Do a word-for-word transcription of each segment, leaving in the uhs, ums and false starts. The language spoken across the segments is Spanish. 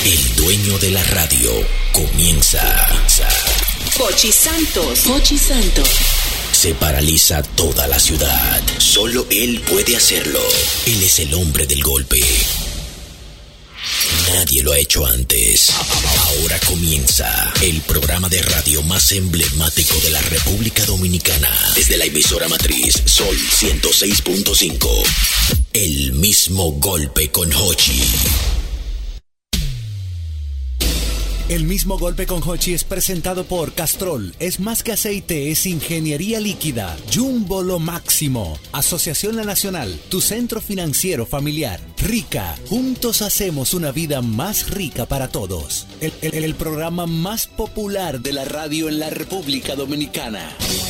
El dueño de la radio comienza. Jochi Santos. Jochi Santos. Se paraliza toda la ciudad. Solo él puede hacerlo. Él es el hombre del golpe. Nadie lo ha hecho antes. Ahora comienza el programa de radio más emblemático de la República Dominicana. Desde la emisora matriz Sol ciento seis punto cinco. El mismo golpe con Jochi. El mismo golpe con Jochi es presentado por Castrol. Es más que aceite, es ingeniería líquida. Jumbo lo máximo. Asociación La Nacional, tu centro financiero familiar. Rica, juntos hacemos una vida más rica para todos. El, el, el programa más popular de la radio en la República Dominicana.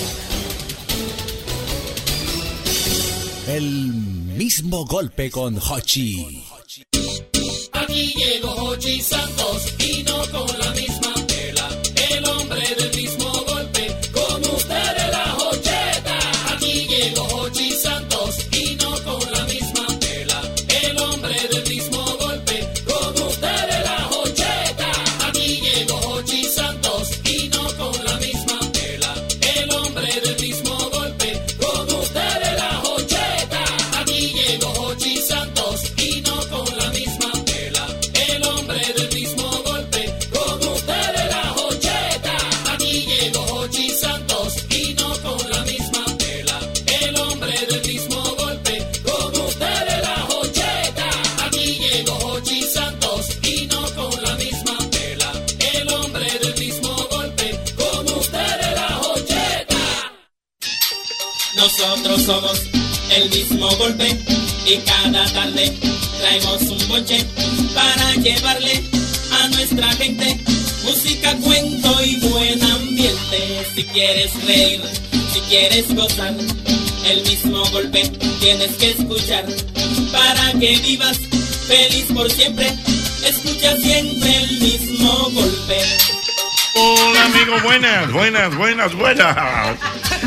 El mismo golpe con Jochi. Aquí llegó Jochi Santos y no con la misma tela. El hombre del mismo golpe, con ustedes la jocheta. Aquí llegó Jochi Santos y no con la misma tela. El hombre del mismo golpe, con ustedes la jocheta. Aquí llegó Jochi Santos y no con la misma tela. El hombre del mismo golpe, con ustedes la jocheta. Aquí llegó Jochi Santos y no con la misma tela. El hombre del mismo golpe, con ustedes la jocheta. Aquí llegó Jochi Santos y no con la misma tela. El hombre del mismo golpe, con ustedes la jocheta. Aquí llegó Jochi Santos y no con la misma tela. El hombre del mismo golpe, con ustedes la jocheta. Nosotros somos el mismo golpe y cada tarde traemos un bonche para llevarle a nuestra gente música, cuento y buen ambiente. Si quieres reír, si quieres gozar, el mismo golpe tienes que escuchar para que vivas feliz por siempre. Escucha siempre el mismo golpe. Hola amigos, buenas, buenas, buenas, buenas.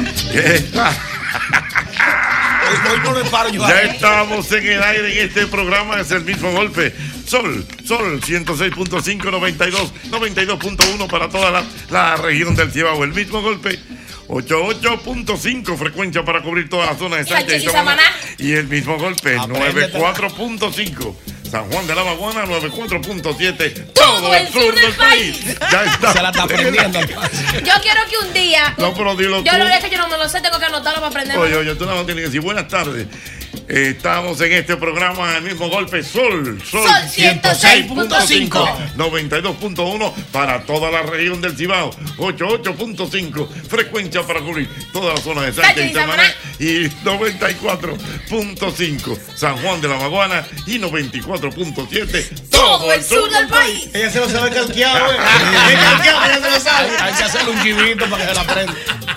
Hoy no le paro yo. Ya estamos en el aire en este programa, es el mismo golpe. Sol, Sol ciento seis punto cinco, noventa y dos, noventa y dos punto uno para toda la, la región del Cibao. El mismo golpe, ochenta y ocho punto cinco frecuencia para cubrir toda la zona de Sánchez y Samaná. Y el mismo golpe, noventa y cuatro punto cinco. San Juan de la Maguana, noventa y cuatro punto siete, todo el sur del país. Ya está. Se la está aprendiendo. Yo quiero que un día. No, pero dilo yo tú. lo es que yo no me lo sé, tengo que anotarlo para aprender. Oye, oye, tú nada más tienes que decir buenas tardes. Eh, estamos en este programa, el mismo golpe, Sol, Sol, Sol ciento seis punto cinco, noventa y dos punto uno para toda la región del Cibao, ochenta y ocho punto cinco, frecuencia para cubrir toda la zona de Sánchez y Samaná, y noventa y cuatro punto cinco, San Juan de la Maguana, y noventa y cuatro punto siete, todo el sur del país. Ella se lo sabe calqueado, ¿eh? Calqueado, ella se lo sabe. Hay que hacerle un chivito para que se la aprenda.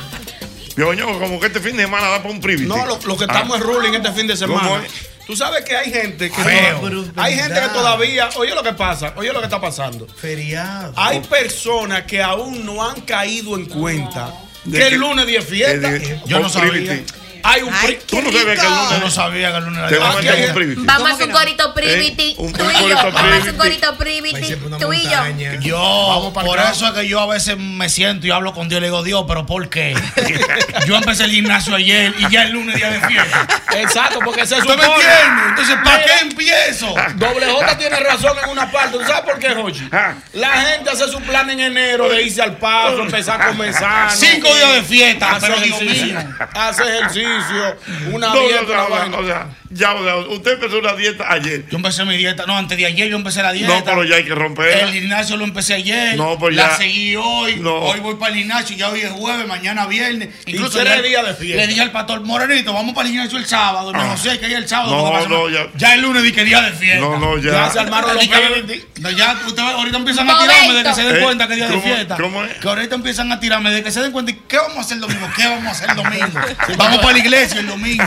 Pioño, como que este fin de semana da para un privity. No, lo, lo que estamos ah. es ruling este fin de semana. Tú sabes que hay gente que no, hay gente que todavía, oye lo que pasa, oye lo que está pasando. Feriado. Hay personas que aún no han caído en cuenta no. que el lunes diez fiesta. Yo no sabía. Hay un Ay, tú no sabías que el lunes. Yo no sabía que el lunes era te van a meter un privity. Vamos a hacer un corito privity. Tú y yo. Vamos a hacer un corito privity. Tú y yo. Yo, por eso es que yo a veces me siento y hablo con Dios y le digo, Dios, ¿pero por qué? Yo empecé el gimnasio ayer y ya el lunes día de fiesta. Exacto, porque se supone. ¿Tú me entiendes? Entonces, ¿para qué empiezo? Doble J tiene razón en una parte. ¿Tú sabes por qué, Jochi? La gente hace su plan en enero de irse al paso, empezar a comenzar. Cinco días de fiesta, hace pero Dios mío. Hace ejercicio, una no, dieta. No, no, o sea, ya, o sea, usted empezó una dieta ayer. Yo empecé mi dieta, no, antes de ayer yo empecé la dieta. No, pero ya hay que romper. El gimnasio lo empecé ayer. No, pues la ya. seguí hoy. No. Hoy voy para el gimnasio, ya hoy es jueves, mañana viernes. Incluso tres días de fiesta. Le dije al pastor Morenito, vamos para el gimnasio el sábado. No, Ah. no sé que hay el sábado. No, no, ya. Ya el lunes dije día de fiesta. No, no, ya. Ya se armaron los que, no, ya ustedes ahorita empiezan a tirarme de que se den Eh, cuenta que es día de ¿cómo- fiesta. cómo es? Que ahorita empiezan a tirarme de que se den cuenta. ¿Y qué vamos a hacer el domingo? ¿Qué vamos a hacer el domingo? Vamos para la iglesia el domingo.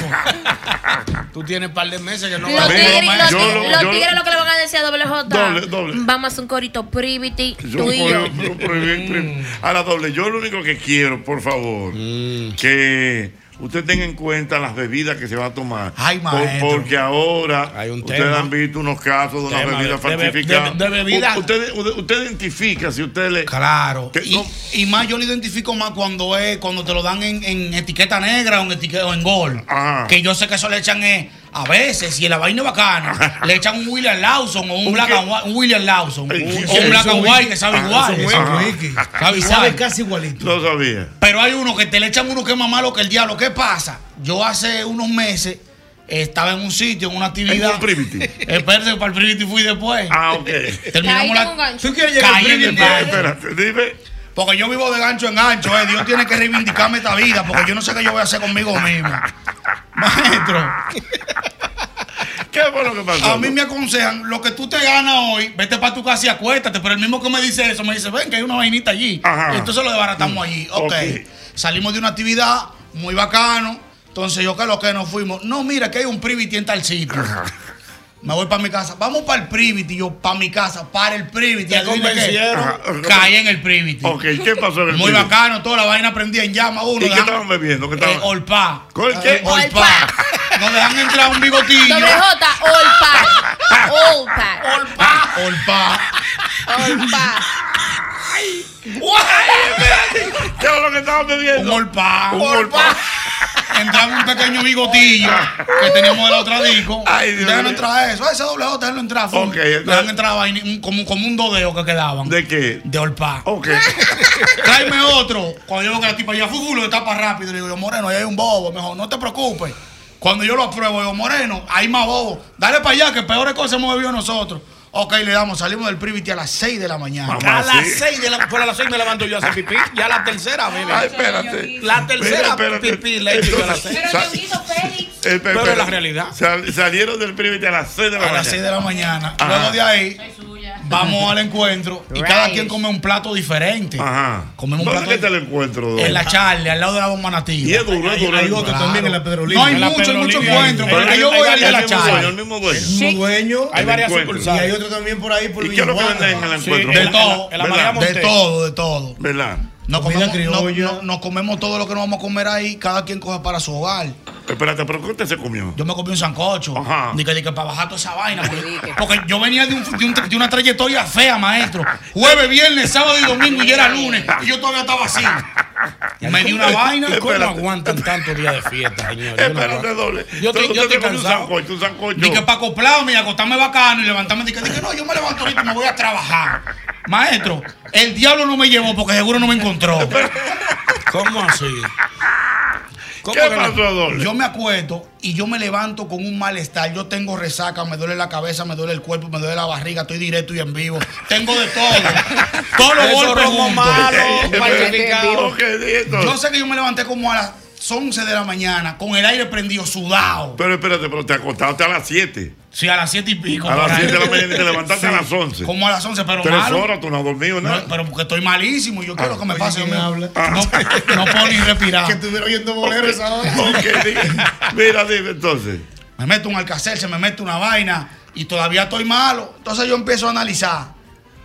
Tú tienes un par de meses que no Los vas a tigres, Yo los, lo- tigres, los yo lo- tigres lo que le van a decir a doble J. Doble, doble. Vamos a hacer un corito privity. Yo Tú y yo. puedo- puedo prohibir- prohibir. Ahora, doble, yo lo único que quiero, por favor, que usted tenga en cuenta las bebidas que se va a tomar. Ay, Por, maestro. porque ahora Hay un ustedes tema. han visto unos casos de unas Tema bebidas de- de- falsificadas. de- de bebida. U- Usted, usted, usted identifica si usted le. Claro. ¿Qué? Y, No. y más yo lo identifico más cuando es cuando te lo dan en, en etiqueta negra o en etiqueta o en gol. Ajá. Que yo sé que eso le echan eh, a veces, si en la vaina es bacana, le echan un William Lawson o un, ¿Un Black qué? and White, un William Lawson Ey, o ¿qué? un Black Eso and es White que sabe Ah, igual. eso es Ajá. whisky. Sabe Y igual. sabe casi igualito. No sabía. Pero hay uno que te le echan uno que es más malo que el diablo. ¿Qué pasa? Yo hace unos meses estaba en un sitio, en una actividad. En un privity. Espérate, para el privity fui después. Ah, ok. Terminamos Caíste en un la. gancho. ¿Tú quieres llegar al Caí en el privity? gancho. Espérate, dime. Porque yo vivo de gancho en gancho, eh. Dios tiene que reivindicarme esta vida, porque yo no sé qué yo voy a hacer conmigo mismo. Maestro, ¿Qué fue lo que pasó? a mí me aconsejan, lo que tú te ganas hoy, vete para tu casa y acuéstate. Pero el mismo que me dice eso, me dice, ven, que hay una vainita allí. Ajá. Y entonces lo desbaratamos allí. Ok. Ok. Salimos de una actividad muy bacano. Entonces yo, ¿qué es lo que nos fuimos? No, mira, que hay un privity en tal sitio. Me voy para mi casa. Vamos para el privity. Yo, para mi casa, para el privity. Te Adivina qué. convencieron. Ajá. Caí en el privity. Ok, ¿qué pasó en el Muy privity? bacano, toda la vaina prendía en llama. Uno, ¿Y qué dejan- estaban bebiendo? ¿Qué eh, estaban? Olpa. ¿Con el qué? Eh, Olpa. Nos dejan entrar un bigotillo. Doble J, Olpa. Olpa. Olpa. Olpa. Olpa. ¿Qué es lo que estaban Un bebiendo? olpa. Un olpa. Entraba un pequeño bigotillo que teníamos de la otra disco. Ay, Dios Dejan mío. entrar eso. Ese doble J, déjenlo entrar. fum. Ok, entonces- Dejan entrar vaina, un- como, como un dodeo que quedaban. ¿De qué? De Olpa. Ok. Tráeme otro. Cuando yo veo que la tipa ya fútbol lo tapa rápido, le digo yo, Moreno, ahí hay un bobo. Mejor, no te preocupes. Cuando yo lo apruebo, digo, Moreno, hay más bobo. Dale para allá, que peores cosas hemos bebido nosotros. Ok, le damos, salimos del privity a las seis de la mañana. Mamá. A las sí. seis de la, por a las seis me levanto yo a hacer pipí. Ya la tercera vez. Ay, espérate. La tercera Espera, espérate. pipí le he hecho yo a las seis. Pero Sa- Ñonguito Félix. Eh, espera, Pero espera. la realidad. Sal- salieron del privity a las seis de la A mañana. las seis de la mañana. Ajá. Luego de ahí, vamos al encuentro y cada quien come un plato diferente. Ajá. Comemos un ¿Dónde plato que te lo encuentro? Don? en la Charlie, al lado de la bomba nativa. Y es duro, es duro. Hay es duro. otro también en la Pedro No Libre. hay En la mucho, hay Pedro mucho Libre encuentro. hay- Porque hay- yo hay voy al varias de la El mismo dueño, el Charlie. mismo dueño. El mismo dueño. Hay El varias encuentro. Y hay sucursales. otro también por ahí por ¿Y qué es lo que Villajuana. venden en el Sí, encuentro? de en la- todo. en la ¿Verdad? María De Montes. todo, de todo. ¿Verdad? Nos Comida comemos, no- criolla. no- nos comemos todo lo que nos vamos a comer ahí. Cada quien coge para su hogar. Espérate, ¿pero qué usted se comió? Yo me comí un sancocho. Ajá. Dije, dije, para bajar toda esa vaina. Porque, porque yo venía de, un- de un- de una trayectoria fea, maestro. Jueves, viernes, sábado y domingo y ya era lunes. Y yo todavía estaba así. Me di una vaina. ¿Cómo Espérate. aguantan tantos días de fiesta, señor? Yo no Espérate, aguanto. doble. Yo estoy- Entonces yo usted estoy comió un cansado. sancocho, un sancocho. Dije, para acoplarme y acostarme bacano y levantarme. Dije, dije, no, yo me levanto ahorita y me voy a trabajar. Maestro, el diablo no me llevó porque seguro no me encontró. ¿Cómo así? ¿Cómo ¿Qué que no? pasó, doble? Yo me acuesto y yo me levanto con un malestar. Yo tengo resaca, me duele la cabeza, me duele el cuerpo, me duele la barriga, estoy directo y en vivo. Tengo de todo. Todos los Esos golpes romos juntos. malos, Espérate. falsificados. Ok, di esto. Yo sé que yo me levanté como a las once de la mañana con el aire prendido, sudado. Pero espérate, pero te acostaste a las siete. Sí, a las siete y pico. A por las ahí. siete de la mañana y te levantaste Sí, a las once. Como a las once, pero Tres malo. horas tú no has dormido No, nada. pero porque estoy malísimo y yo quiero que me Oye, pase. ¿quién No, habla? no, no puedo ni respirar. Que estuviera oyendo bolero esa hora. Ok, di- mira, dime entonces. Me meto un Alcacer, se me mete una vaina y todavía estoy malo. Entonces yo empiezo a analizar.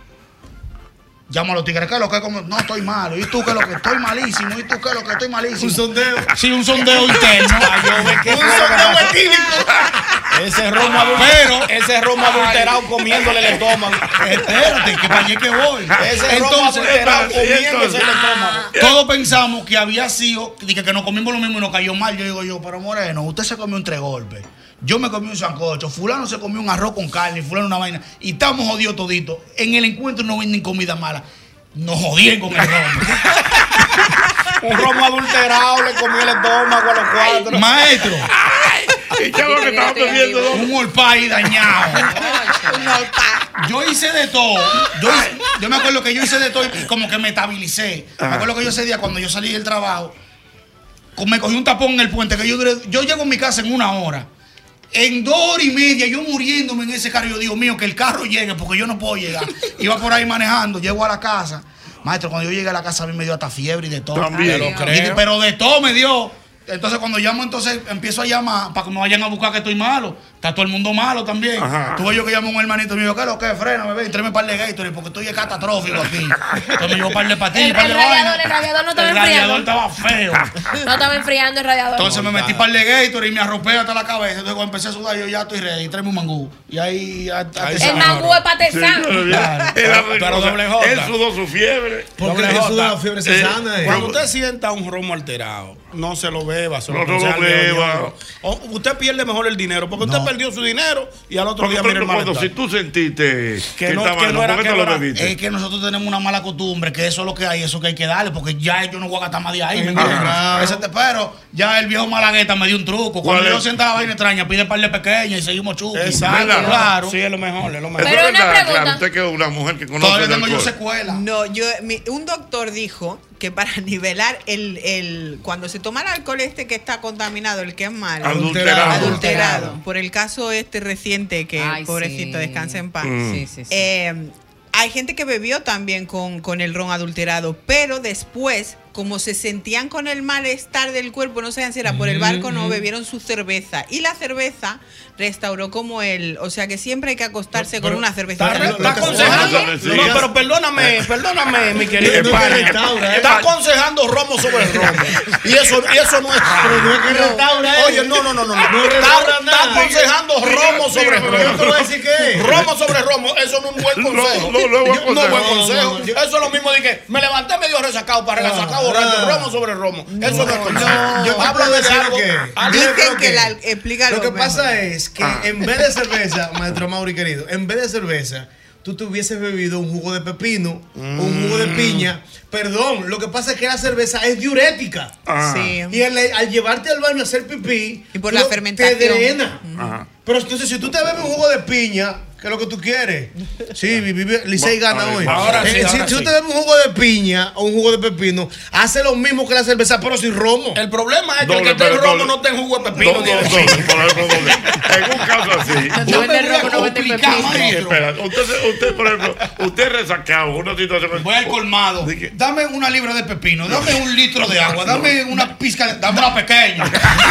Llamo a los tigres, ¿qué es lo que es? Como, no, estoy malo. ¿Y tú qué es lo que? Estoy malísimo. ¿Y tú qué es lo que? Estoy malísimo. Un sondeo. Sí, un sondeo interno. Ah, yo ve qué Un fue lo que sondeo pasó. etílico. Ese romo Pero- adulterado, ese romo adulterado comiéndole el estómago. Espérate, que para allá que voy. Ese romo Entonces, adulterado espérate, y comiéndose el entonces- estómago. todos pensamos que había sido, dije que nos comimos lo mismo y nos cayó mal. Yo digo yo, pero Moreno, usted se comió un tres golpes. Yo me comí un sancocho, fulano se comió un arroz con carne, fulano una vaina. Y estamos jodidos toditos. En el encuentro no venden comida mala. Nos jodían con el romo. Un romo adulterado le comió el estómago a los cuatro. Maestro, ¿Y qué es lo que estabas bebiendo, don? un olpay dañado. Yo hice de todo. Yo, hice- yo me acuerdo que yo hice de todo y como que me estabilicé. Me acuerdo que yo ese día cuando yo salí del trabajo, con- me cogí un tapón en el puente que yo duré, yo llego a mi casa en una hora. En dos horas y media, yo muriéndome en ese carro, yo digo, mío, que el carro llegue, porque yo no puedo llegar. Iba por ahí manejando, llego a la casa. Maestro, cuando yo llegué a la casa, a mí me dio hasta fiebre y de todo. También. Te lo Y- creo. pero de todo me dio. Entonces cuando llamo, entonces empiezo a llamar para que me vayan a buscar que estoy malo. Está todo el mundo malo también. Ajá. Tuve yo que llamo a un hermanito mío, ¿qué es lo que? Frena, bebé, y tráeme un par de Gatorade porque estoy catastrófico aquí. Entonces me llevo un par de patillas, El, par de el radiador, vainas. el radiador no estaba El enfriando. radiador estaba feo. No estaba enfriando el radiador. Entonces me metí par de Gatorade y me arropé hasta la cabeza. Entonces cuando empecé a sudar, yo ya estoy ready, tráeme un mangú. Y ahí... El mangú es patezán. Pero doble J. Él sudó su fiebre. Porque Doble él J. suda la fiebre se Eh, sana. eh. Cuando usted sienta un romo alterado, no se lo beba, se No, no lo aconseja al beba. dedo. O usted pierde mejor el dinero, porque No. usted perdió su dinero y al otro Porque, día por mira el ejemplo, cuando malestar. si tú sentiste que, Que no- estaba que no mal, era- ¿por qué que no no lo era- bebiste? Es que nosotros tenemos una mala costumbre, que eso es lo que hay, eso que hay que darle, porque ya yo no voy a gastar más de ahí, ¿me entiendes? Ajá. Ese te- pero ya el viejo Malagueta me dio un truco. ¿Cuál Cuando yo es? sienta la vaina extraña, pide par de pequeñas y seguimos chuki. Exacto, ¿Verdad? claro. Sí, es lo mejor, es lo mejor. Eso Pero es una verdad, pregunta. claro, usted que es una mujer que conoce Todavía el tengo yo alcohol. secuela. No, yo, mi- un doctor dijo que para nivelar el, el, cuando se toma el alcohol este que está contaminado, el que es malo, Adulterado. adulterado, por el caso este reciente que Ay, pobrecito sí. descansa en paz. Mm. Sí, sí, sí. Eh, hay gente que bebió también con, con el ron adulterado, pero después, como se sentían con el malestar del cuerpo, no sabían si era por el barco o no, bebieron su cerveza. Y la cerveza restauró como el... O sea que siempre hay que acostarse No, con pero una cerveza. Está, Lo- está lo que- aconsejando. Lo que- No, pero perdóname, perdóname, mi querido No, no, España. que restaura, ¿eh? Está aconsejando romo sobre romo. Y eso, y eso no es Pero no es que restaura, eh. Oye, no, no, no, no. no. No Está, restaura está nada. aconsejando romo sobre pero Yo te romo. voy a decir que es. Romo sobre romo, eso no es un buen No, consejo. no, no es buen No es buen consejo. consejo. No, no, yo- Eso es lo mismo de que me levanté medio resacado para resacado borracho. ah. Romo sobre romo. Eso no es consejo. no, yo te Háblame puedo de decir algo. que- algo- yo Dicen creo que que- la... Explícalo Lo que mejor. pasa es que Ah. en vez de cerveza, maestro Mauri querido, en vez de cerveza, tú te hubieses bebido un jugo de pepino o un jugo de piña. Perdón, lo que pasa es que la cerveza es diurética. Ah. Sí. Y al, al llevarte al baño a hacer pipí, Y por tú la lo- fermentación. te drena. Ajá. Pero entonces, si tú te bebes un jugo de piña, ¿qué es lo que tú quieres? Sí, vive, Licey gana Ahora hoy. sí, ahora sí, Eh, si ahora tú sí. te bebes un jugo de piña o un jugo de pepino, hace lo mismo que la cerveza, pero sin romo. El problema es que Doble, el que esté en pero romo doble. no está en jugo de pepino. Doble, ni de doble, piña. por ejemplo, doble. En un caso así. No me vende voy a romo, no vende complicar, pepino. Sí, maestro. espera, usted, se- usted, por ejemplo, usted resacado, una situación. Voy al colmado. ¿De qué? Dame una libra de pepino, dame un litro de agua, dame una pizca, de- dame una pequeña.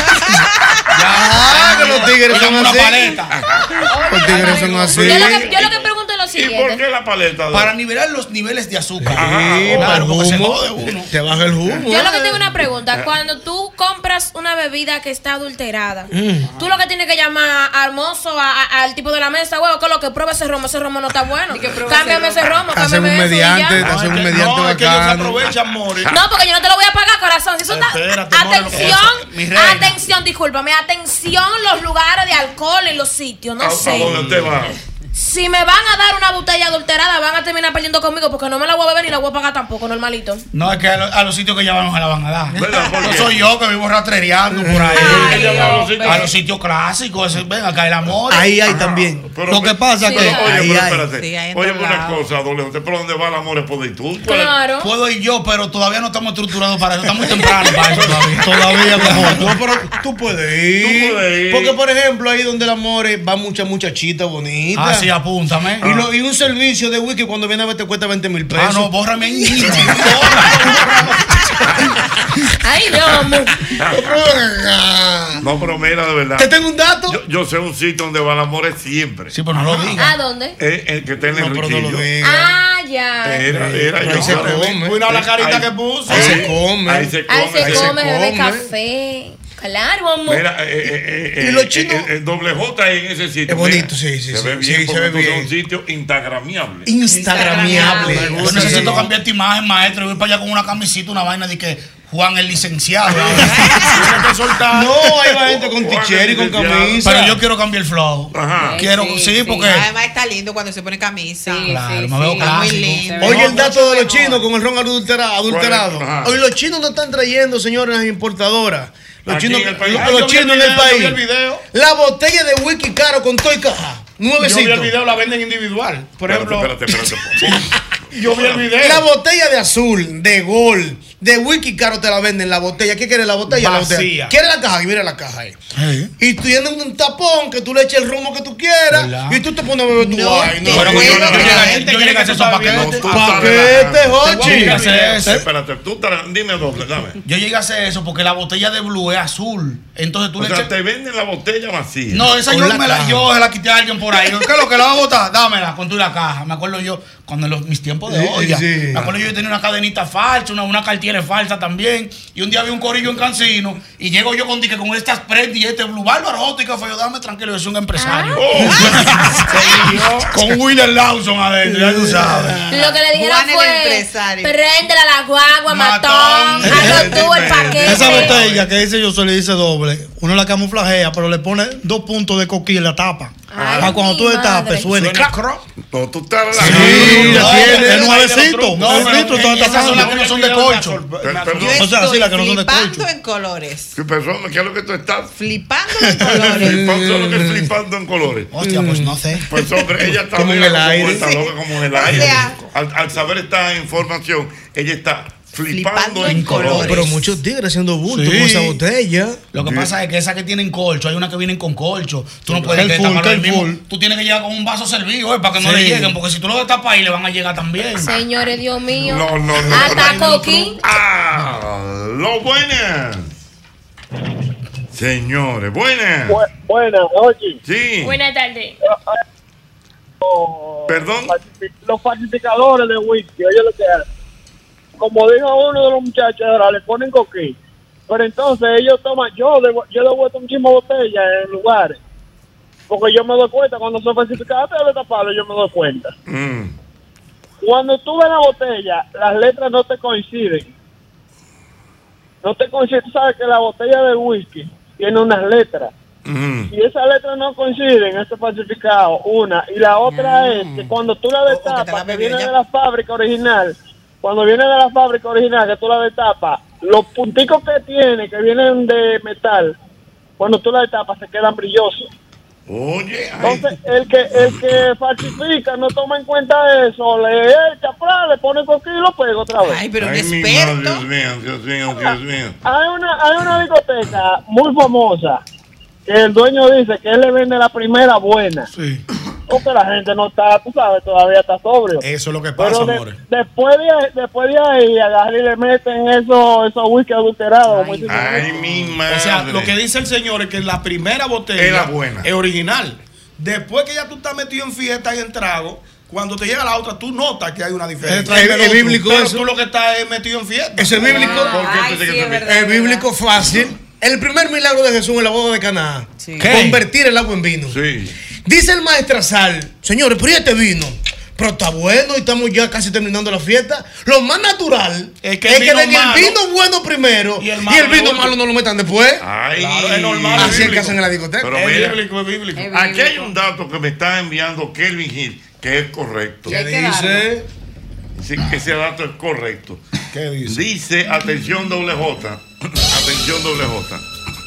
Ah, que los tigres son Dame una así. paleta. Los tigres son así. Yo lo que, yo lo que pregunto es lo ¿Y por siguiente. qué la paleta? Para nivelar los niveles de azúcar. Sí, Claro, para el porque se humo, jode uno. te baja el humo. Yo lo que tengo una pregunta. Cuando tú compras una bebida que está adulterada, tú lo que tienes que llamar al mozo, a- a- al tipo de la mesa, huevo, que lo que prueba ese romo, ese romo no está bueno. Cámbiame ese romo, Hacen un cámbiame eso y mediante, ya. te hacen un es que- mediante no, es que ellos se bacano. aprovechan, More. No, porque yo no te lo voy a pagar, corazón. Si eso está... Espérate, more, lo que pasa- Atención, mi reina. atención, discúlpame. Atención los lugares de alcohol en los sitios, no ¿A, sé. a dónde usted va? Si me van a dar una botella adulterada, van a terminar perdiendo conmigo porque no me la voy a beber ni la voy a pagar tampoco, normalito. No, es que a, lo- a los sitios que llevan no se la van a dar. ¿Verdad? ¿Por No qué? soy yo que vivo rastrereando por ahí. Ay, Ella va a los sitios- A los sitios clásicos, ese- ven acá el amor. Ahí hay también. Pero- Lo que pasa Sí, que Pero, oye, Ahí pero hay. espérate. Sí, hay en Oye, todos una lados. cosa, doble. ¿Usted por dónde va el amor es por de tú? Claro. puedo ir yo, pero todavía no estamos estructurados para eso. Está muy temprano para eso todavía. Todavía mejor. No, pero tú puedes ir. Tú puedes ir. Porque, por ejemplo, ahí donde el amor es, va mucha muchachita bonita. Ah, sí, apúntame. Y, lo- y un servicio de whisky cuando viene a ver te cuesta veinte mil pesos. Ah, no, bórrame ahí. Ay, Dios mío. No, pero mira, de verdad. Te tengo un dato. Yo, yo sé un sitio donde va el amor es siempre. Sí, pero no lo digas. ¿A dónde? Eh, el que está en el No, pero no lo Riquillo. digas. Ah, ya. Era, era Pero yo. ahí se creo. come. Cuidado la carita Ahí- que puso. Ahí se Sí, come. Ahí se come. Ahí se ahí se come, bebe come. café. Claro, amor. Mira, eh, eh, eh, Y los eh, chinos- el, el doble J ahí en ese sitio. Es bonito, mira, sí, sí, Se sí, ve sí, bien, se porque ve esto es bien. un sitio instagramiable. Instagramiable. Me Yo Sí. necesito cambiar esta imagen, maestro. Yo voy para allá con una camisita, una vaina de que Juan el licenciado. Tienes que soltar. No, hay va gente con Juan, t-shirt y con licenciado. camisa. Pero yo quiero cambiar el flow. Ajá. Quiero, sí, porque. Además está lindo cuando se pone camisa. Sí, Claro, sí, me veo sí. Está muy clásico. lindo. Oye, el dato de los Mucho chinos mejor. con el ron adulterado. adulterado. Ajá. Hoy los chinos no están trayendo, señores, las importadoras. Los Aquí chinos, en el país. los, Ay, los yo vi el chinos en el video, yo vi país. el video. La botella de whisky caro con toy caja. Yo vi Nuevecito. el video, la venden individual. Por Espérate, ejemplo, espérate, espérate. Yo vi el video. La botella de azul, de Gol, de whisky caro te la venden, la botella. ¿Qué quiere la botella? La botella. Vacía. ¿Quiere la caja? Y mira la caja ahí. ¿Eh? Y tú tienes un tapón que tú le eches el rumbo que tú quieras. ¿Verdad? Y tú te pones a beber tu No, vaina. te Pero puedo yo yo creer. llegué yo llegué a hacer esos paquetes. Tú Paquete, estás Jochi. Yo llegué a hacer eso. Espérate, tú estás- dime doble, dame. Yo llegué a hacer eso porque la botella de Blue es azul. Entonces tú O le sea, echas. te venden la botella vacía. No, esa Con yo la me la, caja. yo se la quité a alguien por ahí. ¿Qué es lo que la va a botar? Dámela con tú y la caja. Me acuerdo yo, cuando en los, mis tiempos de Sí, olla. sí. Me acuerdo yo, yo tenía una cadenita falsa, una, una cartiera falsa también. Y un día vi un corillo en Cancino. Y llego yo con, dique, con estas prendas y este Blue Bárbaro, Joto y café. Yo, dame tranquilo, yo soy un empresario. Con William Lawson adentro, ya tú sabes. Lo que le dijeron Juan el fue: empresario. préndela a la guagua, matón. Matón. Hazlo tú el paquete. Esa botella que dice yo se le dice doble, uno la camuflajea, pero le pone dos puntos de coquilla en la tapa. Ay, Para cuando mi tú madre. destapes, suene. Suena crack. crop. No, tú estás Sí, relajando. ya No, tiene pero el nuevecito. No, el pero litro, todo está esas son las que pasando. no son de colcho. Perdón. Yo O sea, estoy sí, las que no son de flipando colcho. en colores. ¿Qué persona? ¿Qué es lo que tú estás? Flipando en colores. Flipando, lo que es flipando en colores. Hostia, pues no sé. Pues hombre, ella está Como en mira, el aire. vuelta loca, como en el O aire. sea, al, al saber esta información, ella está flipando, Flipando en en colores. colores. Pero muchos tigres haciendo bulto Sí. con esa botella. Lo que pasa es que esas que tienen colcho, hay unas que vienen con colcho. Tú no puedes el destaparlo full, que ahí el mismo. full. Tú tienes que llegar con un vaso servido eh, para que no Sí. le lleguen, porque si tú lo destapas ahí le van a llegar también. Señores, Dios mío. No, no, no. Hasta no, no, Coquín. Ah, lo buenas. Señores, buenas. Buenas, oye. Sí. Buenas tardes. Perdón. Los falsificadores de whisky, oye lo que hacen. Como dijo uno de los muchachos, ahora le ponen coquín. Pero entonces ellos toman, yo debo, yo le vuelto un chismo de botella en lugares. Porque yo me doy cuenta, cuando son falsificados, de taparlo, yo me doy cuenta. Mm. Cuando tú ves la botella, las letras no te coinciden. No te coinciden. Tú sabes que la botella de whisky tiene unas letras. Mm. Y esas letras no coinciden, este falsificado, una. Y la otra es que cuando tú la O- o que te la destapas, que bebió viene ya. de la fábrica original, cuando viene de la fábrica original, que tú la destapas, los punticos que tiene, que vienen de metal, cuando tú la destapas, se quedan brillosos. Oye, ay. Entonces, el que el que falsifica no toma en cuenta eso, le echa, pra, le pone coquín y lo pega otra vez. Ay, pero un Ay, mi madre, experto. Dios mío, Dios mío, Dios mío. Hay una, hay una discoteca muy famosa que el dueño dice que él le vende la primera buena. Sí. Porque la gente no está, tú sabes, todavía está sobrio. Eso es lo que pasa, Pero de- amores. después de ahí- después de ahí, agarran y le meten esos esos whisky adulterados. como dicen. Ay, mi madre. O sea, lo que dice el señor es que la primera botella Es la buena. es original. Después que ya tú estás metido en fiesta y en trago, cuando te llega la otra, tú notas que hay una diferencia. Es- es- es bíblico Pero eso. tú lo que estás es metido en fiesta. Eso es bíblico. ¿Por qué Ay, tú dices sí, que es tú- verdad. Es bíblico fácil. El primer milagro de Jesús en la boda de Caná. Sí. ¿Qué? Convertir el agua en vino. Sí. Dice el maestrazal, señores, pero ¿y este vino? Pero está bueno y estamos ya casi terminando la fiesta. Lo más natural Es es que que, el vino den el malo- vino bueno primero y y el el, malo vino último. malo no lo metan después. Ay. Claro, es normal, Así es bíblico. que hacen en la discoteca. Pero Es mira, bíblico, es bíblico. Es aquí hay bíblico. un dato que me está enviando Kelvin Hill, que es correcto. ¿Qué hay que dice? Sí, ese dato es correcto. ¿Qué dice? Dice, atención doble J, atención doble J,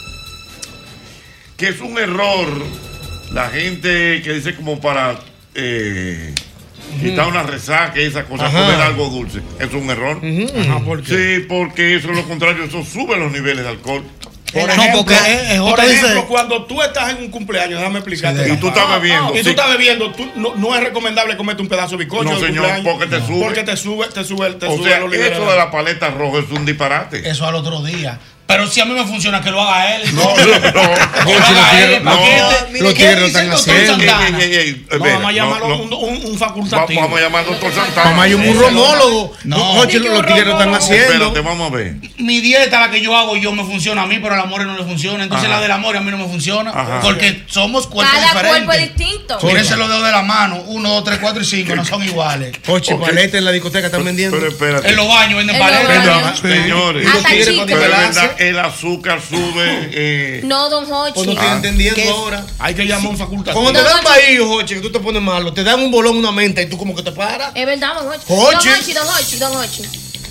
que es un error la gente que dice como para eh, quitar una resaca y esas cosas, Ajá. comer algo dulce. Es un error. Ajá, ¿por qué? Sí, porque eso es lo contrario, eso sube los niveles de alcohol. Por No, ejemplo, porque es- es por otra ejemplo, dice- cuando tú estás en un cumpleaños, déjame explicarte. Y tú estás bebiendo. Y sí. tú estás bebiendo, tú, no, no es recomendable comerte un pedazo de bizcocho. No, de señor, cumpleaños. porque te sube. Porque te sube, te sube, te O sube sea, los niveles eso de la paleta roja es un disparate. Eso al otro día. Pero si a mí me funciona, que lo haga él. No, no, no. Que lo haga él, no. paquete. Los ¿Qué tigres lo dice están el doctor haciendo. Santana? Ey, ey, ey, ey, No, espera, vamos a llamarlo no, un, no. un, un Va- facultativo. Vamos a llamar al doctor Santana. Mamá, hay un Ese romólogo. no. Oye, los tigres lo están haciendo. Espérate, vamos a ver. Mi dieta, la que yo hago, yo me funciona a mí, pero al amor no le funciona. Entonces Ajá. la del amor a mí no me funciona. Ajá. Porque somos cuerpos Cada diferentes. cuerpo es distinto. Mírense los dedos de la mano. Uno, dos, tres, cuatro y cinco. No son iguales. Oye, Ok. paleta en la discoteca están vendiendo. Pero espérate. En los baños venden En los paletas. baños. Señores, Hasta los tigres chicle. cuando pero es la verdad, hacen, el azúcar sube. Eh, No, don pues no Hochi. estoy entendiendo ¿Qué es? ahora. Hay que llamar a un facultativo. Cuando te Don dan Hochi. bahío, Joche, que tú te pones malo, te dan un bolón, una menta y tú como que te paras. Es verdad, don Hochi. Hochi. Don Hochi, don Hochi, don Hochi.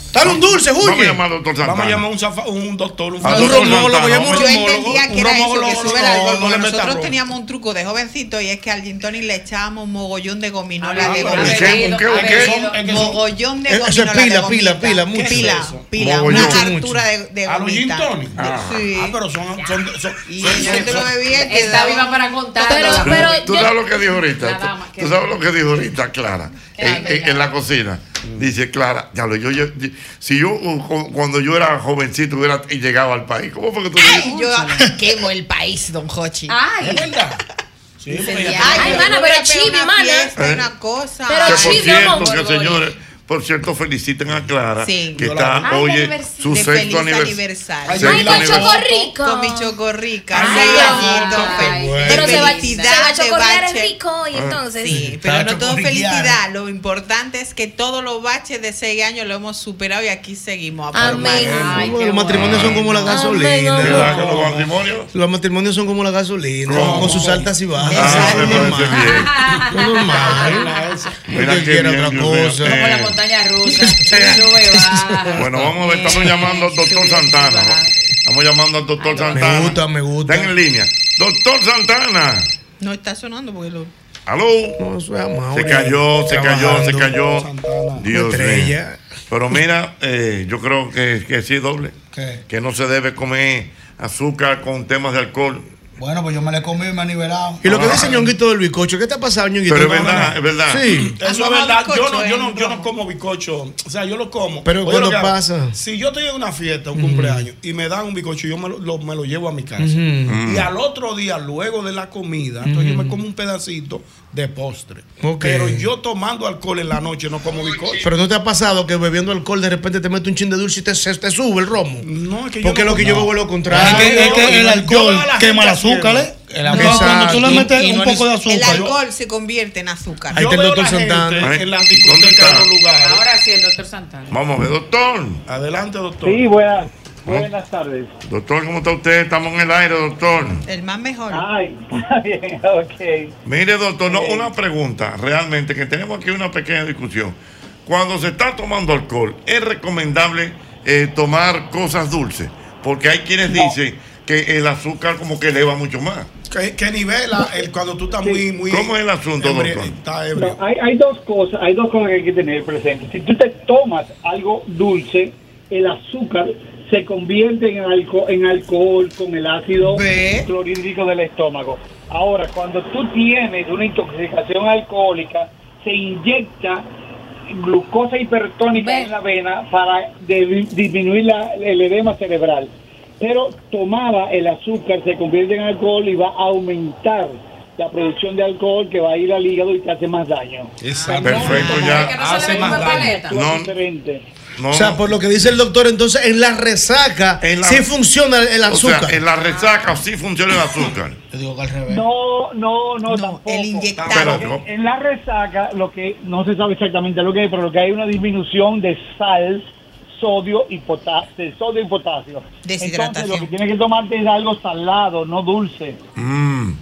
Dale un dulce, Vamos a huye. llamar al doctor Santana. Vamos a llamar a un, zafa- un doctor, un, Ah, un doctor romólogo. Santana. llama un Yo romólogo, entendía que un era eso, romólogo, que sube el no, alcohol. no porque le meta nosotros ron. teníamos un truco de jovencito y es que al gin tonic le echábamos mogollón de gominola Ah, de ¿con gominola. qué? ¿Con qué? ¿Con qué? Son- Es que son- Mogollón de Eso es gominola de pila, gomita. pila, pila, mucho. Pila, ¿Qué es eso? pila, Mogollón. una Mucho, hartura de, de A los gin gomita. tonic. Ah. Sí. Ah, pero son. son, son, Y son- el yo te lo son- bebía y te Está daba- viva para contar. Pero, Tú- pero tú yo- sabes lo que dijo ahorita. La dama, Tú- que- Tú sabes lo que dijo ahorita, Clara, en, en- en la cocina. Dice Clara, ya lo, yo, yo, si yo cu- cuando yo era jovencito hubiera llegado al país, ¿cómo fue que tú Ay, yo quemo el país, don Jochi. Ay, Es verdad. Sí, porque Ay, ella- Ay, yo mana, voy pero a pegar chibi, una mana. fiesta y ¿Eh? una cosa. Pero que por chibi, cierto, amor. que señores, por cierto, feliciten a Clara, Sí. que Yo la está, amo. Ay, oye, aniversario. su de sexto feliz anivers- aniversario. Ay, sexto Ay, con aniversario. chocorrico. Con mi chocorrica. Ay, seis Dios. añitos, Ay, fe- Pero de se va, se felicidad, va a de chocorrear bache. rico y entonces. Sí, pero Está no todo chocorriquear. felicidad. Lo importante es que todos los baches de seis años lo hemos superado y aquí seguimos. A por Amén. más. Ay, Los qué matrimonios son como la Amén, gasolina. amén. ¿Verdad que los matrimonios? Los matrimonios son como la gasolina, ¿Cómo? con sus altas y bajas. Ah, me Es parece normal. bien. Es normal. Mira Porque qué quiere bien, otra Dios mío. cosa. como la Eh, montaña rusa. Sube, baja. Bueno, vamos a ver, estamos llamando al doctor Santana. ¿no? Estamos llamando al doctor Santana. Me gusta, me gusta. Están en línea. Doctor Santana. No está sonando porque lo. ¿Aló? No, eso es amable. Se cayó, se cayó, se Trabajando. cayó. Santana. Dios mío. Estrella. Pero mira, eh, yo creo que, que sí doble. ¿Qué? Que no se debe comer azúcar con temas de alcohol. Bueno, pues yo me le comí y me he nivelado. Y lo que Ah. dice Ñonguito del bizcocho, ¿qué te ha pasado, Ñonguito? Pero es No, verdad, no, no. es verdad. Sí. Eso es mamá verdad. Yo bizcocho, no, yo, ¿eh? no, yo no como bizcocho. O sea, yo lo como. Pero Oye, ¿cuándo lo que hago, pasa? Si yo estoy en una fiesta, un cumpleaños, y me dan un bizcocho, yo me lo, lo- me lo llevo a mi casa. Mm. Y al otro día, luego de la comida, entonces yo me como un pedacito de postre. Ok. Pero yo tomando alcohol en la noche no como bizcocho. Pero ¿no te ha pasado que bebiendo alcohol de repente te mete un chin de dulce y te, se- te sube el romo? No, es que Porque yo no lo que como- yo bebo es lo contrario. Es que- es que el Yo- alcohol yo veo a la quema el gente azúcar, haciendo. ¿eh? El No, alcohol, cuando tú le exacto. metes Y- y un no poco de es- El azúcar. yo- alcohol se convierte en azúcar. Ahí Yo está el veo doctor la gente Santana. en las ¿Dónde discotecas está? de los lugares. Ahora sí, el doctor Santana. Vamos a ver, doctor. Adelante, doctor. Sí, buenas, buenas tardes. Doctor, ¿cómo está usted? Estamos en el aire, doctor. El más mejor. Ay, está bien, ok. Mire, doctor, no, una pregunta, realmente, que tenemos aquí una pequeña discusión. Cuando se está tomando alcohol, ¿es recomendable eh, tomar cosas dulces? Porque hay quienes dicen que el azúcar como que eleva mucho más. Que, que nivela el, cuando tú estás muy, muy. ¿Cómo es el asunto, ebrio- doctor? Está ebrio. No, hay, hay dos cosas, hay dos cosas que hay que tener presentes. Si tú te tomas algo dulce, el azúcar se convierte en, alco- en alcohol con el ácido Ve. clorhídrico del estómago. Ahora, cuando tú tienes una intoxicación alcohólica, se inyecta glucosa hipertónica Ve. en la vena para de- disminuir la- el edema cerebral. Pero tomada el azúcar se convierte en alcohol y va a aumentar la producción de alcohol que va a ir al hígado y te hace más daño. Exacto. Perfecto, Es que ya. no se le ve una paleta. No. Diferente. No, O sea, no. por lo que dice el doctor, entonces en la resaca En la- sí funciona el O sea, azúcar. en la resaca sí funciona el azúcar. Yo digo que al revés. No, no, no, No, tampoco. el inyectado. Pero- En, en la resaca, lo que no se sabe exactamente lo que es, pero lo que hay es una disminución de sal, sodio y potasio, de sodio y potasio. Deshidratación. Entonces, lo que tiene que tomarte es algo salado, no dulce. Mm,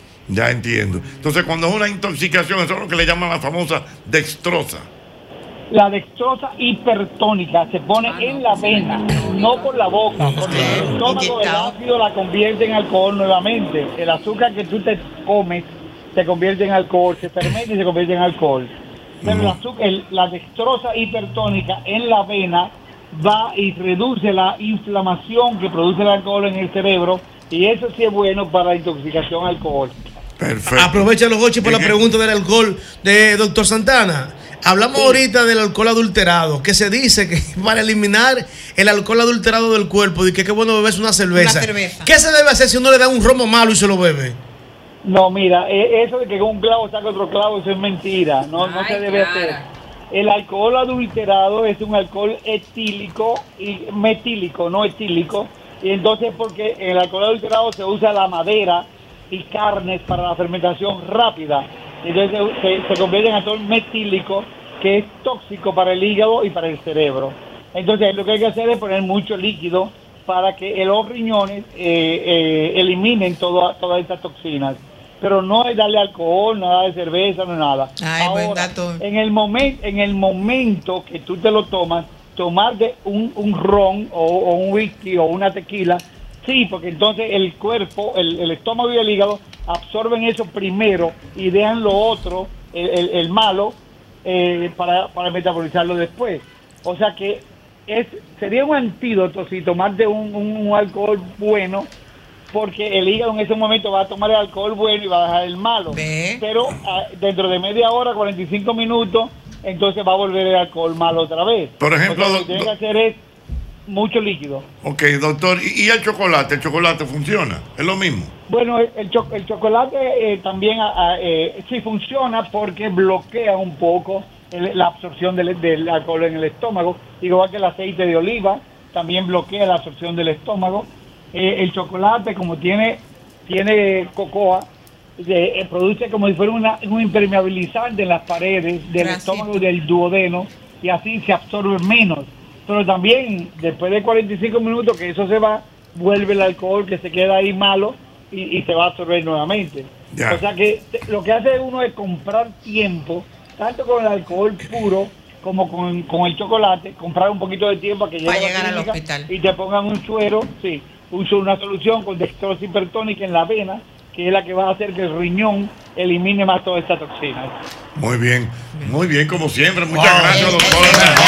ya entiendo. Entonces, cuando es una intoxicación, eso es lo que le llaman la famosa dextrosa. La dextrosa hipertónica se pone Ah, no, en la pues, vena, no por la boca. Porque el estómago, el Inyectado. ácido la convierte en alcohol nuevamente. El azúcar que tú te comes se convierte en alcohol, se fermenta y se convierte en alcohol. Pero el azúcar, el- la dextrosa hipertónica en la vena va y reduce la inflamación que produce el alcohol en el cerebro y eso sí es bueno para la intoxicación alcohólica. Perfecto. Aprovecha los ocho por la Ujú. pregunta del alcohol de doctor Santana. Hablamos ahorita del alcohol adulterado, que se dice que para eliminar el alcohol adulterado del cuerpo, y que qué bueno beberse una cerveza. Una cerveza. ¿Qué se debe hacer si uno le da un romo malo y se lo bebe? No, mira, eh, eso de que con un clavo saca otro clavo, eso es mentira, no, no Ay, se debe Clara. hacer. El alcohol adulterado es un alcohol etílico y metílico, no etílico, y entonces porque en el alcohol adulterado se usa la madera y carnes para la fermentación rápida, entonces se, se convierte en alcohol metílico que es tóxico para el hígado y para el cerebro. Entonces lo que hay que hacer es poner mucho líquido para que los riñones eh, eh, eliminen todo- todas estas toxinas. Pero no es darle alcohol, nada de cerveza, no nada. Ay, buen Ahora, dato. en el momento, en el momento que tú te lo tomas, tomar de un, un ron o, o un whisky o una tequila, sí, porque entonces el cuerpo, el, el estómago y el hígado absorben eso primero y dejan lo otro, el, el, el malo, eh, para, para metabolizarlo después. O sea que es sería un antídoto si tomarte un, un, un alcohol bueno, porque el hígado en ese momento va a tomar el alcohol bueno y va a dejar el malo. ¿Ve? Pero a, dentro de media hora, cuarenta y cinco minutos, entonces va a volver el alcohol malo otra vez. Por ejemplo, o sea, lo que tiene que hacer es mucho líquido. Ok, doctor, ¿y, y el chocolate? ¿El chocolate funciona? ¿Es lo mismo? Bueno, el, el, cho el chocolate eh, también a, a, eh, sí funciona porque bloquea un poco el, la absorción del, del alcohol en el estómago, igual que el aceite de oliva también bloquea la absorción del estómago. Eh, el chocolate, como tiene tiene cocoa, eh, eh, produce como si fuera una, un impermeabilizante en las paredes del Gracias. estómago y del duodeno, y así se absorbe menos. Pero también, después de cuarenta y cinco minutos que eso se va, vuelve el alcohol que se queda ahí malo y, y se va a absorber nuevamente. Ya. O sea que te, lo que hace uno es comprar tiempo, tanto con el alcohol puro como con, con el chocolate, comprar un poquito de tiempo a que llegue a la al hospital y te pongan un suero, sí, uso una solución con dextrosa hipertónica en la vena, que es la que va a hacer que el riñón elimine más toda esta toxina. Muy bien, muy bien, como siempre. Muchas Wow. gracias, doctor.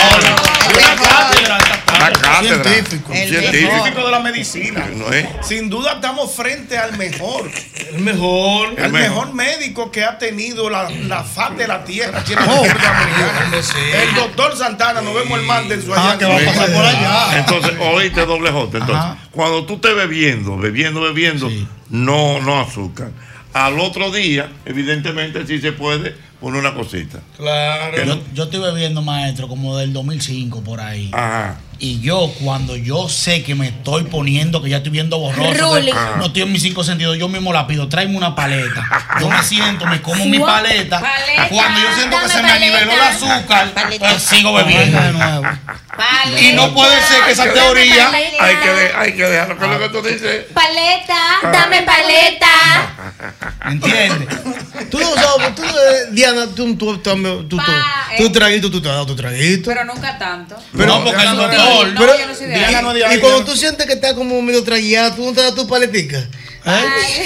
Una cátedra. Una cátedra. Científico. Un El científico. científico de la medicina. ¿No es? Sin duda estamos frente al mejor. El mejor. El El mejor, mejor. médico que ha tenido la, la faz de la tierra aquí en la Oh. República Dominicana. Sí. El doctor Santana, nos vemos el martes. Ah, que va a pasar por allá. Entonces, oíste, doble J. Entonces, Ajá. cuando tú estés bebiendo, bebiendo, bebiendo, no, no azúcar. Al otro día, evidentemente, sí se puede poner una cosita. Claro. Yo, yo estoy bebiendo, maestro, como del dos mil cinco por ahí. Ajá. Y yo, cuando yo sé que me estoy poniendo, que ya estoy viendo borroso, Ruling. que no estoy en mis cinco sentidos, yo mismo la pido, tráeme una paleta. Yo me siento, me como mi paleta. Paleta, Cuando yo siento que dame se me paleta. niveló el azúcar, Paleta. pues sigo bebiendo de nuevo. Paleta. Y no puede ser que esa Dame teoría... paleta. Hay que, de- hay que dejarlo. ¿Qué es lo que tú dices? Paleta, dame paleta. ¿Entiendes? Tú no sabes, tú, eh, Diana, tú, tú, tú, tú, tú, Pa, tú eh. traguito, tú te has dado tu traguito. Pero nunca tanto. Pero- no, porque el No, doctor... no, pero- yo no soy de Diana ahí. no es de Y ahí, cuando Diana. tú sientes que estás como medio tragueado, tú no te das tu paletica. ¿Eh? Ay.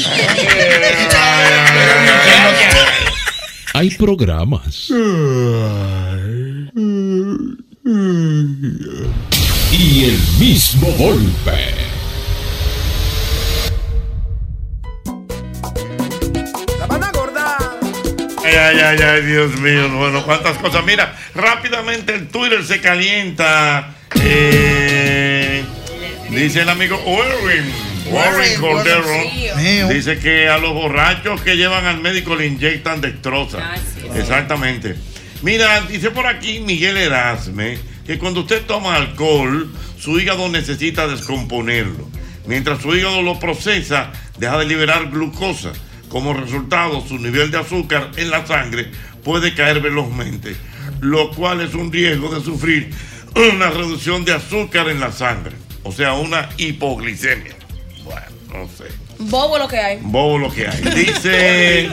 Hay programas y el mismo golpe. Ay, ay, ay, ay, Dios mío. Bueno, cuántas cosas. Mira, rápidamente el Twitter se calienta. Eh, dice el amigo Warren. Warren Cordero. Mío. Dice que a los borrachos que llevan al médico le inyectan dextrosa. Ah, sí. Exactamente. Mira, dice por aquí Miguel Erasme que cuando usted toma alcohol, su hígado necesita descomponerlo. Mientras su hígado lo procesa, deja de liberar glucosa. Como resultado, su nivel de azúcar en la sangre puede caer velozmente, lo cual es un riesgo de sufrir una reducción de azúcar en la sangre, o sea, una hipoglicemia. Bueno, no sé. Bobo lo que hay. Bobo lo que hay. Dice.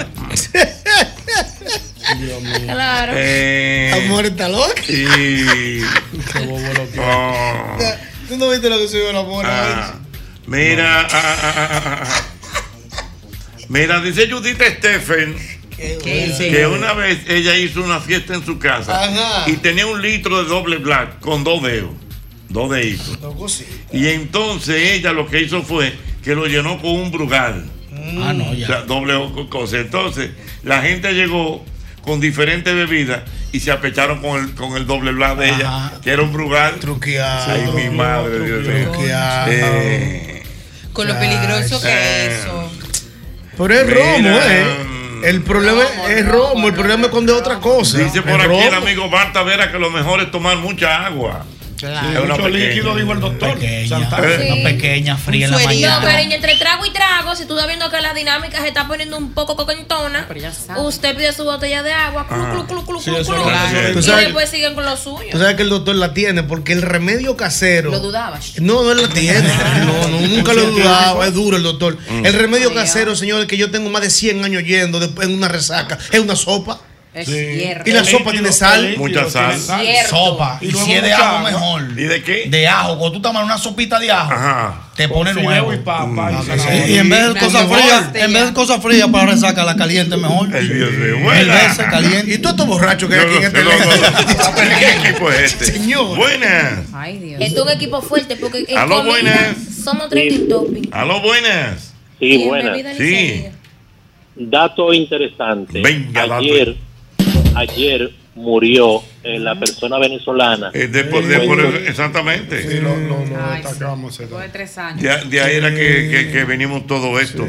Claro. eh, Amor, está loca. y- Oh, ¿Tú no viste lo que subió la mona? ah, mira, ah, ah, ah, ah, ah. Mira, dice Judith Stephen que una vez ella hizo una fiesta en su casa Ajá. y tenía un litro de doble black con dos dedos, dos deditos. Y entonces ella lo que hizo fue que lo llenó con un brugal. Ah, no, O ya. sea, doble cosa. Entonces, la gente llegó con diferentes bebidas y se apecharon con el, con el doble black de ella, Ajá. que era un brugal. Truqueado. Ay, mi madre, Dios mío. Truqueado. Eh, Con lo peligroso que Eh. es eso. Pero es Mira, romo, ¿eh? El problema es romo, el problema es cuando es otra cosa. dice por Es aquí el romo. amigo Marta Vera que lo mejor es tomar mucha agua. Claro. Es una Mucho pequeña. líquido, dijo el doctor. Pequeña, Santana. Sí. una pequeña, fría en la Un suerito. No, mañana. cariño, entre trago y trago, si tú estás viendo que la dinámica se está poniendo un poco coquentona, Pero ya sabe. usted pide su botella de agua, clu, Ah. clu, clu, clu, Sí, clu, eso clu, es verdad, eso es y Tú sabes- después siguen con lo Tú suyo. sabes que el doctor la tiene porque el remedio casero. Lo dudabas. No, no él la tiene. No, no, nunca lo he dudado. Es duro el doctor. Mm. El remedio Ay, casero, señores, que yo tengo más de cien años yendo después en una resaca, es una sopa. Es Sí. hierro. Y la sopa tiene sal. Mucha sal. Cierto. Sopa. Y, Y luego si es de mucha ajo, agua. mejor. ¿Y de qué? De ajo. Cuando tú tomas una sopita de ajo, Ajá. te pone Con nuevo. fideo y papa. y Mm. zanahoria. Y en vez de Una cosas mejor frías, pastilla. en vez de cosas frías para resaca, la caliente mejor. El Dios mío. Mil Buena. veces caliente. Y tú estos borrachos que hay No, aquí en no, este no, no, lente. no. ¿Qué equipo es este? Señor. Buenas. Ay, Dios. Esto es un equipo fuerte porque en Aló, comida buenas. somos treinta y topping. Aló, buenas. Y Sí, en buena. bebida ni Sí. se diga. Dato interesante. Venga, dato. ayer, ayer murió eh, la persona venezolana. Eh, de por- de por- exactamente. Sí, lo, lo, lo Ay, destacamos. ese Después de dato. tres años. De, de ahí era que, que, que venimos todo esto.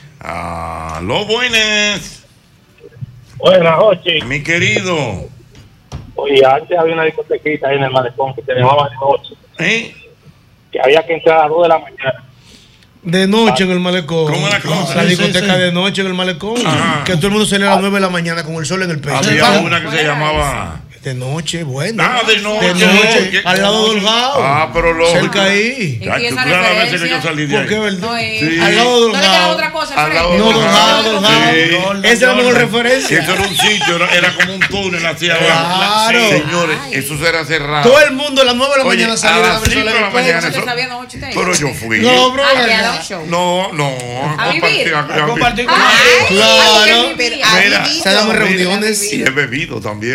Aló, buenas. Buenas noches. Mi querido. Oye, antes había una discotequita ahí en el malecón que te llamaba de noche, ¿Eh? que había que entrar a las dos de la mañana. De noche en el malecón. ¿Cómo es la cosa? La Sí, sí, discoteca sí. de noche en el malecón. Ajá. Que todo el mundo salía a las nueve de la mañana con el sol en el pecho. Había una que se llamaba. De noche, bueno. Ah, de noche. De noche, ¿Qué? al lado del Gao. Ah, pero lo. Cerca ahí. ¿Y Chacho, esa tú sabes las veces que referencia? yo salí de ¿Por qué, ahí. verdad? No, eh, Sí. Al lado del ¿No le queda Gao. otra cosa? Al lado Alfredo? No, don Gao, don Gao. Sí. Esa es la mejor referencia. Eso era un sitio, era, era como un túnel hacia abajo. Claro. Señores, eso era cerrado. Todo el mundo a las nueve de la Oye, mañana a salía las cinco de la mañana. ¿Usted eso- sabía noche usted? Pero yo fui. No, bro. Ah, que era un show. No, no. ¿A vivir? a- A compartir con Ay, Claro. ay, Pero qué ha Mira, vivido. Se damos Mira, reuniones. Y he bebido también.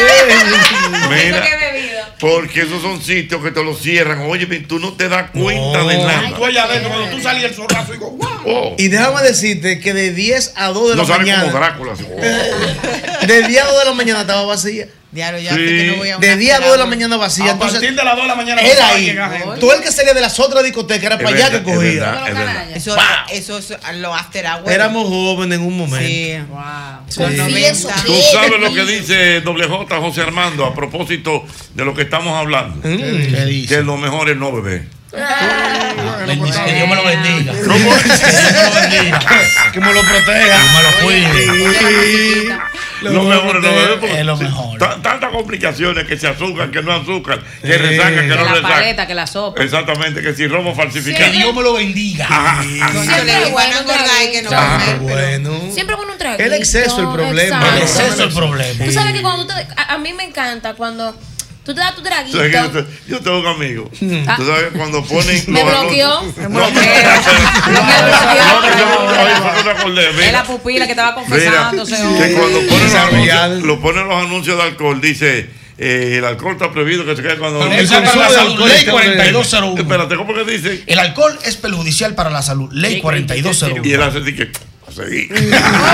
Eso Mira, que he bebido. porque esos son sitios que te los cierran. Oye, tú no te das cuenta de Tú nada. allá adentro, cuando tú salías el zorrazo, digo, ¡guau! Oh, Y déjame decirte que de diez a dos de la no sabes como mañana. Drácula. así. De diez a dos de la mañana estaba vacía. Diario, ya Sí. sé que no voy a De una diez a dos de la fiesta. mañana vacía. A Entonces, partir de las dos de la mañana no era sabe ahí. llegar gente. Todo el que salía de las otras discotecas era Es para allá verdad, que es cogía. verdad, Todos es los verdad. canallas. Eso, eso es los after hours. Éramos jóvenes en un momento. Sí. Wow. Con noventa. Tú sabes lo que dice doble J José Armando a propósito de lo que estamos hablando. Mm. ¿Qué dice? Que lo mejor es no beber. Bendice, que Dios me lo bendiga. Que ¿Cómo? Dios me lo bendiga. Que me lo proteja. Que me lo cuide. Lo mejor es no beber porque Es lo mejor. ta- tantas complicaciones que se azúcar, que no azúcar, que Sí. resacan, que Que no la resacan. paleta, que la sopa. Exactamente, que si romo Que falsificado. Dios me lo bendiga. Concho, Siempre le digo, bueno, no engordáis que no traguito. comer, pero- Bueno. Siempre con un traguito. El exceso, el problema. Exacto. El exceso es el problema. Tú sabes que cuando tú te, a, a mí me encanta cuando tú te das tu traguito. ¿Sabes que yo, te- yo tengo un amigo. Ah. Tú sabes que cuando ponen. Me los bloqueó. anuncios- Me No, bloqueó. no, Me bloqueó. no, yo- oye, fue que me acordé, Es mira. la pupila que estaba Mira, confesándose. que hoy. cuando ponen los, Desarrollado. anuncios, lo ponen los anuncios de alcohol, dice eh, el alcohol está prohibido, que se quede cuando. Perjudicial para la salud. Ley cuarenta y dos cero uno. Espérate, ¿cómo que dice? El alcohol es perjudicial para la salud. Ley cuarenta y dos cero uno. Y él hace así que. A seguir. Le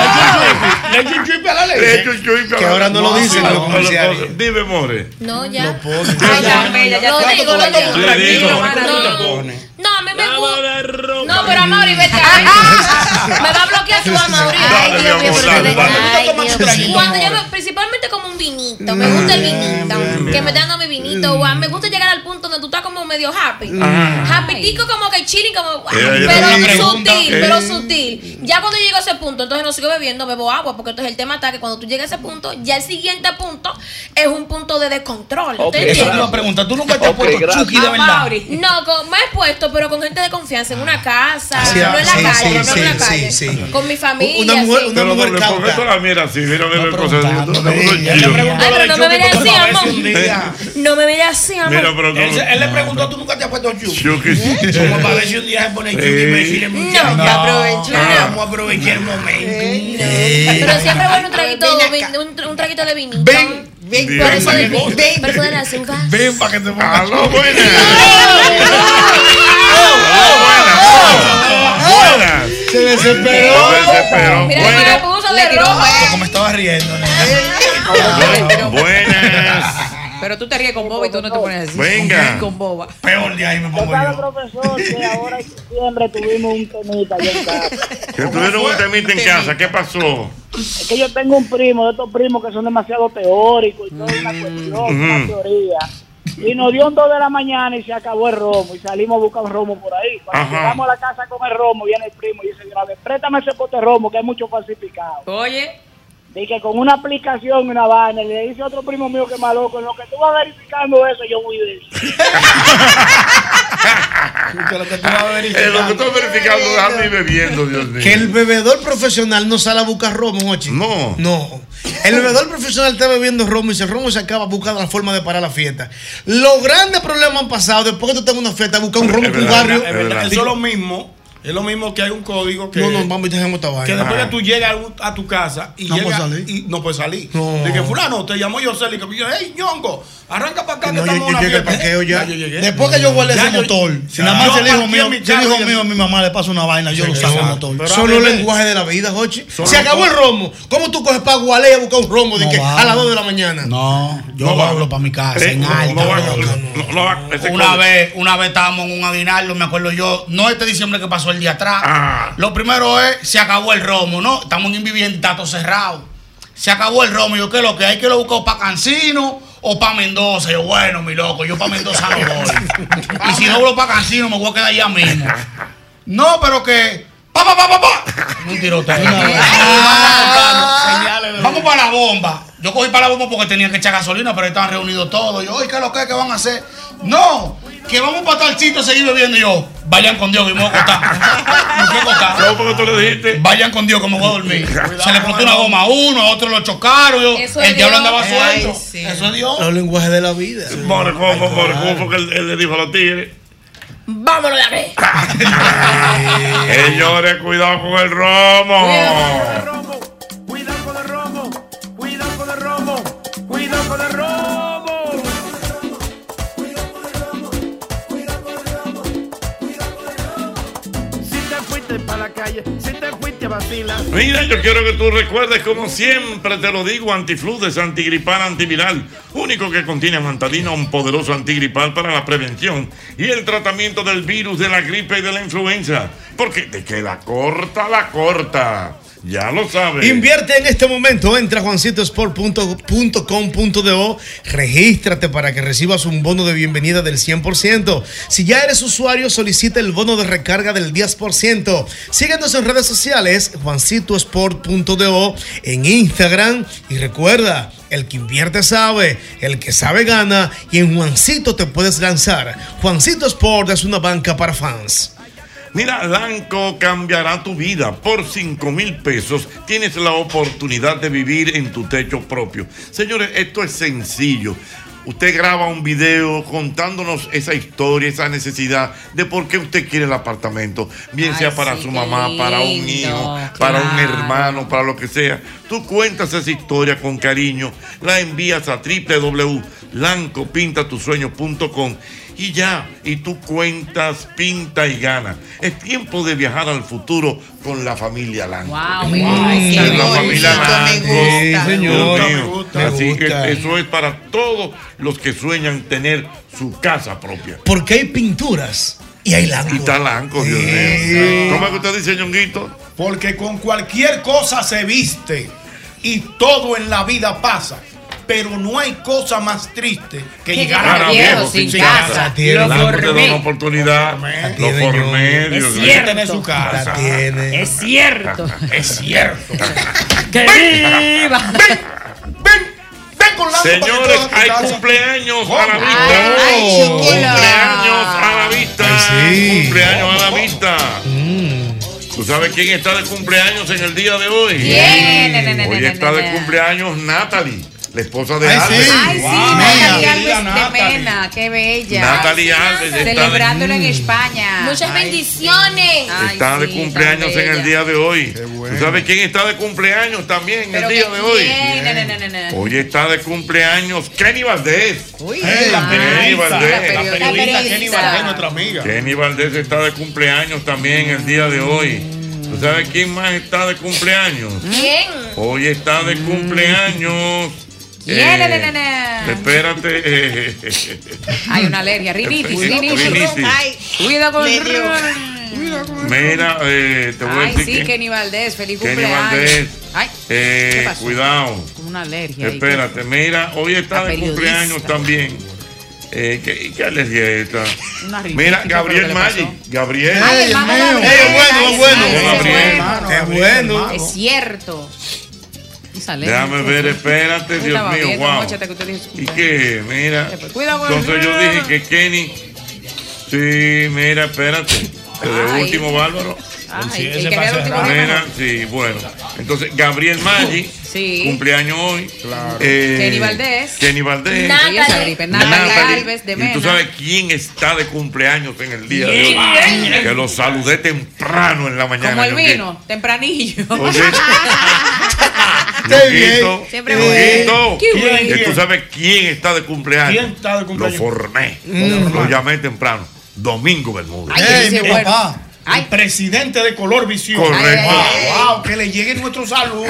echo un chupi a la Le ley. echo un chupi a Que la- ahora no lo dicen no, los no lo comerciales. ponen. Dime, more. No, ya. Lo ponen. Ay, ya, bella, ya lo tú digo, lo vas a digo. Le digo. No, no, a mí me gusta. No, pero Amaury, vete ahí. Me va a bloquear tu Amaury. Ay, Dale, Dios mi mío, amor, pero dale, te dale. Ay, Tómate Dios un traguito, mío. Cuando yo amor. me, principalmente como un vinito, me gusta el vinito, que me están dando mi vinito, guau, me gusta llegar al punto donde tú estás como medio happy. Happy tico como que chilling, como guau, Ella- ella pero me pregunta, sutil, eh. pero sutil. Ya cuando llego a ese punto, entonces no sigo bebiendo, bebo agua, porque entonces el tema está que cuando tú llegas a ese punto, ya el siguiente punto es un punto de descontrol. Ok, ¿Te Eso te entiendes? iba a preguntar. ¿Tú nunca te has Ok, puesto gracias. chuki de verdad? Amaury. No, con- me he puesto, pero con gente de confianza, en una casa, Sí, no en la sí, calle, sí, no sí, en la sí, calle, sí. con mi familia. Una mujer- sí. una Pero mujer doble, ¿por qué cauta. tú la miras así? Mira, mira, No, cosas. preguntando, Tú- tú- tú- ella tú- le tú- preguntó Ay, pero no me mires así, A ver si un amor. día. No me mires así, amor. Mira, pero Él, se- no. él le preguntó, ¿tú nunca te has puesto chuki? Chucky, sí. Como para ver si un día se pone chuki y me decirle, muchacho, Ya aproveché. vamos a aprovechar el momento. Pero siempre bueno un traguito, Ven vin- acá. un, un traguito de vinito. Ven, Ven, Bien. Por ven, eso Ven, del ven, vin- ven. por eso del azúcar. Ven para que te pongas. Aló, buenas. Aló, buenas. Buenas. Se desesperó. Se desesperó. Mira, me la Buenas. puso Le de tiró rojo. más. Como estaba riendo, nena. Bu- Buenas. Pero tú te ríes con boba y tú no te pones así. Venga. Con boba. Peor de ahí me pongo ¿Sabe, yo. profesor, que ahora en diciembre tuvimos un temita allá en casa? Que tuvieron un temita en casa. ¿Qué pasó? Es que yo tengo un primo, de estos primos que son demasiado teóricos y toda una cuestión, una Ujú. teoría. Y nos dio un dos de la mañana y se acabó el romo. Y salimos a buscar un romo por ahí. Cuando Ajá. llegamos a la casa con el romo, viene el primo y dice, "Grave, préstame ese pote de romo que hay mucho falsificado." Oye, Dije, con una aplicación y una vaina, le dice a otro primo mío que es más loco, en lo que tú vas verificando eso, yo voy a ver. Que lo que tú vas a Eh, lo que estoy verificando, déjame ir bebiendo, Dios mío. Que el bebedor profesional no sale a buscar romo, Jochi. No. No. El bebedor profesional está bebiendo romo y si el romo se acaba buscando la forma de parar la fiesta. Los grandes problemas han pasado después que tú tengas una fiesta, buscar un romo con un barrio. Es verdad. Eso es lo mismo. Es lo mismo que hay un código que. No, no, vamos, dejemos esta vaina. Que después que tú llegas a tu casa y no llegas puedes salir. y no puedes salir. No. De que fulano te llamó yo Celi, que yo, hey, ñongo, arranca para acá que No, estamos yo- en una yo llegué al fiesta. parqueo ya. yo llegué. Después que yo guardé Ya ese yo- motor, si si nada más yo el hijo parqué mío, mi si el carro hijo y- mío a mi mamá le pasa una vaina, yo lo saco el motor. Pero Son a los ver, lenguajes de la vida, Jochi. Son Se los- acabó el romo. ¿Cómo tú coges para Gualey a buscar un romo de No que va. a las dos de la mañana? No, yo No va. hablo para mi casa, Eh, en no, alta. no va, loco. no, no va, ese Una código. vez, una vez estábamos en un aguinaldo, me acuerdo yo, no este diciembre que pasó el día atrás. Ah. Lo primero es, se acabó el romo, ¿no? Estamos en un vivienda, todo cerrado. Se acabó el romo. Yo, ¿qué es lo que hay? Que lo buscar para Cancino o para Mendoza. Yo, bueno, mi loco, yo para Mendoza no voy. Y si no voy para Cancino, me voy a quedar allá mismo. No, pero que. ¡Pa, pa, pa, pa, pa! Un tiroteo. Vamos para la bomba. Yo cogí para la bomba porque tenía que echar gasolina, pero estaban reunidos todos. Yo, oye, ¿qué es lo que es? ¿Qué van a hacer? No, que vamos para tal sitio a seguir bebiendo. Y yo, vayan con Dios que me voy a acostar. Me fui a acostar. ¿Cómo porque tú le dijiste? Vayan con Dios que me voy a dormir. Se le explotó una goma a uno, a otro lo chocaron. Yo, Eso el es diablo Dios. andaba Ay, suelto. sí. Eso es Dios. Los lenguajes de la vida. More, ¿cómo, more, cómo fue que él, él le dijo a los tigres? Vámonos de aquí. Señores, cuidado con el romo. Cuidado con el romo, cuidado con el romo, cuidado con el romo. Si te fuiste para la calle, si te fuiste a vacilar. Mira, yo quiero que tú recuerdes, como siempre te lo digo, Antifludes, antigripal, antiviral, único que contiene amantadina, un poderoso antigripal para la prevención y el tratamiento del virus, de la gripe y de la influenza. Porque de que la corta, la corta. Ya lo sabes. Invierte en este momento, entra a juancitosport punto com punto do, regístrate para que recibas un bono de bienvenida del cien por ciento. Si ya eres usuario, solicita el bono de recarga del diez por ciento. Síguenos en redes sociales, juancitosport punto do, en Instagram. Y recuerda, el que invierte sabe, el que sabe gana, y en Juancito te puedes lanzar. Juancito Sport es una banca para fans. Mira, Lanco cambiará tu vida. Por cinco mil pesos tienes la oportunidad de vivir en tu techo propio. Señores, esto es sencillo. Usted graba un video contándonos esa historia, esa necesidad de por qué usted quiere el apartamento. Bien Ay, sea para sí, su qué mamá, para un lindo, hijo, para un claro. hermano, para lo que sea. Tú cuentas esa historia con cariño, la envías a doble u doble u doble u punto lanco pinta tus sueños punto com y ya, y tú cuentas, pinta y gana. Es tiempo de viajar al futuro con la familia Lanco. Wow, me Con gusta. la familia Lanco. Sí, señor. Dios Me mío. gusta, me Así gusta. que eso es para todos los que sueñan tener su casa propia. Porque hay pinturas y hay Y Lanco. está Lanco, Dios mío. ¿Cómo es que usted dice, Ñonguito? Porque con cualquier cosa se viste y todo en la vida pasa. Pero no hay cosa más triste que Que llegar llegar a viejo, viejo sin sin casa. casa. Tiene. Lo Lanco te da formé. una oportunidad. Lo tiene, formé, Es Dios mío. cierto. Tener su casa. La tiene. Es cierto. Es cierto. ¡Que viva! Ven, ven con la Señores, hay cumpleaños a la vista. Ay, chiquito. Cumpleaños a la vista. Ay, sí. Cumpleaños a la vista. ¿Tú sabes quién está de cumpleaños en el día de hoy? ¿Quién? Ne, ne, ne, Hoy ne, está ne, de ne. cumpleaños Natalie, la esposa de Ay, Albert. sí. Ay, sí, Wow. Natalie Mira, Alves de Natalie. Mena, qué bella. Natalie Alves está de, Celebrándolo en España. Muchas Ay, bendiciones. Ay, está de sí, cumpleaños tan en el bella. día de hoy. bueno. ¿Tú sabes quién está de cumpleaños también en Pero el día que de hoy? quién, ne, ne, ne, ne, ne. Hoy está de cumpleaños Kenny Valdés. Uy, Eh, la Ay, Kenny periodista, Valdés. la La periodista periodista. Kenny Valdés, nuestra amiga. Kenny Valdés está de cumpleaños también el día de hoy. ¿Tú sabes quién más está de cumpleaños? ¿Quién? Hoy está de cumpleaños. ¿Quién? eh, Ne, ne, ne, ne. Espérate. eh, Hay una alergia. Rinitis, eh, rinitis. rinitis. ay, Cuida con le dio. Mira, eh, te voy a Ay, decir sí, que Kenny Valdés. Feliz Kenny cumpleaños. Valdés. Ay, eh, ¿qué pasó? cuidado. Como una alergia. ahí. Espérate, mira, hoy está La de periodista. cumpleaños también. Eh, ¿qué, ¿Qué alergia es esta? Una rinitis, Mira, ¿qué fue lo que Gabriel le Maggi. pasó? Gabriel. Ay, el mago mío. Gabriel. Eh, bueno, Ay, bueno. sí, ese Gabriel. bueno. Es bueno. Es cierto. Esa alergia. Déjame ver, espérate, Dios Estaba mío, viendo, wow. móchate, que tú dijiste su ¿Y cumpleaños. qué? Mira. Eh, pues, cuidado con el- Entonces yo dije que Kenny. Sí, mira, espérate. De Ay. último, Bárbaro. Ay, Sí, el ese que va a vea el ser último raro. día Mira, mejor. sí, bueno. Entonces, Gabriel Maggi Sí. Cumpleaños hoy. Claro. Eh, Kenny Valdés. Kenny Valdés. Natalie. Esa gripe, Natalie Natalie. Alves de Y Mena. tú sabes quién está de cumpleaños en el día de ¿Quién? hoy. Que lo saludé temprano en la mañana. Como el Ñonguito. vino, tempranillo. Oye. Qué bien. Ñonguito, Siempre Ñonguito, Qué bueno. que tú sabes quién está de cumpleaños. ¿Quién está de cumpleaños? Lo formé. Mm. Lo llamé temprano. Domingo Bermúdez. Ey, mi papá. El presidente de Color Visión. Correcto. Wow, que le llegue nuestro saludo.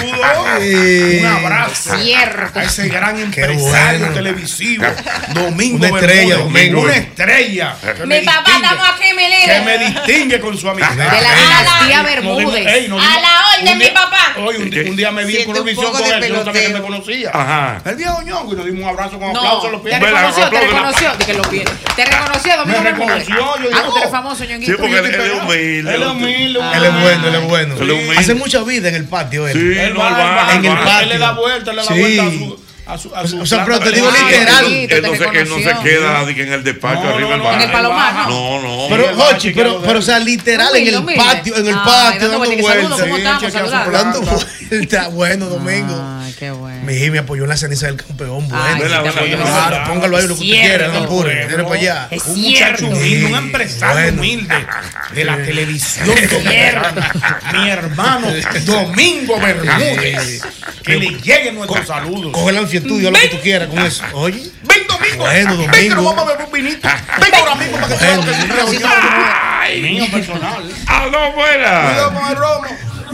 Ay. Un abrazo. Cierto. A ese gran empresario bueno. televisivo. Domingo Una estrella, Bermúdez. Domingo. Una estrella. que me Mi papá, distingue, estamos aquí, mi Que me líder. distingue con su amistad. De la dinastía Bermúdez. Ey, no A dimos- la orden, un día- mi papá. Hoy un, día- un día me vi en Siente Color un Visión poco con de él. Yo no sabía que me peloteo. conocía. Ajá. El viejo Ñongo y nos dimos un abrazo con No, aplausos en los te pies. Bueno, reconoció, te aplausos. reconoció. Di que los pies. Te reconoció, Domingo Me Bermúdez. reconoció, yo Ah, digo, tú eres famoso, Ñonguito. Sí, porque él, él es humilde. Él es humilde. Él es bueno, él es bueno. Él es humilde. Hace mucha vida en el patio él. Sí, Él no, va, él él va, va, en el él va, patio. él le da vuelta, él le da Sí. vuelta a su, a su, a su O sea, pero planta te digo de- literal. Él, él no se, él no se queda di que en el despacho No, arriba no, del no, bar. En el Palomar, ¿no? No, no. Pero, él va a Jochi, chequear pero, lo de pero, o él. sea, literal en el Humilde, humilde. patio, en el Ay, patio, dando dando vueltas. Saludos, ¿cómo vueltas. estamos? chequea su Saludar. Dando vueltas. Bueno, Domingo. Ay, qué bueno. Mi hija me apoyó en la ceniza del campeón. Bueno, Ay, sí, Vela, te vela, apoyo. vela. claro, póngalo ahí lo que usted Cierto. quiera, no apure, dale para allá. Es Un muchacho cierto. humilde, un empresario Bueno. humilde de la televisión dominicana. Mi hermano Domingo Bermúdez. Que le lleguen nuestros saludos. Coge la anfietud y haz lo que tú quieras con eso. Oye. Ven, Domingo. Bueno, Ven, que nos Domingo. vamos a beber un vinito. Ven ahora mismo para que sea lo que se reunió. Ay. Mío personal. ¡Ah, no, Cuidado buena! con el romo.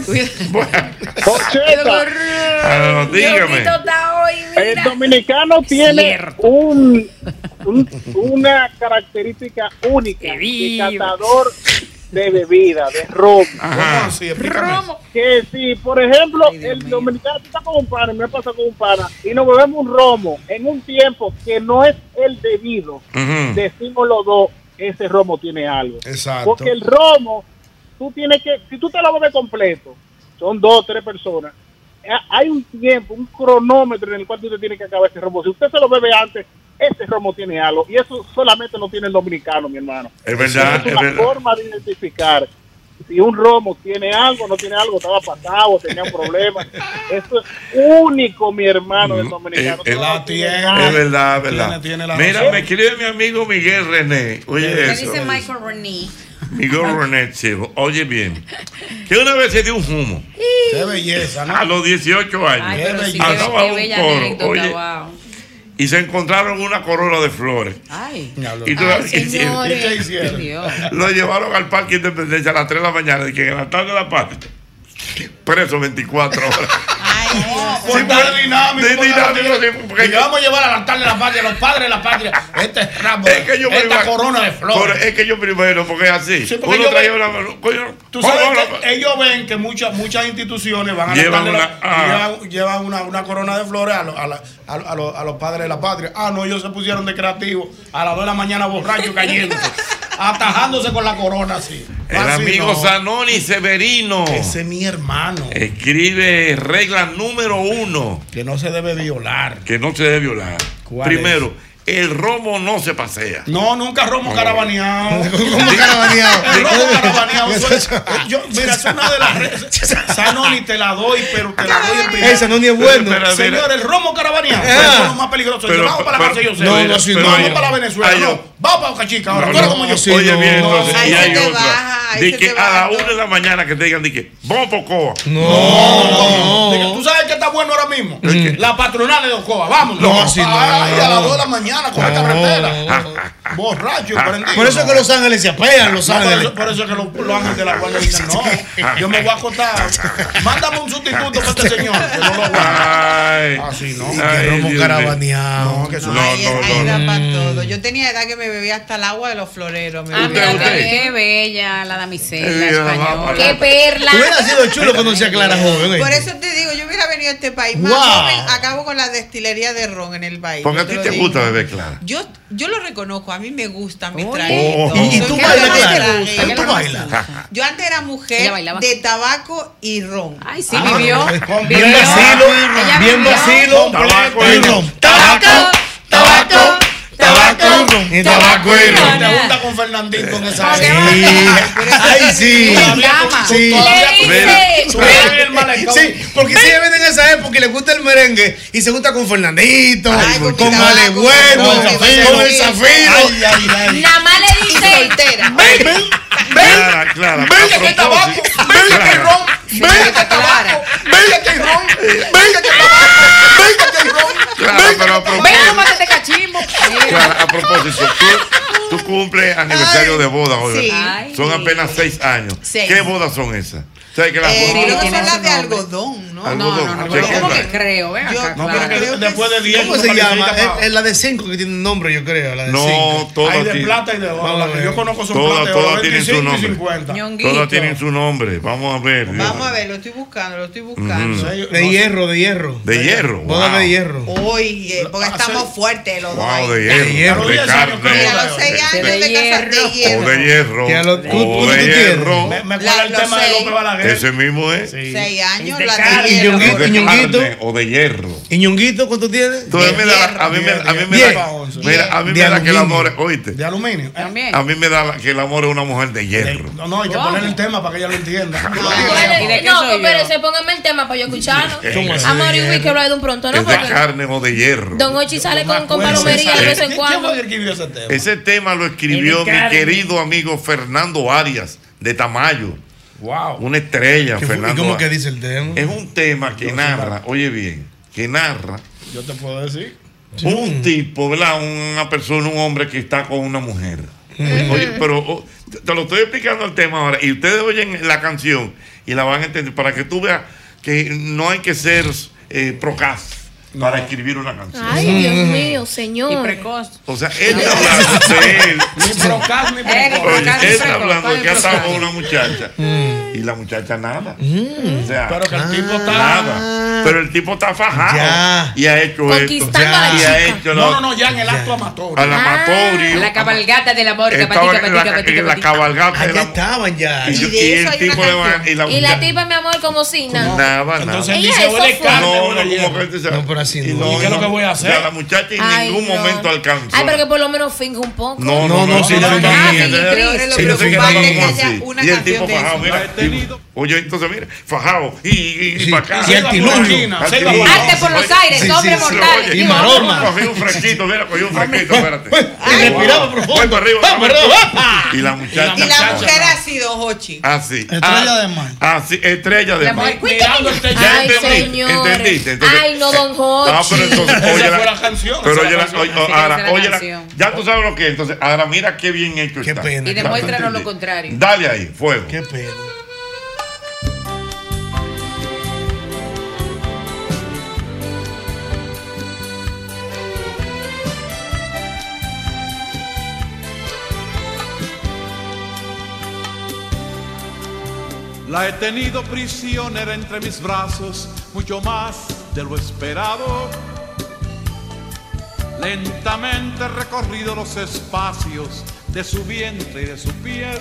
Buena. Pocheta, Ah, dígame. Ñonguito está hoy, el mira. dominicano tiene Cierto. un, un- una característica única Que de viva. catador de bebida, de ron. Ajá. Sí, explícame. Que si, por ejemplo, el dominicano está con un pana, me pasa con un pana, y nos bebemos un romo en un tiempo que no es el debido, Ujú. decimos los dos, ese romo tiene algo. Exacto. Porque el romo, tú tienes que, si tú te lo bebes completo, son dos, tres personas, eh, hay un tiempo, un cronómetro en el cual tú te tienes que acabar ese romo. Si usted se lo bebe antes, ese romo tiene algo. Y eso solamente lo tiene el dominicano, mi hermano. Es verdad, Es es una verdad. forma de identificar si un romo tiene algo, no tiene algo, estaba pasado, tenía un problema. Eso es único, mi hermano, del dominicano. Eh, eh, Eso no la tiene tiene. nada. Es verdad, es verdad. Tiene- tiene la Mira, razón. me escribe mi amigo Miguel René. Oye, ¿Qué eso. dice Michael René? Miguel René, chico. Oye bien. Que una vez se dio un humo. Qué belleza, ¿no? A los dieciocho años. Ay, pero sí, Andaba qué, qué un bella coro, anécdota, oye, wow. y se encontraron una corona de flores. Ay. Y tú- Ay, ¿qué hicieron? señores. ¿Y qué hicieron? Dios. Lo llevaron al Parque Independencia a las tres de la mañana, y que en la tarde de la patria. Preso veinticuatro horas. Ay, Dios. Por Sí, dar pues, dinámico, de por dar dinámico, dinámico. sí, porque- Y vamos a llevar al altar de la patria, a los padres de la patria, este ramo, Es que yo me esta iba- corona de flores. Pero es que yo primero, porque es así. Sí, porque Uno yo traía ve- una. Coño, Tú sabes vamos, que vamos. ellos ven que muchas muchas instituciones van a Llevan altar de la- una- ah. llevan, llevan una, una corona de flores a, lo- a, la- a, a los- a los padres de la patria. Ah, no, ellos se pusieron de creativos a las dos de la mañana borrachos cayéndose, atajándose con la corona así. El Así amigo no. Zanoni Severino Ese es mi hermano. escribe regla número uno Que no se debe violar. que no se debe violar. ¿Cuál Primero, el romo no se pasea. No, nunca romo carabaneado. ¿Cómo carabaneado? El romo carabaneado. eso es- yo, mira, es una de las redes. Sanoni te la doy, pero te la doy en primera. Esa no ni es bueno. Espera, espera. Señor, el romo carabaneado. Ah. Eso es lo más peligroso. Pero- Vamos para la pero- casa, yo sé. no, no, sí, Pero no, vamos no. para la Venezuela. Ay, No, yo- vamos para Boca Chica ahora. No, Tú eres no, como yo. sí, Oye no, bien, no, entonces, ahí y se hay te otra. baja, ahí De se que te a baja la todo. una de la mañana que te digan, de que, vamos por Coa. No, De que ¿Tú sabes qué está bueno ahora mismo? La patronal de Ocoa. Vámonos. No, sí, no. Ay, a las dos de la mañana con la No. carretera. Borracho, prendido. Por eso es que Los Ángeles se apean, Los No, por, Ángeles. eso, por eso es que los, los ángeles de la guardia dicen, no, yo me voy a acostar. Mándame un sustituto para este señor, que no lo aguanta. Ay. Así no. Y que Ay, romo Dios carabaneado. No, que eso No, Ahí, no, ahí no. da para todo. Yo tenía edad que me bebía hasta el agua de los floreros. Me Ah, bebía. mira, usted. qué, qué bella la damisela Eh, española. ¡Qué perla! Hubiera sido chulo cuando se aclara joven. Por ¿eh? eso te digo, yo hubiera venido a este país más Wow. joven, acabo con la destilería de ron en el país. Porque a Yo ti lo te digo. gusta beber, Clara. Yo, yo lo reconozco, a mí me gusta mi Oye. traguito. Oh. ¿Y Soy tú muy bailas, amante Clara? del ¿Y traguito. tú bailas? Yo antes era Ella mujer bailaba. de tabaco y ron. Ay, sí, Ah, vivió. Bien vivió. vacilo, Ella bien vivió. vacilo. Tabaco y y ron. ron. Tabaco, tabaco, tabaco y ron. Ni tabaco y ron. Te junta con Fernandín con esa. Sí. Ay, sí. Sí. Sí, porque si ella viene en esa época y le gusta el merengue y se gusta con Fernandito, con Ale Bueno, con el Zafiro. Nada más le dice. Ven, ven, Clara, Clara. ven que hay tabaco, ven que hay ron, ven que hay tabaco, ven que hay ron, ven que hay tabaco, ven que hay ron. Clara, pero a Ven, propósito, tómate este cachimbo. Clara, a propósito, tú, tú cumples aniversario de boda hoy, Sí. ¿verdad? Ay. Son apenas seis años. Seis. ¿Qué bodas son esas? ¿Sabes que las Eh, bodas? no tiene son las su de nombre. algodón, ¿no? Algodón. No, no, no. ¿Qué ¿Cómo cosa que es? creo? Ven Yo- acá. No, Clara. pero que creo que después de diez. ¿Cómo se llama? Es, es la de cinco que tiene un nombre, yo creo. La de No, cinco. todas Hay de tienen- plata y de oro. Vamos a La que ver. yo conozco son Todas- plata y oro, todas tienen su veinticinco y nombre. cincuenta. Ñonguito. Todas tienen su nombre. Vamos a ver. Vamos a ver, lo estoy buscando, lo estoy buscando. Sí, De no sé. hierro, de hierro. De hierro. Boda wow. de hierro. Oye, porque Ah, estamos sí. fuertes los dos. Wow, ahí. de hierro. De hierro. De diez años carne. que Mira, los seis años De de, casa hierro. de hierro. O de hierro. Que a lo- ¿tú- tú- O tú de tienes? hierro. Me, me La- acuerda el los tema de seis. López Balaguer. Ese mismo es. Sí. Seis años, de la carne. de Y hierro. Ñonguito. De Ñonguito. carne o de hierro. ¿Y Ñonguito cuánto tiene? Tú, a mí me da, a mí me, a mí me Diez. da, Once. mira, a mí De me da que el aluminio. amor es, oíste, De aluminio. ¿eh? También. a mí me da la- que el amor es una mujer de hierro. No, no, hay que poner el tema para que ella lo entienda. ¿Y de qué No, soy yo? espérense, pónganme el tema para yo escucharlo. ¿Cómo así? Amor y Wii que habla de un pronto, ¿no? Es de Porque carne o de hierro. Don Ochi sale con, con Bueno, palomería de vez en ¿Quién cuando. fue que escribió ese tema? Ese tema lo escribió Es de mi carne. querido amigo Fernando Arias de Tamayo. Wow. Una estrella, ¿Qué fue- ¿Y Fernando. cómo que Arias. dice el tema? Es un tema que Yo sé narra, la- oye bien, que narra Yo te puedo decir. un tipo, ¿verdad? Una persona, un hombre que está con una mujer. Oye, pero oh, te te lo estoy explicando el tema ahora y ustedes oyen la canción y la van a entender para que tú veas que no hay que ser eh, procaz para escribir una canción. Ay, Dios mío, Y señor. precoz. O sea, él está hablando de él. Ni procas ni Eh, precoz. Oye, Procaz, él está precoz, hablando de que ha precoz. estado con una muchacha y la muchacha nada. O sea, Pero que el tipo está. nada. Pero el tipo está fajado Ya. y ha hecho esto. Conquistando a la Y chica. ha hecho No, lo- no, no, ya en el acto amatorio. al amatorio. La cabalgata del amor. Estaba Capatica, en la, patica, patica, en la patica. cabalgata de Allá la- estaban ya. y, Y yo- de y eso el hay tipo una le va canción. y la Y la muchacha- tipa, mi amor, como si nada. nada, Entonces nada. él Ella dice, eso o de fue. carne No, o no, de hierro. como que él dice- No, pero así y no. ¿Y qué es lo que voy a hacer? O sea, la muchacha en Ay, ningún no. momento alcanzó. Ay, pero que por lo menos finge un poco. No, No, no, sí, no, no, no, no, no, no, no, no, no, Pero no, lo no, preocupante no, es que no, haya sí. una Y el canción tipo de fajado, eso. mira, tipo, oye, entonces mira, fajado y, y, y Sí, para acá. y el tilulio. Arte por los aires, Sí, hombre sí, sí. mortal. Oye, Y maroma. Cogí un fresquito, mira, cogí un fresquito, espérate. Y respiraba profundo. Voy para arriba, Va, voy para perdón, arriba. va. Y la muchacha. Y la mujer ha sido Hochi. Así. Estrella de mar. Así, estrella de La mar. mujer- Mirando el techo. Ya Ay, entendí, señores. entendiste. Entonces, Ay, no, don Ah, Hochi. pero entonces, Esa oye, fue la, la canción, pero esa oye, la la, canción. oye, Sí, esa es ahora, la oye, la- canción. ya tú sabes lo que es. Entonces, ahora mira qué bien hecho Qué está. pena. Y demuéstranos lo contrario. Dale ahí, fuego. Qué pena. La he tenido prisionera entre mis brazos, mucho más de lo esperado. Lentamente he recorrido los espacios de su vientre y de su piel.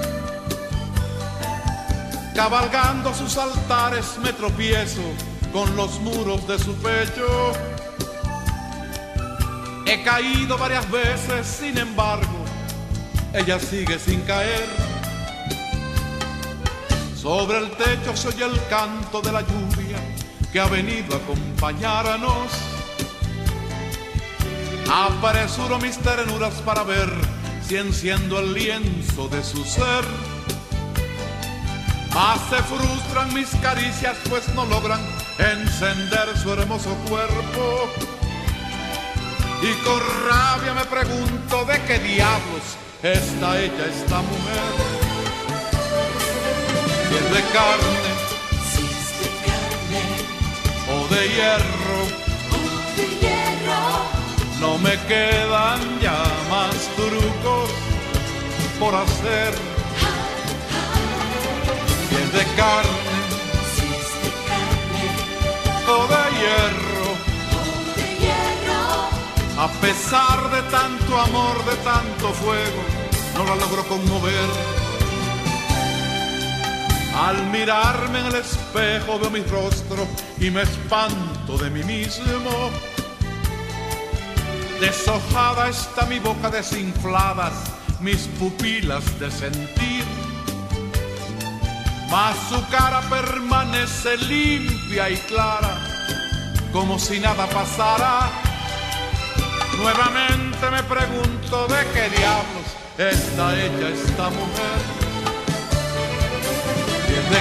Cabalgando sus altares me tropiezo con los muros de su pecho. He caído varias veces, sin embargo, ella sigue sin caer. Sobre el techo se oye el canto de la lluvia que ha venido a acompañarnos. Apresuro mis ternuras para ver si enciendo el lienzo de su ser. Mas se frustran mis caricias, pues no logran encender su hermoso cuerpo. Y con rabia me pregunto de qué diablos está hecha esta mujer. Si es de carne, Si es de carne o de hierro, o de hierro, no me quedan ya más trucos por hacer. Si es de carne si es de carne o de hierro, o de hierro, a pesar de tanto amor, de tanto fuego, no la logro conmover. Al mirarme en el espejo veo mi rostro y me espanto de mí mismo. Deshojada está mi boca, desinfladas mis pupilas de sentir, mas su cara permanece limpia y clara, como si nada pasara. Nuevamente me pregunto de qué diablos está hecha esta mujer. Si es de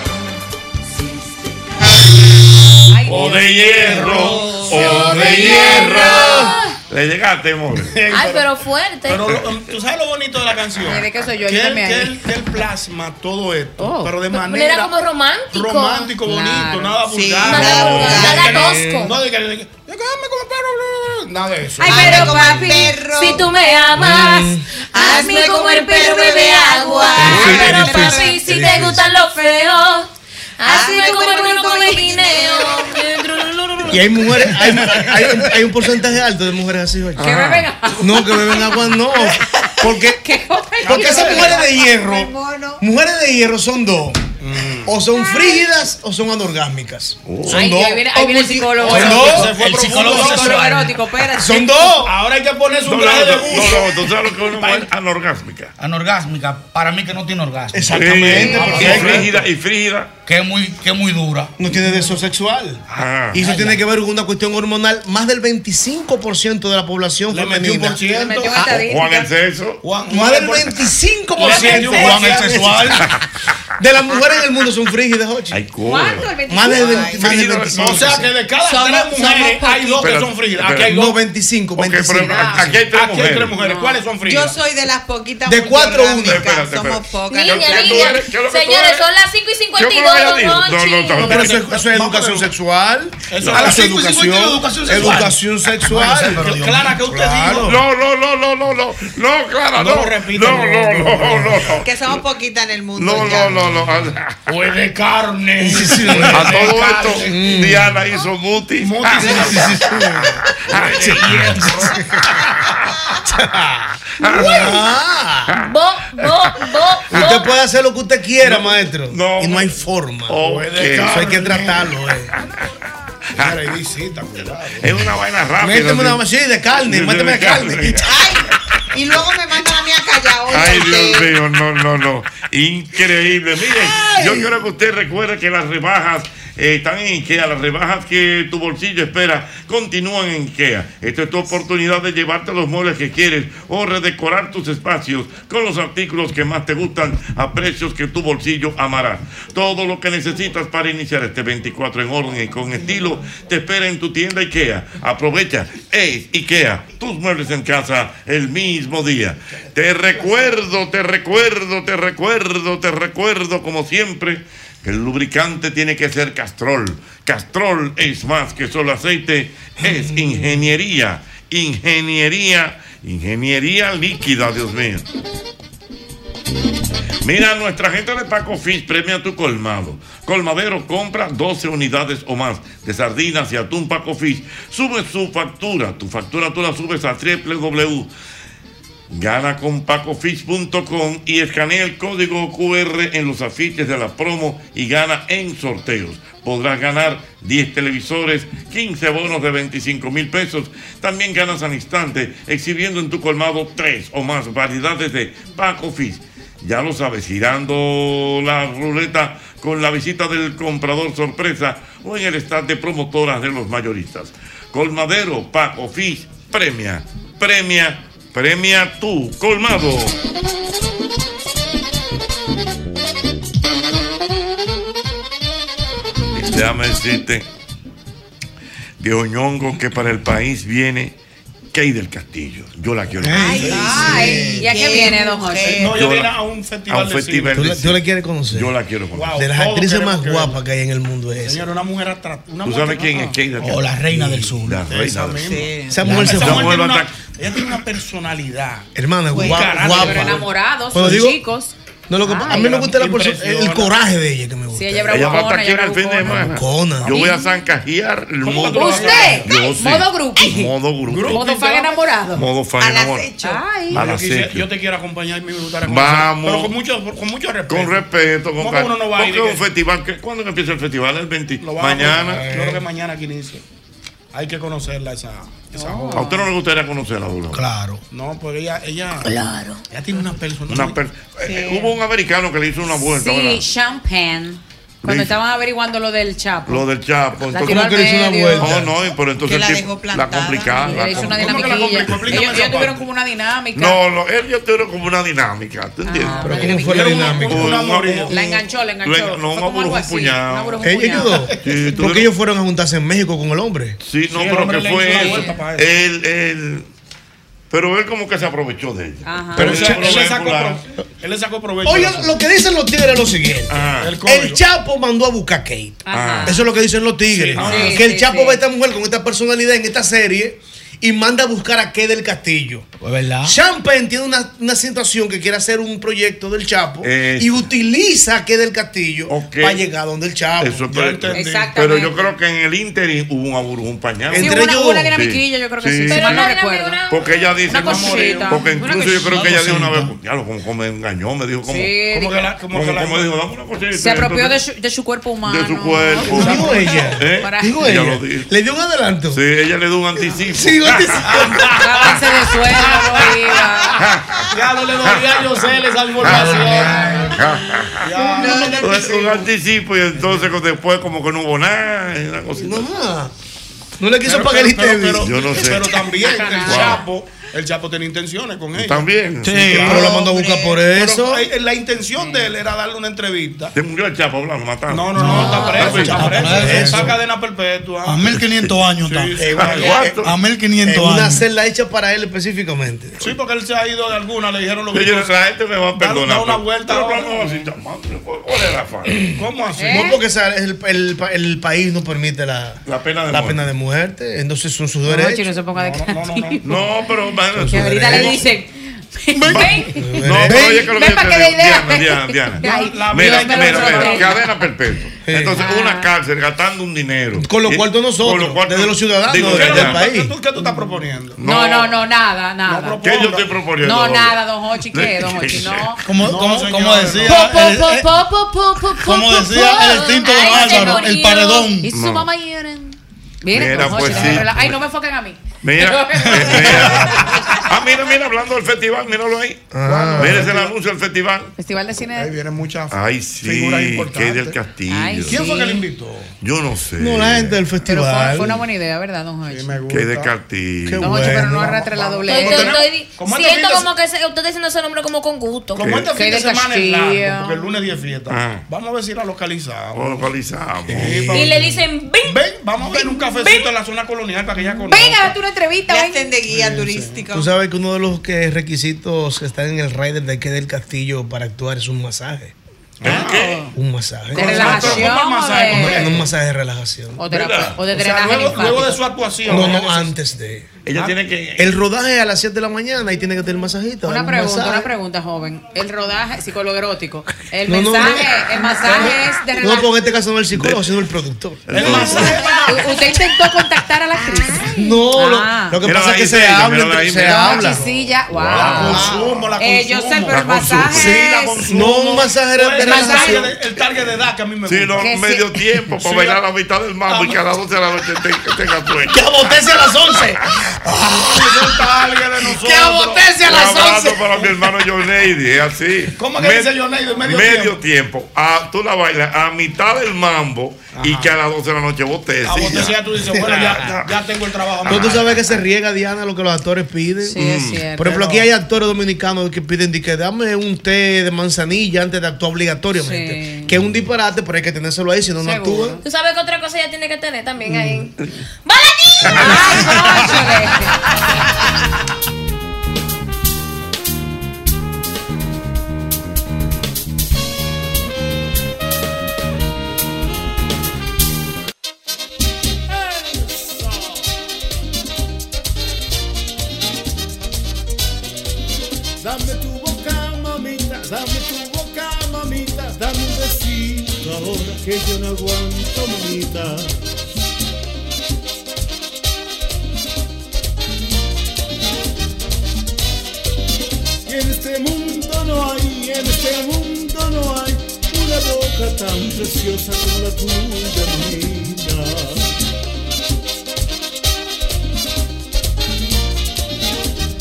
carne, o de hierro, o de hierro. Le llegaste, amor. Ay, pero fuerte. Pero lo- tú sabes lo bonito de la canción. ¿Y de qué soy yo? Que él, Ayúdame que ahí. él- que él plasma todo esto, Oh. pero de Pero manera era como romántico. romántico, bonito, Claro. nada Sí, vulgar. nada No, vulgar, no, nada no, tosco. No, de que, de que, déjame como perro, nada de eso. Ay, pero papi, si tú me amas, hazme como el perro bebe agua. Ay, pero papi, si te gustan los feos, hazme como el mono de guineo. Y hay mujeres, hay, hay, hay un porcentaje alto de mujeres así, oye. Que beben agua. No, que beben agua no. Porque, porque esas mujeres de hierro, mujeres de hierro son dos. O son frígidas o son anorgásmicas. Son Ay, dos. ahí viene- ahí viene el psicólogo. Son Se dos. fue El profundo. psicólogo sexual. Erótico, espérate. Son dos. Ahora hay que ponerse un No, traje no, de no, buzo. no, no, tú sabes lo que es una mujer anorgásmica. Anorgásmica, para mí que no tiene orgasmo. Exactamente, Sí, porque y hay- frígida, y frígida. Que es muy, que es muy dura. No tiene deseo sexual. Ah. Y eso Ay, tiene ya. que ver con una cuestión hormonal. Más del veinticinco por ciento de la población Le metió un femenina. por ciento. Le metió Ah, estadística. Juan el sexo. Juan- Más del veinticinco por ciento Le metió un Juan el sexual. de las mujeres en el mundo son frígidas, Jochi. Ay, ¿Cuánto? El Más del veinticinco. veinte- más del Frígido, veinticinco. O sea que de cada Somos- tres mujeres somos hay dos que Pero- son frígidas. pero- Aquí hay No, dos. veinticinco, Ok, pero veinticinco. aquí hay tres Aquí hay tres mujeres. mujeres. ¿Cuáles son Yo frígidas? soy de las poquitas De cuatro, uno. multiorgásmicas. Espérate, Somos espérate. pocas. Niña, ¿Qué- qué tú niña. eres? ¿Qué es lo que tú Señores, eres? son las cinco y Yo cincuenta y creo que ella dos, dijo. don No, no, Hochi. no, No, pero eso, es- eso es educación sexual. Eso, Ah, a las eso es cinco y cincuenta y dos, educación. educación sexual. Educación sexual. Bueno, pero Dios Clara, mío. ¿qué usted Claro. dijo? No, no, no, no, no, no. No, Clara, No no. lo repita, No, no, no, no, no, no, no. Que somos poquitas en el mundo. No, ya. no, no, no. Pues de carne. A todo esto, Diana hizo mutis. Mutis. Ah. Bo, bo, bo, Usted bo. puede hacer lo que usted quiera, maestro. no. Y no hay forma. Ok. Eso hay que tratarlo. Eh. Mira, y visita, cuidado. Es una vaina rápida. Méteme sí. una sí, de carne, De- méteme de de carne. Ay, y luego me mandan a mí a callar. oiga Ay, usted. Dios mío, no, no, no. Increíble. Miren, yo quiero que usted recuerde que las rebajas eh, están en IKEA. Las rebajas que tu bolsillo espera continúan en IKEA. Esta es tu oportunidad de llevarte los muebles que quieres o redecorar tus espacios con los artículos que más te gustan a precios que tu bolsillo amará. Todo lo que necesitas para iniciar este veinticuatro en orden y con estilo te espera en tu tienda IKEA. Aprovecha. Es IKEA. Tus muebles en casa el mismo día. Te recuerdo, te recuerdo, te recuerdo, te recuerdo como siempre. El lubricante tiene que ser Castrol. Castrol es más que solo aceite, es ingeniería, ingeniería, ingeniería líquida, Dios mío. Mira, nuestra gente de Paco Fish premia tu colmado. Colmadero compra doce unidades o más de sardinas y atún Paco Fish. Sube su factura. Tu factura tú la subes a doble u doble u doble u punto gana con paco fish punto com y escanea el código cu erre en los afiches de la promo y gana en sorteos. Podrás ganar diez televisores, quince bonos de veinticinco mil pesos. También ganas al instante exhibiendo en tu colmado tres o más variedades de Paco Fish. Ya lo sabes, girando la ruleta con la visita del comprador sorpresa o en el stand de promotoras de los mayoristas. Colmadero Paco Fish premia, premia, premia tu colmado. Déjame decirte, viejo ñongo, que para el país viene Key del Castillo. Yo la quiero. Ay, ay. ¿Y a qué viene, don José? No, Yo yo viene la- a un festival, a un de festival cine. ¿Tú, la, tú la quieres conocer? Yo la quiero conocer. Wow, De las todos actrices queremos más que guapas que hay en el mundo es esa. Señor, una mujer atractiva. ¿Tú sabes quién es Key del Castillo? O la reina del sur. La reina Esa del misma. sur. Esa mujer se Esa fue. mujer tiene va a una, ella tiene una personalidad. Hermana, Buen guapa. carácter, guapa. Pero enamorados, Pero son digo, chicos. No, lo que, a mí me gusta la persona, el coraje de ella que me gusta. Sí, ella es Ella va a bravucona, estar aquí en ella el es fin de bravucona. semana. Bravucona. Yo voy a zancajear el ¿Cómo modo. ¿Usted? Yo sí. ¿Modo groupie? Modo grupo. ¿Modo fan enamorado? Modo fan Al enamorado. acecho. Ay. Al Yo, quisiera- acecho. yo te quiero acompañar y me gustaría Vamos. Pero con mucho, con mucho respeto. Con respeto, con ¿Cómo cariño. uno no va a ir Porque y un que- festival. que- ¿Cuándo empieza el festival? El veinte. Lo vamos Mañana. a- Yo creo que mañana aquí inicia. hay que conocerla esa, esa ¿A joven. usted no le gustaría conocerla, Duro? Claro. No, pues ella, ella, Claro. ella tiene una persona. Una per- eh, Hubo un americano que le hizo una vuelta, Sí, ¿verdad? Champagne. Cuando Le- estaban averiguando lo del Chapo. Lo del Chapo. La tiró al medio. No, no, pero entonces Que la el dejó tipo- la plantada. complicaron. Y la le hizo una com- dinamiquilla. Ellos, ellos tuvieron como una dinámica. No, no, ellos tuvieron como una dinámica, ¿tú entiendes? Ah, Pero ¿cómo fue la dinámica? Un- Una un- moría. un- La enganchó, la enganchó. No, Fue un como abuelo, algo un así, puñado. un abuelo, un Ella ayudó. Sí, Porque ellos fueron a juntarse en México con el hombre. Sí, no, Sí, el pero hombre que le fue hizo la eso. vuelta para eso. Él, él, pero él como que se aprovechó de ella. Ajá. Pero él, Él él se le sacó aprovechó. pro- él le sacó provecho. Oye, de eso. lo que dicen los tigres es lo siguiente. Ajá. El código. El Chapo mandó a buscar a Kate. Ajá. Eso es lo que dicen los tigres. Sí, que sí, el sí, Chapo sí. ve a esta mujer con esta personalidad en esta serie y manda a buscar a Kate del Castillo. Pues verdad. Champagne tiene una, una situación que quiere hacer un proyecto del Chapo Eso. y utiliza a Kate del Castillo Ok. para llegar donde el Chapo. Eso, Ya pero, entendí. pero yo creo que en el interín hubo un aburro, un pañal. Sí, hubo una, hubo una dinamiquilla, yo creo que sí. Si mal no recuerdo. Porque ella dice, Una cosita. porque Una incluso yo creo que ella dijo una vez, cosita. ya lo como, como me engañó, me dijo como, Sí, como dijo- que la, como, como que la- como dijo, dame una cosita. Se apropió de Entonces, su, de su cuerpo humano. de su cuerpo. Dijo ella. ¿Eh? Para- Dijo Ella ella. lo dijo. Le dio un adelanto. Sí, ella le dio un anticipo. Sí, un anticipo. Avance de suelo, no iba. Ya no le dolía a José esa información. un, un anticipo y entonces después como que no hubo nada. y una cosita. No, no le quiso Pero- pagar el pero- I T V. pero- Yo no sé. Pero también el Wow. Chapo, el Chapo tenía intenciones con ella. También. Sí, pero la mandó a buscar por eso. Pero, eh, la intención de él era darle una entrevista. Se murió el Chapo, hablando, matando. No, no, no, está preso, está Está preso. preso. Está cadena perpetua. A mil quinientos años está. Sí, sí. Eh, ¿Cuánto? A mil En quinientos una años. celda hecha para él específicamente. Sí, porque él se ha ido de alguna, le dijeron los Yo, gringos. la gente me va a Da- perdonar. da una pero- vuelta pero ahora. hablamos así, chamaco, ¿cuál es la falta? ¿Cómo así? No, porque o sea, el, el, el país no permite la, La pena de la muerte. pena de muerte. Entonces son sus No, derechos. Chino, se ponga de creativo. No, pero bueno, Que ahorita le dicen, ven, no, pero oye, que lo que ven yo para te que dé digo, idea. Diana, Diana, Diana. Ay, La- Mira, Dios me mira, lo mira, proteja. cadena perpetua. Entonces, Ah. una cárcel gastando un dinero. Con los Y- cuartos nosotros, con los cuartos- desde los ciudadanos Digo, del- ¿qué del no? país. ¿Qué tú, qué tú estás proponiendo? No, no, no, nada, nada. ¿Qué yo estoy proponiendo? No, Jorge? nada, don Hochi, ¿qué, don Hochi? No. Como, No, como, señora, como decía, Po, po, el- po, eh, po, po, po, po, como po, decía po. el extinto don Ay, se Álvaro, el murió. paredón. Y su No. mamá lloran. Miren, Mira, don Hochi, pues déjame sí. relajar. Ay, no me enfoquen a mí. Mira, eh, mira. Ah, mira, mira, hablando del festival, míralo ahí. Ah. Mira ese anuncio del festival. Festival de Ahí Cine. vienen muchas Ay, sí, figuras que importantes. del Castillo. Ay, sí. ¿Quién fue que le invitó? Yo no sé. No, la gente del Pero fue, festival. fue una buena idea, ¿verdad, don Hochi? Sí, me gusta. Que del Castillo. Qué Don Hochi, pero no bueno. arrastre la doble. Estoy- E. estoy- ¿Cómo este siento fin de- como que se- usted está diciendo ese nombre como con gusto. Como este Que fin de de semana es Castillo. largo, porque el lunes diez fiesta. Ah. Vamos a ver si la localizamos. Lo localizamos. Y le dicen, ven. Ven, vamos a ver un cafecito en la zona colonial para que ella conozca. Venga, hazte una entrevista, Le ven. hacen de guía turística. Tú sabes que uno de los que requisitos que están en el rider de que del Castillo para actuar es un masaje. ¿El qué? Un masaje. De relajación ¿Cómo el o masaje? ¿Cómo de, Un masaje de relajación. o terapia- ¿Verdad? o de O sea, drenaje luego, luego de linfático. su actuación. No, ella no, neces- antes de. Ella Ah. tiene que. El rodaje es a las siete de la mañana y tiene que tener masajito. Una un pregunta, masaje. una pregunta, joven. El rodaje psicólogo erótico. El No, no, mensaje, no. el masaje es de No, relajación. porque en este caso no es el psicólogo, sino el productor. El masaje para- ¿Usted intentó contactar a la actriz? No, lo- Ah. lo, que Mírala pasa es ahí, que se Celia, habla, mírala ahí, se mírala. habla. Chisilla, wow. La consumo, la Eh, yo consumo. sé, pero el La consumo. masaje Sí, la es- consumo. No, un masaje de Pues, el, relajación. masaje de- el target de edad que a mí me gusta. Sí, no, Que medio sí. tiempo para Sí, bailar la- la mitad del mambo y que a las doce de la noche te- tenga sueño. Que abotece a las once. Es el target de nosotros. Que abotece a Un las abrazo once. para mi hermano John Neidy, es así. ¿Cómo que dice John Neidy? Medio Medio tiempo. Ah, tú la bailas a mitad del mambo y que a las doce de la noche botes. A vos te decía, tú dices, bueno, ya, ya tengo el trabajo. Pero tú sabes que se riega, Diana, lo que los actores piden. Sí, es cierto. Por ejemplo, aquí hay actores dominicanos que piden di que dame un té de manzanilla antes de actuar obligatoriamente. Sí. Que es un disparate, pero hay que tenérselo ahí, si no, no Seguro. actúan. Tú sabes que otra cosa ella tiene que tener también ahí. Ay, cónchale. Dame tu boca, mamita, dame tu boca, mamita, dame un besito ahora que yo no aguanto, mamita. Y en este mundo no hay, en este mundo no hay una boca tan preciosa como la tuya, mamita.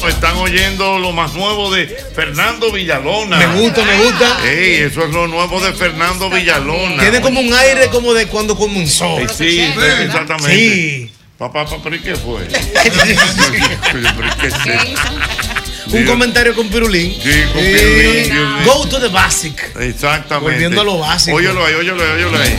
Están oyendo lo más nuevo de Fernando Villalona. Me gusta, me gusta. Ey, eso es lo nuevo de Fernando Villalona. Tiene como un aire como de cuando comenzó. Eh, sí, exactamente. Sí. Papá, papá, ¿pero y qué fue? ¿Pero qué es eso? Un comentario con Pirulín. Sí, con Pirulín. Dios mío. Go to the basic. Exactamente. Volviendo a lo básico. Óyelo ahí, óyelo ahí, óyelo ahí.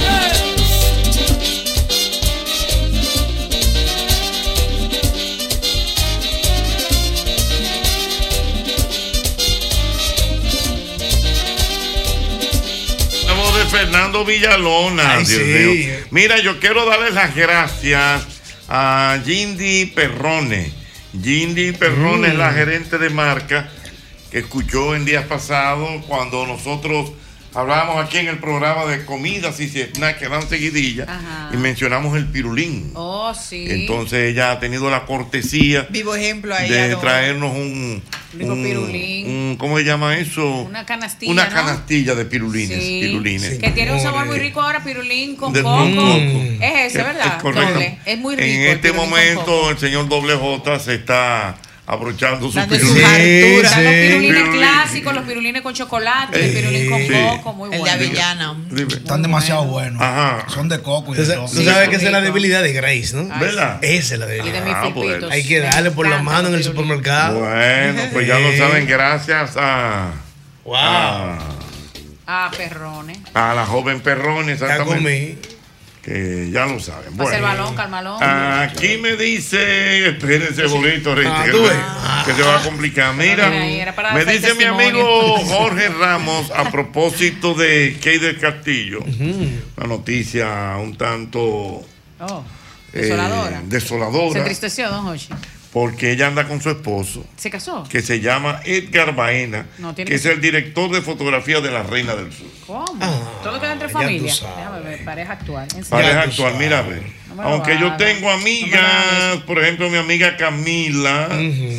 Estamos de Fernando Villalona. Ay, Dios sí. mío. Mira, yo quiero darles las gracias a Jindy Perrone. Jindy Perrone Mm. es la gerente de marca que escuchó en días pasados cuando nosotros hablábamos aquí en el programa de comidas y snacks que dan seguidilla. Ajá. Y mencionamos el pirulín. Oh, sí. Entonces ella ha tenido la cortesía Vivo ejemplo ahí. de Adoro. traernos un, Rico un- pirulín. un- ¿cómo se llama eso? Una canastilla, Una ¿no? canastilla de pirulines. Sí. pirulines. Que tiene un sabor muy rico ahora, pirulín con De- coco. Mm. Es ese, ¿verdad? Es correcto. Doble. Es muy rico. En el este pirulín con momento coco. el señor Doble J se está abrochando su Dando su pirulín. hartura. Están los pirulines Pirulín. clásicos, los pirulines con chocolate, el pirulín con Sí. coco, muy El bueno. de avellana. Están demasiado buenos. Ajá. Son de coco y Tú de sa- todo. tú sabes que esa es la debilidad de Grace, ¿no? Ay, ¿Verdad? Esa es la Y de debilidad. mis Ah, pues. filpitos. Hay que darle por la Me mano en el encantan los supermercado. Bueno, pues ya lo Sí. saben, gracias a, Wow. a, Ah, perrones. a la joven Perrone, Ya exactamente. comí. Que ya lo saben. Pasa el Bueno, balón, calmalón. aquí me dice, espérense, bonito, Ah, que, tú ves. que se va a complicar. Mira, Mira ahí, era para me hacer dice mi testimonio. amigo Jorge Ramos a propósito de Key del Castillo, una noticia un tanto Oh, eh, desoladora. Se desoladora, entristeció, don Hochi. porque ella anda con su esposo, ¿Se casó? que se llama Edgar Baena, No, tiene que es que- el director de fotografía de La Reina del Sur. ¿Cómo? Ah, Todo queda entre ya tú familia. sabes. Déjame ver, pareja actual. En serio. Pareja Ya tú actual, sabes. mira, a ver. No me lo Aunque yo hagas. tengo No me lo amigas, hagas. por ejemplo, mi amiga Camila,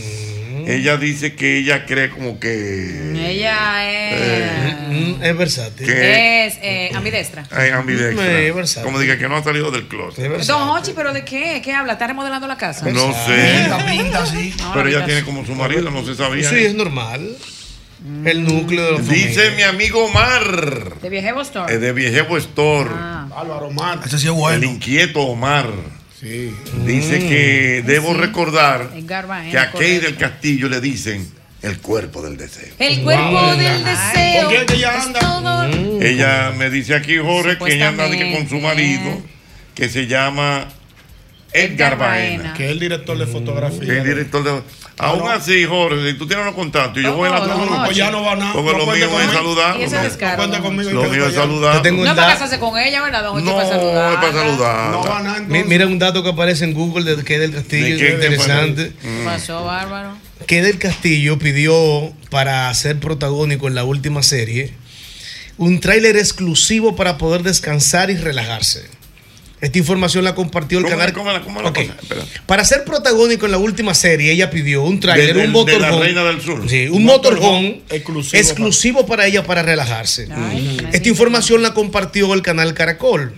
ella dice que ella cree como que, Ella es. Mm, Es versátil. que Es eh, ambidestra. es ambidextra. Eh, versátil. Como diga que no ha salido del closet. Es versátil. Don Hochi, ¿pero de qué? ¿Qué habla? ¿Está remodelando la casa? No sé, Pinta, pinta, sí. No, pero la ella habitación. tiene como su marido, no se sabía. Sí, es normal. El núcleo de la Dice familia. mi amigo Omar, ¿De Viejevo Store? eh, de Viejevo Store, Ah. Álvaro Mar. Ese sí es el bueno. inquieto Omar. Sí. Dice que debo recordar Edgar Baena, que a Key correcto. del Castillo le dicen el cuerpo del deseo. El cuerpo Wow. del deseo. ¿Con quién que ella es anda? todo- Ella me dice aquí, Jorge, que ella anda de que con su Supuestamente. marido, que se llama Edgar Edgar Baena, Baena. Que es el director de fotografía. que es el director de... Aún así, Jorge, si tú tienes los contactos, yo voy a la Oh, No, no, pues ya no va nada. Porque No lo cuente mío es conmigo. saludar. Y ese No, descaro, cuenta don conmigo. Hochi. Lo yo mío es estoy allá. saludar. Yo tengo No un es para dato. casarse con ella, ¿verdad, don Hochi? No, para es saludar. para saludar. No va nada. Mi- entonces. Mira un dato que aparece en Google de que del Castillo, ¿De es qué? interesante. ¿Qué pasó, bárbaro? Que del Castillo pidió para ser protagónico en la última serie un tráiler exclusivo para poder descansar y relajarse. Esta información la compartió el ¿Cómo canal. es? ¿Cómo es? ¿Cómo es la Ok. cosa? Espera. Para ser protagónico en la última serie, ella pidió un tráiler, De- de- un de La motorhome. Reina del Sur. Sí, un Un motorhome motorhome exclusivo exclusivo para ella para relajarse. Ay, Esta información la compartió el canal Caracol.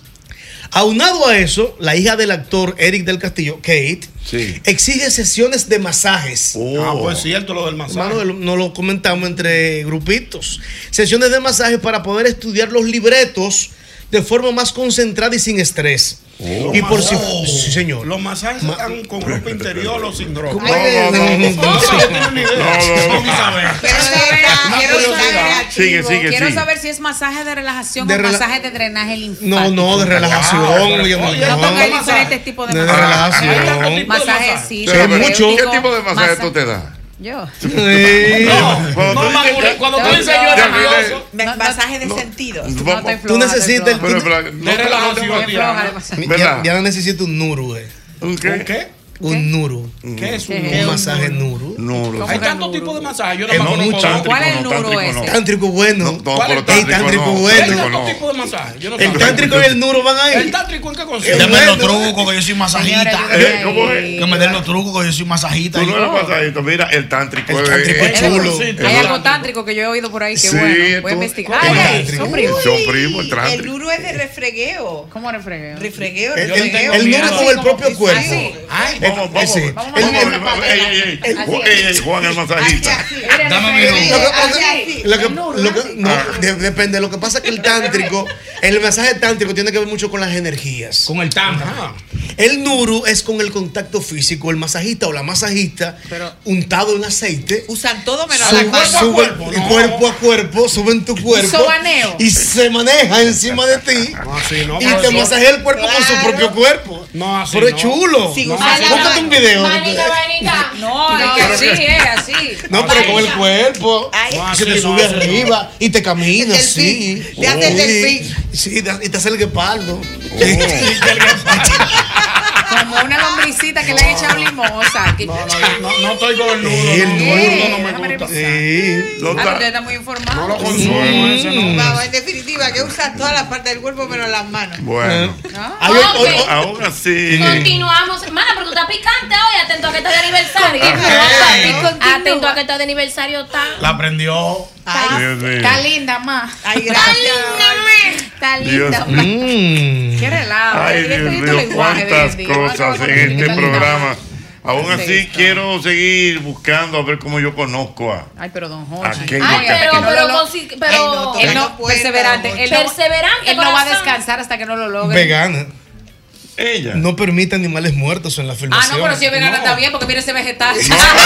Aunado a eso, la hija del actor Eric del Castillo, Kate, Sí. exige sesiones de masajes. Oh. Ah, pues cierto lo del masaje. Hermano, nos lo comentamos entre grupitos. Sesiones de masaje para poder estudiar los libretos de forma más concentrada y sin estrés. Oh. Y por si. Oh. Sí, señor. Los masajes están con ropa interior o sin ropa. No, no, no, no, No, yo tengo ni idea. No, no, Vamos a ver. Quiero saber, Una quiero curiosidad. saber, Sigue, sigue, quiero sigue. saber si es masaje de relajación De o rela- masaje de drenaje linfático. No, no, de relajación. oye, no, oye, No, porque hay no. diferentes tipos de De masaje. relajación. Hay tantos tipos de Masaje, masaje. sí. Pero, pero, mucho. ¿qué tipo de masaje Masa- tú te das? Yo. Sí. No, Cuando no, tú ma- dices que- cuando tú No, dices yo yo- era ya, nervioso. Me- No, no, masaje de no. sentidos. No Vamos- te Tú floja, necesitas te el- Pero, floja. pero, no De te- relajación. no te- Te floja demasiado. ¿Verdad? Ya, ya no necesito un nuru, güey. ¿Un qué? ¿Un qué? Un nuru. ¿Qué es un ¿Qué Un es nuro? masaje nuru. No, lo Hay sé. tantos tipos de masajes. Yo Es no me conozco mucho. dos. ¿Cuál es el Tántrico no, nuro tántrico ese? Tántrico bueno. No, no, ¿Cuál pero es? tántrico Ey, tántrico no, bueno. Hay tántrico tantos no. tipos de masajes. Yo no El sé. tántrico y el nuru van ahí. ¿El tántrico en qué Que consiste? me den los bueno. trucos, que yo soy masajista. Señores, Eh, ¿cómo es? Que me den los trucos, que yo soy masajista. Tú no eres pasadito. Mira, el tántrico. El es- tántrico es- es chulo. Hay algo tántrico que yo he oído por ahí que Sí, bueno. Voy a tú- investigar. ¿cómo Ay, es ay, tántrico? son primos. Son primos, el El tántrico. nuro es de refregueo. ¿Cómo refregueo? Refregueo, El, el, refregueo. el nuru Así con el como- propio cuerpo. así. Ay, Vamos, vamos. Ese. Vamos, El- vamos, el- vamos, ey, ey, ey. Así, Ey, usted, Juan, el masajista? Dame mi número. Lo que, lo que- no, de- depende. Lo que pasa es que el tántrico, el masaje tántrico tiene que ver mucho con las energías. Con el tantra. El nuru es con el contacto físico. El masajista o la masajista, untado en aceite, usan todo menos sube, la mano. sube el cuerpo a cuerpo, suben tu cuerpo sobaneo. y se maneja encima de ti no, y pero te así- masajea el cuerpo con su propio cuerpo. No, así Pero es no. chulo. Sin No, usar la búscate mano. un video. Manita, manita. No, es que así es, así. No, pero con el cuerpo. No, se así te no, sube así no. arriba y te camina El así. delfín. Te hace el Sí. delfín. Sí, y te hace el guepardo. Como una lombricita que le han echado limosa. Que- No, no, no estoy con el nudo. Sí, el no, nudo. el nudo no me gusta. Sí. Ah, pero usted está muy informado. No lo consumo ese, no. Vamos, en definitiva, que usan todas las partes del cuerpo menos las manos. Bueno, Hay Ok. o- o- aún así. Continuamos. Hermana, pero tú estás picante hoy. Atento a que está de aniversario. Continúa. Atento a que está de aniversario. Está. La prendió. Ay, Dios mío. Está linda, ma. ay, gracias. Está Dios linda, ma. Mm. Qué relajo. Ay, Este- Dios este mío, lenguaje de cuántas hoy en día. cosas en Está este linda, programa. ma. Aún ¿Qué es así, esto? quiero seguir buscando a ver cómo yo conozco a Ay, pero don Jorge. aquello Ay, que- pero, que no pero, lo- consi- Ay, pero no, tú- Él Venga, no, puerta, perseverante. don Él no, Perseverante, él no va a corazón. descansar hasta que no lo logre. Vegana. Ella. No permite animales muertos en la Ah, filmación. no, pero si es vegana está bien, porque mire ese vegetal.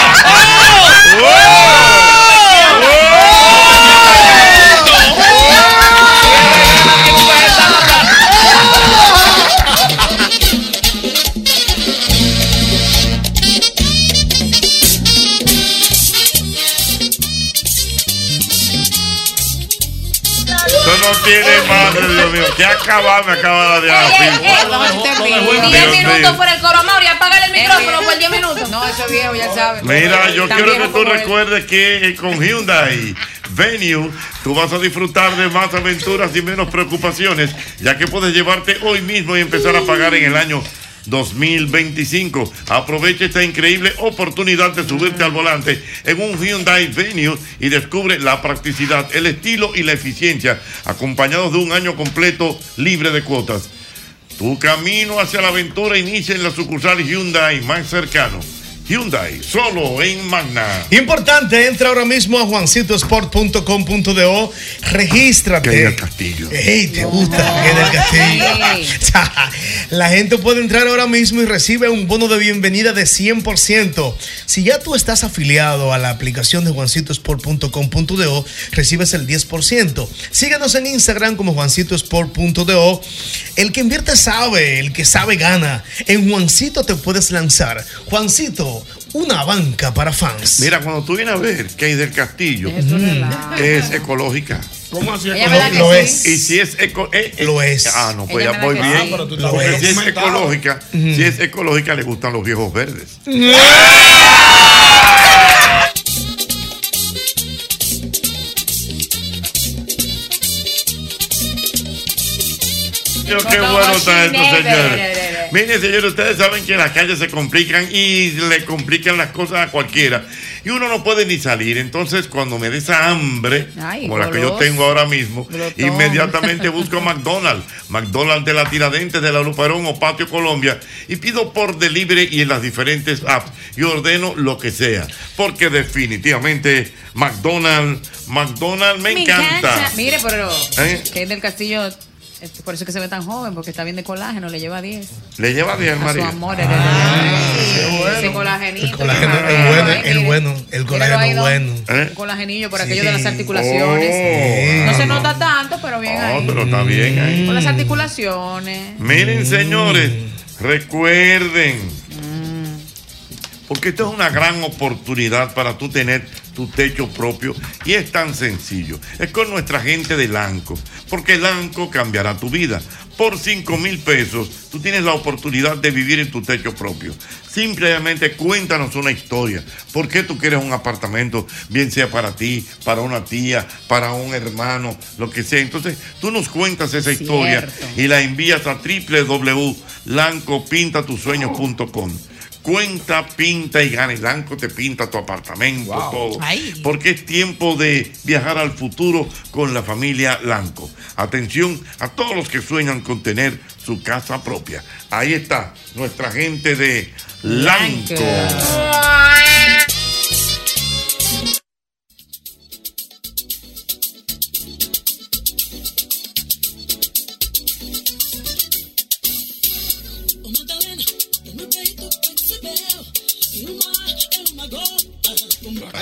Esto no tiene madre, Dios mío. Que acaba, me acaba de dar. Eh, eh, Lo dejó- lo dejó en- diez Dios mío. minutos por el coro, Mauri. Apaga el micrófono por diez minutos. No, eso es viejo, ya sabe. Mira, yo Tan quiero viejo que tú como él. recuerdes que con Hyundai Venue tú vas a disfrutar de más aventuras y menos preocupaciones, ya que puedes llevarte hoy mismo y empezar a pagar en el año dos mil veinticinco. Aprovecha esta increíble oportunidad de subirte al volante en un Hyundai Venue y descubre la practicidad, el estilo y la eficiencia, acompañados de un año completo libre de cuotas. Tu camino hacia la aventura inicia en la sucursal Hyundai más cercano. Hyundai, solo en Magna. Importante, entra ahora mismo a juancito sport punto com punto do, regístrate. Que del Castillo. Ey, ¿te gusta? Que del Castillo. La gente puede entrar ahora mismo y recibe un bono de bienvenida de cien por ciento. Si ya tú estás afiliado a la aplicación de juancito sport punto com punto do, recibes el diez por ciento. Síguenos en Instagram como juancito sport punto do. El que invierte sabe, el que sabe gana. En Juancito te puedes lanzar. Juancito, una banca para fans. Mira, cuando tú vienes a ver que hay del Castillo, es ecológica. ¿Cómo así? Ella me da que Lo sí. es. Y si es eco, eh, eh, Lo es. Ah, no, pues Ella ya me da voy que bien. sí. Pero tú Lo Porque es. si es documentado. ecológica, si es ecológica, le gustan los viejos verdes. Dios, qué No, bueno no, está esto, Chine, señores. ve, ve, ve. Miren, señores, ustedes saben que las calles se complican y le complican las cosas a cualquiera. Y uno no puede ni salir. Entonces, cuando me da esa hambre, Ay, como la que yo goloso. tengo ahora mismo, Glotón. inmediatamente busco McDonald's. McDonald's de la Tiradentes, de la Luperón o Patio Colombia. Y pido por delivery y en las diferentes apps. Y ordeno lo que sea. Porque definitivamente, McDonald's, McDonald's me, encanta. Mire, pero ¿Eh? que es del Castillo, es por eso es que se ve tan joven, porque está bien de colágeno, le lleva diez. Le lleva bien, A su María. amor, el, ese colagenito. El colágeno que es marrea, bueno, ahí, el mire. bueno, el Míralo colágeno ahí, es ¿no? bueno. ¿Eh? Un colagenillo por Sí. aquello de las articulaciones. Oh, No ah, se nota tanto, pero bien Oh, ahí. pero está bien ahí. Con las articulaciones. Miren, señores, recuerden, porque esto es una gran oportunidad para tú tener tu techo propio y es tan sencillo. Es con nuestra gente de Lanco, porque Lanco cambiará tu vida. Por cinco mil pesos, tú tienes la oportunidad de vivir en tu techo propio. Simplemente cuéntanos una historia. ¿Por qué tú quieres un apartamento? Bien sea para ti, para una tía, para un hermano, lo que sea. Entonces, tú nos cuentas esa historia Cierto. y la envías a doble u doble u doble u punto lanco pinta tus sueños punto com. Cuenta, pinta y gana. Y Lanco te pinta tu apartamento, Wow. todo. Ay. Porque es tiempo de viajar al futuro con la familia Lanco. Atención a todos los que sueñan con tener su casa propia. Ahí está nuestra gente de Lanco.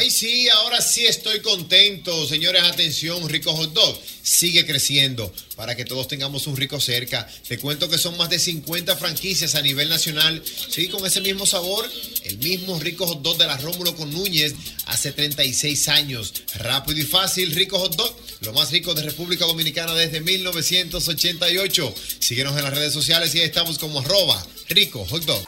Ay, sí, ahora sí estoy contento. Señores, atención, Rico Hot Dog sigue creciendo para que todos tengamos un rico cerca. Te cuento que son más de cincuenta franquicias a nivel nacional. Sí, con ese mismo sabor, el mismo Rico Hot Dog de la Rómulo con Núñez hace treinta y seis años. Rápido y fácil, Rico Hot Dog, lo más rico de República Dominicana desde mil novecientos ochenta y ocho. Síguenos en las redes sociales y ahí estamos como arroba Rico Hot Dog.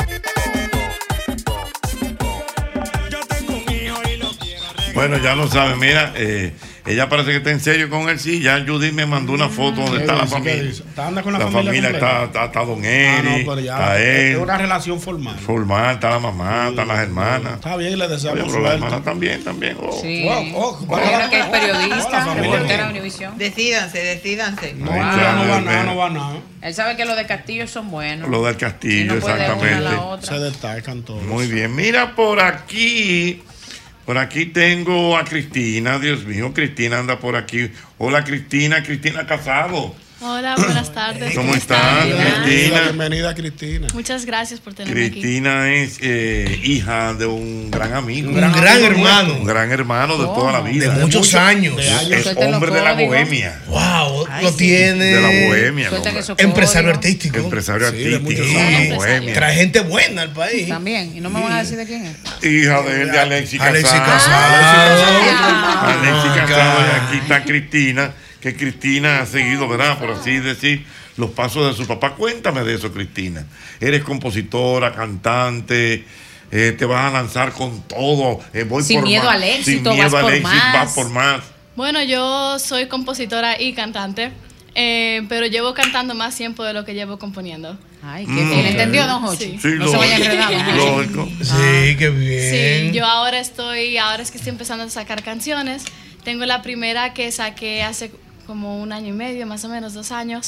Bueno, ya lo saben, mira, eh, ella parece que está en serio con él, sí, ya Judy me mandó una foto donde está la familia. ¿Está anda con la, La familia, familia está, está, está Don Eri, Ah, no, pero ya, está es él, una relación formal. formal, está la mamá, están las hermanas. Está bien, le Oye, deseamos pero la suerte. hermana también, también. Oh. Sí. Oh, oh, Bueno, que es Hola, periodista, familia. reportera de Univisión. Decídanse, decídanse. No, no, no va nada, no va nada. Él sabe que los de Castillo son buenos. Lo del Y Castillo, no puede una a exactamente. la otra. Se destacan todos. Muy bien, mira por aquí. Por aquí tengo a Cristina, Dios mío, Cristina anda por aquí. Hola Cristina, Cristina Casado. Hola, buenas tardes. ¿Cómo estás, Cristina? Bienvenida, Cristina. Muchas gracias por tenerme aquí. Cristina es eh, hija de un gran amigo. Un gran, gran hermano. Un gran hermano de Oh. toda la vida. De muchos mucho- años. Es, De años. es hombre de la bohemia. Wow, Ay, lo sí. tiene. De la bohemia. Suelta hombre. que eso Empresario código. artístico. Empresario Sí, de artístico. muchos años. de bohemia. Trae gente buena al país. También. Y no me van a decir de quién es. Hija de él, de Alexis Casado. Alexis Casado. Alexis Ah, Casado. Y God. aquí está Cristina, que Cristina ha seguido, ¿verdad? Por así decir, los pasos de su papá. Cuéntame de eso, Cristina. Eres compositora, cantante, eh, te vas a lanzar con todo. eh, voy Sin por miedo más. al éxito, Sin miedo vas al por éxito, más. vas por más. Bueno, yo soy compositora y cantante, eh, pero llevo cantando más tiempo de lo que llevo componiendo. Ay, qué bien. ¿Entendió, don Jochi? Sí. Sí, No se vaya a enredar, don Jochi. lógico. Sí, qué bien. Sí, yo ahora estoy, ahora es que estoy empezando a sacar canciones. Tengo la primera que saqué hace como un año y medio, más o menos, dos años.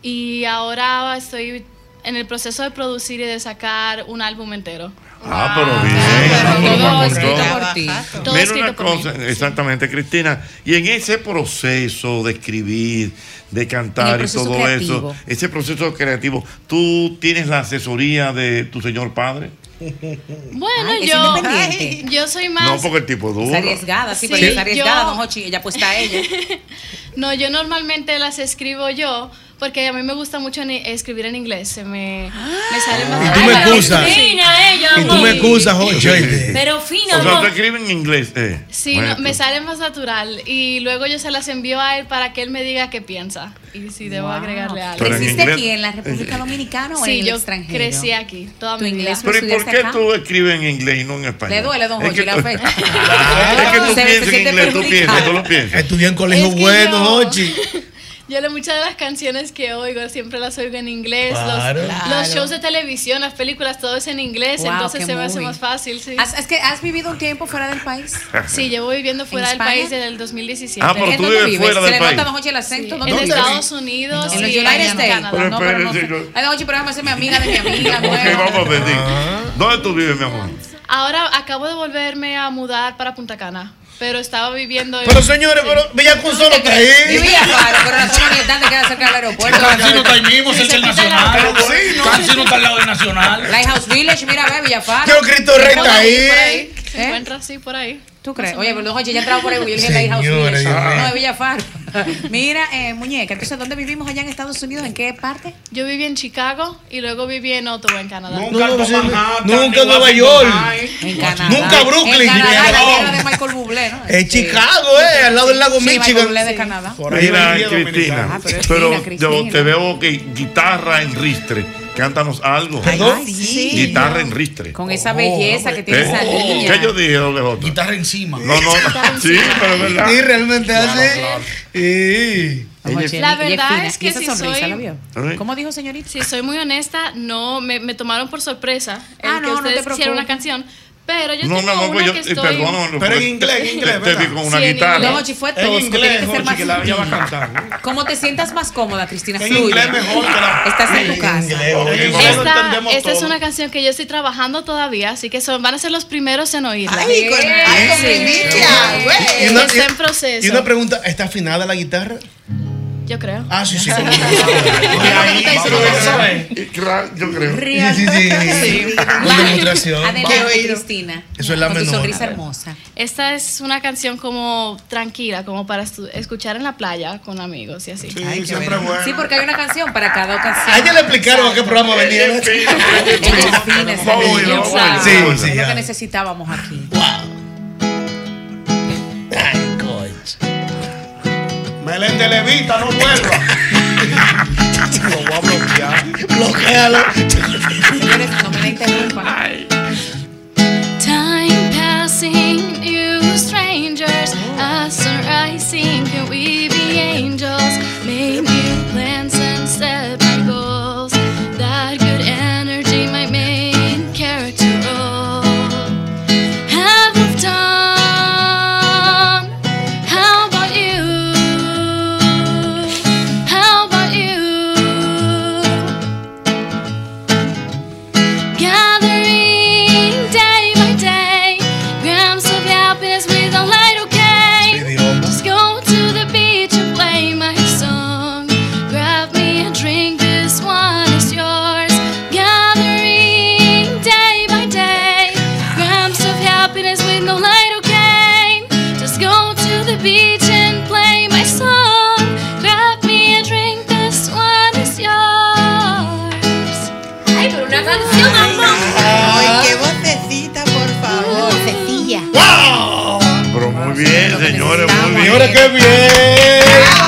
Y ahora estoy en el proceso de producir y de sacar un álbum entero. Ah, pero bien. todo Vamos, escrito todo. por ti. Todo Mira escrito una por mí. cosa, exactamente, Cristina. Y en ese proceso de escribir, de En cantar el y proceso todo creativo. eso, ese proceso creativo, ¿tú tienes la asesoría de tu señor padre? Bueno, Ay, es yo, independiente. yo soy más... No, porque el tipo es duro. Es arriesgada, sí, Sí, pero es arriesgada, yo- don Jochi. Ella puesta a ella. No, yo normalmente las escribo yo porque a mí me gusta mucho ni- escribir en inglés. Se me, me sale más. Y tú me Ay, pero excusas. fina ella, Y tú me amor. excusas, Jochi, oíste. Pero fina, O sea, amor. tú escribes en inglés. Eh. Sí, Bueno, no, me sale más natural y luego yo se las envío a él para que él me diga qué piensa y si debo Wow. agregarle algo. Pero en ¿Creciste inglés- aquí en la República Dominicana o Sí, en el yo extranjero? crecí aquí toda ¿Tu mi vida. inglés Pero ¿y por estudiaste qué acá? tú escribes en inglés y no en español? Le duele, don Es Jochi, que le tú- afecta. Es que tú Se- se piensas en siente inglés, tú perjudicado. piensas, tú lo piensas. Estudié en colegio Es que bueno, yo- Jochi. Yo le muchas de las canciones que oigo siempre las oigo en inglés. Claro. Los, Claro. los shows de televisión, las películas, todo es en inglés, Wow, entonces qué se me hace movie. más fácil. Sí. ¿Has, es que has vivido un tiempo fuera del país? Sí, llevo viviendo fuera del España? país desde el dos mil diecisiete. Ah, pero ¿En tú dónde vives vives? fuera ¿Se del le país. nota, don Jochi, el acento? En ¿Dónde vives? Estados Unidos En los y United en States. Canadá. Pero No, pero no. espérate, yo- Ay, don Jochi, pero déjame ser mi amiga de mi amiga. Ok, nueva. vamos a pedir. ¿Dónde tú vives, mi amor? Ahora acabo de volverme a mudar para Punta Cana, pero estaba viviendo en... Pero señores, pero Villacun solo está ahí. Vivía claro, pero la zona oriental queda cerca del aeropuerto. Cancino está ahí mismo, cerca del Nacional. Cancino está al lado del Nacional. Lighthouse Village, mira, ve, Villafaro. Yo Cristo Rey está ahí. Por ahí. Se ¿Eh? encuentra así por ahí. ¿Tú crees? Oye, pero don Jochi, ya he entrado por ahí, yo dije Lighthouse Señores, Village. Dios mío. No, de Villafaro. Mira, eh, muñeca, entonces, ¿dónde vivimos allá en Estados Unidos? ¿En qué parte? Yo viví en Chicago y luego viví en Ottawa, en Canadá. Nunca No, Alto sí, Manhattan, nunca ni Nueva Washington York. High. En Canadá. Nunca Brooklyn. En Canadá, la No. tierra de Michael Bublé, ¿no? Es Sí. Chicago, eh, al lado del lago Sí, Michael Michigan. Bublé de Canadá. Por ahí Mira, venía Cristina, dominicano. Ah, pero es pero fina, yo Cristina. te veo que guitarra en ristre. Cántanos algo. ¿Perdón? Ay, sí. Guitarra en ristre. Con esa belleza que tiene ¿Eh? esa niña. ¿Qué yo dije, doble J? Guitarra encima. No, no, sí, pero es verdad. Sí, realmente hace. Sí. Don Jochi, La ella verdad fina. es ¿Y que esa si sonrisa, soy- ¿la vio? ¿Eh? ¿Cómo dijo, señorita? Si soy muy honesta, no me, me tomaron por sorpresa el Ah, que no, no te ustedes hicieron una preocupes. canción, pero yo No, tengo mi amor, una pues yo, que eh, estoy... perdóname. Pero en inglés, en inglés, Te, te vi ¿verdad? con una Sí, en guitarra. inglés. Don Jochi fue En tosco, inglés, tiene que Jochi, ser más... que la ella va a cantar. Como te sientas más cómoda, Cristina, En fluye. inglés mejor que la- Estás en tu casa. En inglés lo Esta, entendemos esta es todo. una canción que yo estoy trabajando todavía, así que son, van a ser los primeros en oírla. Ay, con, ay, con Sí. primicia, Y güey. una, Está en proceso. y una pregunta, ¿está afinada la guitarra? Yo creo. Ah, sí, sí. Ajá. Claro, yo creo. Real. Sí, sí, sí. Sí. Con demostración. Adelante, Cristina. Eso es la Con tu menor. sonrisa hermosa. Esta es una canción como tranquila, como para estu- escuchar en la playa con amigos y así. Ay, qué bueno. Sí, porque hay una canción para cada ocasión. A ella le explicaron a qué programa venía. Ella es fina, esa Vamos, niña. vamos, Exacto. sí, sí, Es lo ya. que necesitábamos aquí. Ay, coach. Melende Levita, no vuelva. Lo voy a bloquear. Bloquealo. Señores, no me la interrumpan. Time passing, new strangers, a sun rising, can we be angels? Make new plans and set my goals. That good energy, my main character role. Have moved on. How about you? How about you? Gathering day by day, grams of happiness with a light, okay? Just go to the beach and play my song. Grab me a drink, this one is yours. Gathering day by day, grams of happiness with no light, okay? Just go to the beach and play my song. Grab me a drink, this one is yours. Ay, pero una canción, mamá. Ay, qué vocecita, por favor. Vocecilla. ¡Wow! Pero muy bien, señores, muy bien. Señores, qué bien.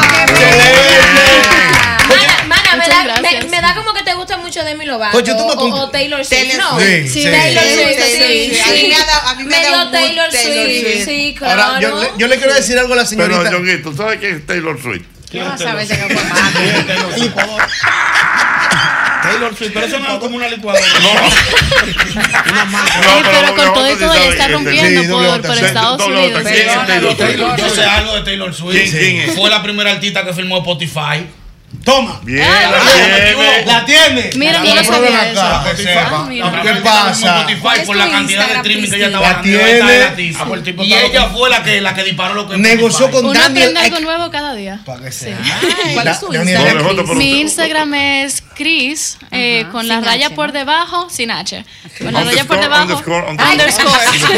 Mana, mana, me Muchas da, gracias. me, me da como que te gusta mucho Demi Lovato Coño, tú me o, con- o Taylor Swift. No, Sí, sí. Taylor Sí, Swift, Taylor sí, Swift. sí. A mí me ha dado- a mí me ha Medio dado un mood Taylor Taylor Swift, Swift. sí, claro. Ahora, yo, le- yo le quiero decir algo a la Pero, señorita. Jonguito, ¿tú sabes quién es Taylor Swift? ¿Qué vas a saber de qué fue más? Licuadora. Taylor Swift, pero eso no es como una licuadora. No, Ey, pero con todo y todo ella está Sí, rompiendo doble por, nota, por sí. Estados Doble nota. Unidos. ¿Quién es Taylor Swift? Yo sé algo de Taylor Swift. ¿Quién- quién es? Fue la primera artista que firmó Spotify. Toma. Bien, Ah, la bien. tiene. ¿La tiene? Mira, La no lo tiene. sabía Acá, eso. que sepa. Ah, mira. La ¿Qué primera pasa? artista que firmó ¿Cuál Spotify es por tu la cantidad de Instagram, streaming que ella Cristina? estaba La dando. Ella está tiene. en la tiza. Ah, pues el tipo Y está ella loco. fue la que, la que disparó lo que Negoció con Uno Daniel. aprende algo nuevo cada día. Para que sea. ¿Cuál es tu La- Instagram? Doble J, pero Mi usted- Instagram es Chris, eh, Ajá, con la sin raya H, por ¿no? debajo, sin H. Con la raya por Underscore, debajo. underscore, underscore. Underscore.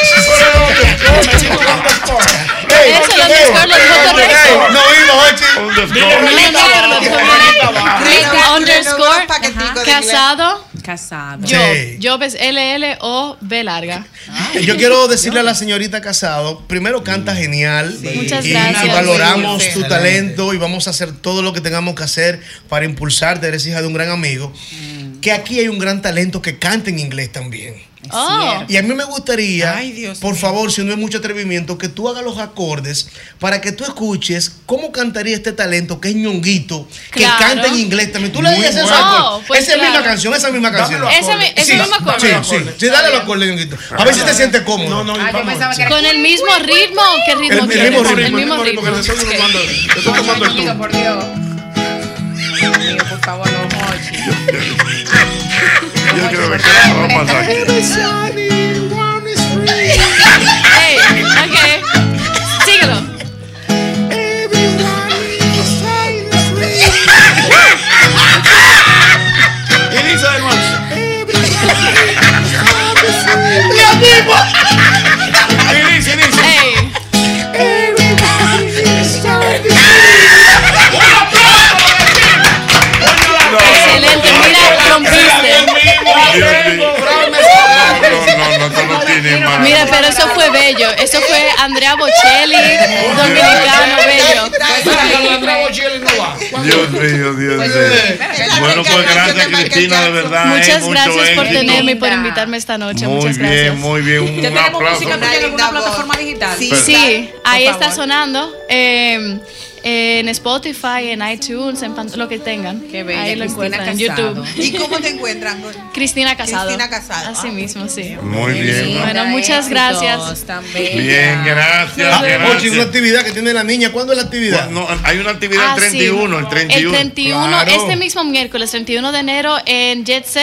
Ey, Eso, el ey, underscore lo dijo ey, correcto. No vino, Ochi. Underscore. No, no, no, lo dijo bien. Underscore, paquetico de casado, Casado. Sí. Job. Job es L L O B larga. Yo quiero decirle a la señorita Casado, primero canta genial. Muchas y, gracias. y valoramos Sí, tu excelente. talento y vamos a hacer todo lo que tengamos que hacer para impulsarte. Eres hija de un gran amigo. Que aquí hay un gran talento que canta en inglés también. Oh. Y a mí me gustaría, Ay, Dios por mío. favor, si no es mucho atrevimiento, que tú hagas los acordes para que tú escuches cómo cantaría este talento que es ñonguito, que Claro. canta en inglés también. Tú le Muy dices esos bueno. acordes. Oh, pues esa es claro. misma canción, esa misma canción. los Ese, mi- ese Sí, mismo acorde. Sí, sí, sí, dale los acordes, ñonguito. A ver si te sientes cómodo. No, no, Ah, yo vamos. pensaba que era Con el mismo ritmo. ¿Qué ritmo El- el quieres? mismo ritmo, El mismo ritmo. que le estoy Ok. tomando, le estoy tomando el Ñonguito, turno. por Dios. Ñonguito, por favor, no mochi. Yo creo que qué va a pasar aquí. Hey, ok. Síguelo. Y dice de nuevo. Y dice, y dice. Hey. Excelente. Mira, rompiste. Dios mío. No, no, no, no, no tiene más. Mira, pero eso fue bello. Eso fue Andrea Bocelli, dominicano bello. Dios mío, Dios mío. Bueno, pues gracias, Cristina, de verdad. eh, Muchas mucho gracias por éxito. tenerme y por invitarme esta noche. Muy Muchas bien, gracias. muy bien. Un ¿Ya tenemos aplauso. música tuya en alguna plataforma digital? Sí. Sí, ahí Por está favor. sonando. eh, en Spotify, en iTunes, en pan- lo que tengan. Qué bella, Ahí lo Cristina encuentran en Casado. YouTube. ¿Y cómo te encuentran? Cristina Casado. Cristina Casado. Así mismo, sí. Muy bien. Bueno, muchas gracias. Bien, gracias. Ah, Ochi, una gracias. actividad que tiene la niña. ¿Cuándo es la actividad? No, hay una actividad Ah, el treinta y uno, sí. el treinta y uno. El treinta y uno, Claro. este mismo miércoles, treinta y uno de enero, en Jet Set,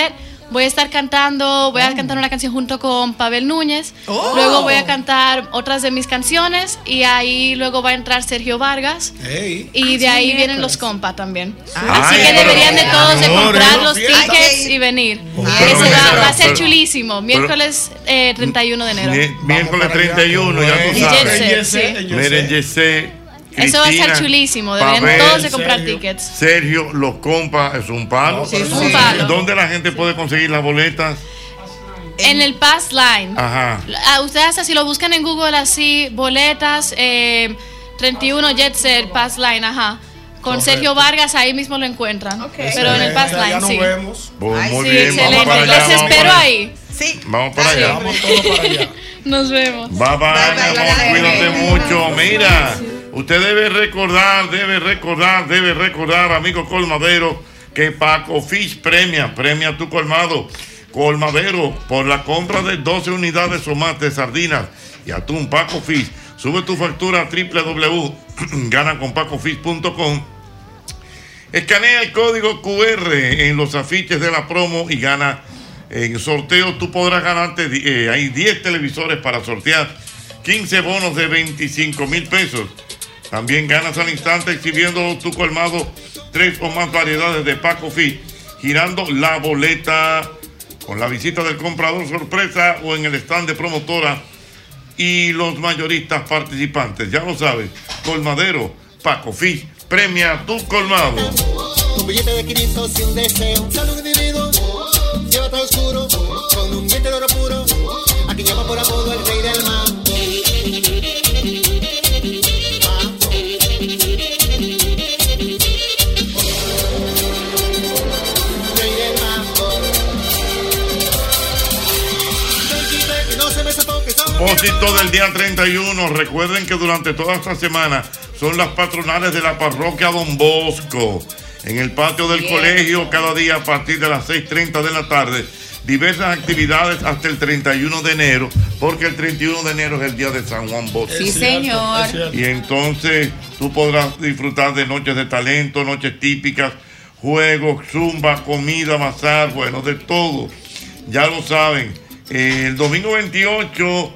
Voy a estar cantando, voy a Oh. cantar una canción junto con Pavel Núñez. Oh. Luego voy a cantar otras de mis canciones y ahí luego va a entrar Sergio Vargas. Hey. Y de Ah, ahí sí, vienen miércoles. los compas también. Ay, Así que pero- deberían de todos de amor, comprar ¿eh? los Fiesta. tickets y venir. Pero Ese mira, va, va a ser pero- chulísimo. Miércoles eh, treinta y uno de enero. Mi- Miércoles treinta y uno, ya tú Y sabes. Jet Set, sí. Miren, Jesse. Eso va a estar Cristina, chulísimo. Deberían Pavel, todos de comprar Sergio, tickets. Sergio, los compas, es un palo. Sí, es un palo. ¿Dónde la gente puede conseguir las boletas? En el Pass Line. Ajá. Ah, ustedes hasta si lo buscan en Google así, boletas, eh, treinta y uno Jet Set, Pass Line, ajá. Con Correcto. Sergio Vargas ahí mismo lo encuentran. Pero en el Pass Ya Line, nos sí. vemos. Pues muy Sí, bien, excelente. vamos para allá. Los vamos espero para allá. ahí. Sí. Vamos para allá. Vamos todos para allá. Nos vemos. Bye bye, mi amor, cuídate mucho. Mira, usted debe recordar, debe recordar, debe recordar, amigo colmadero, que Paco Fish premia, premia tu colmado. Colmadero, por la compra de doce unidades o más de sardinas y atún Paco Fish, sube tu factura a doble u doble u doble u punto gana con paco fish punto com. Escanea el código Q R en los afiches de la promo y gana. En sorteo tú podrás ganarte, eh, hay diez televisores para sortear, quince bonos de veinticinco mil pesos. También ganas al instante exhibiendo tu colmado tres o más variedades de Paco Fish, girando la boleta con la visita del comprador sorpresa o en el stand de promotora y los mayoristas participantes. Ya lo sabes, colmadero, Paco Fish, premia tu colmado. Un billete de quinientos y un deseo, un saludo individuo, lleva todo oscuro, con un billete de oro puro, a quien llama por apodo el rey del mambo. Rey del mambo. Que no se me sofoque, son- Propósito del día treinta y uno. Recuerden que durante toda esta semana son las patronales de la parroquia Don Bosco. En el patio del Bien. colegio, cada día a partir de las seis treinta de la tarde. Diversas actividades hasta el treinta y uno de enero, porque el treinta y uno de enero es el día de San Juan Bosco. Sí, señor. Y entonces tú podrás disfrutar de noches de talento, noches típicas, juegos, zumba, comida, mazar, bueno, de todo. Ya lo saben. Eh, el domingo veintiocho,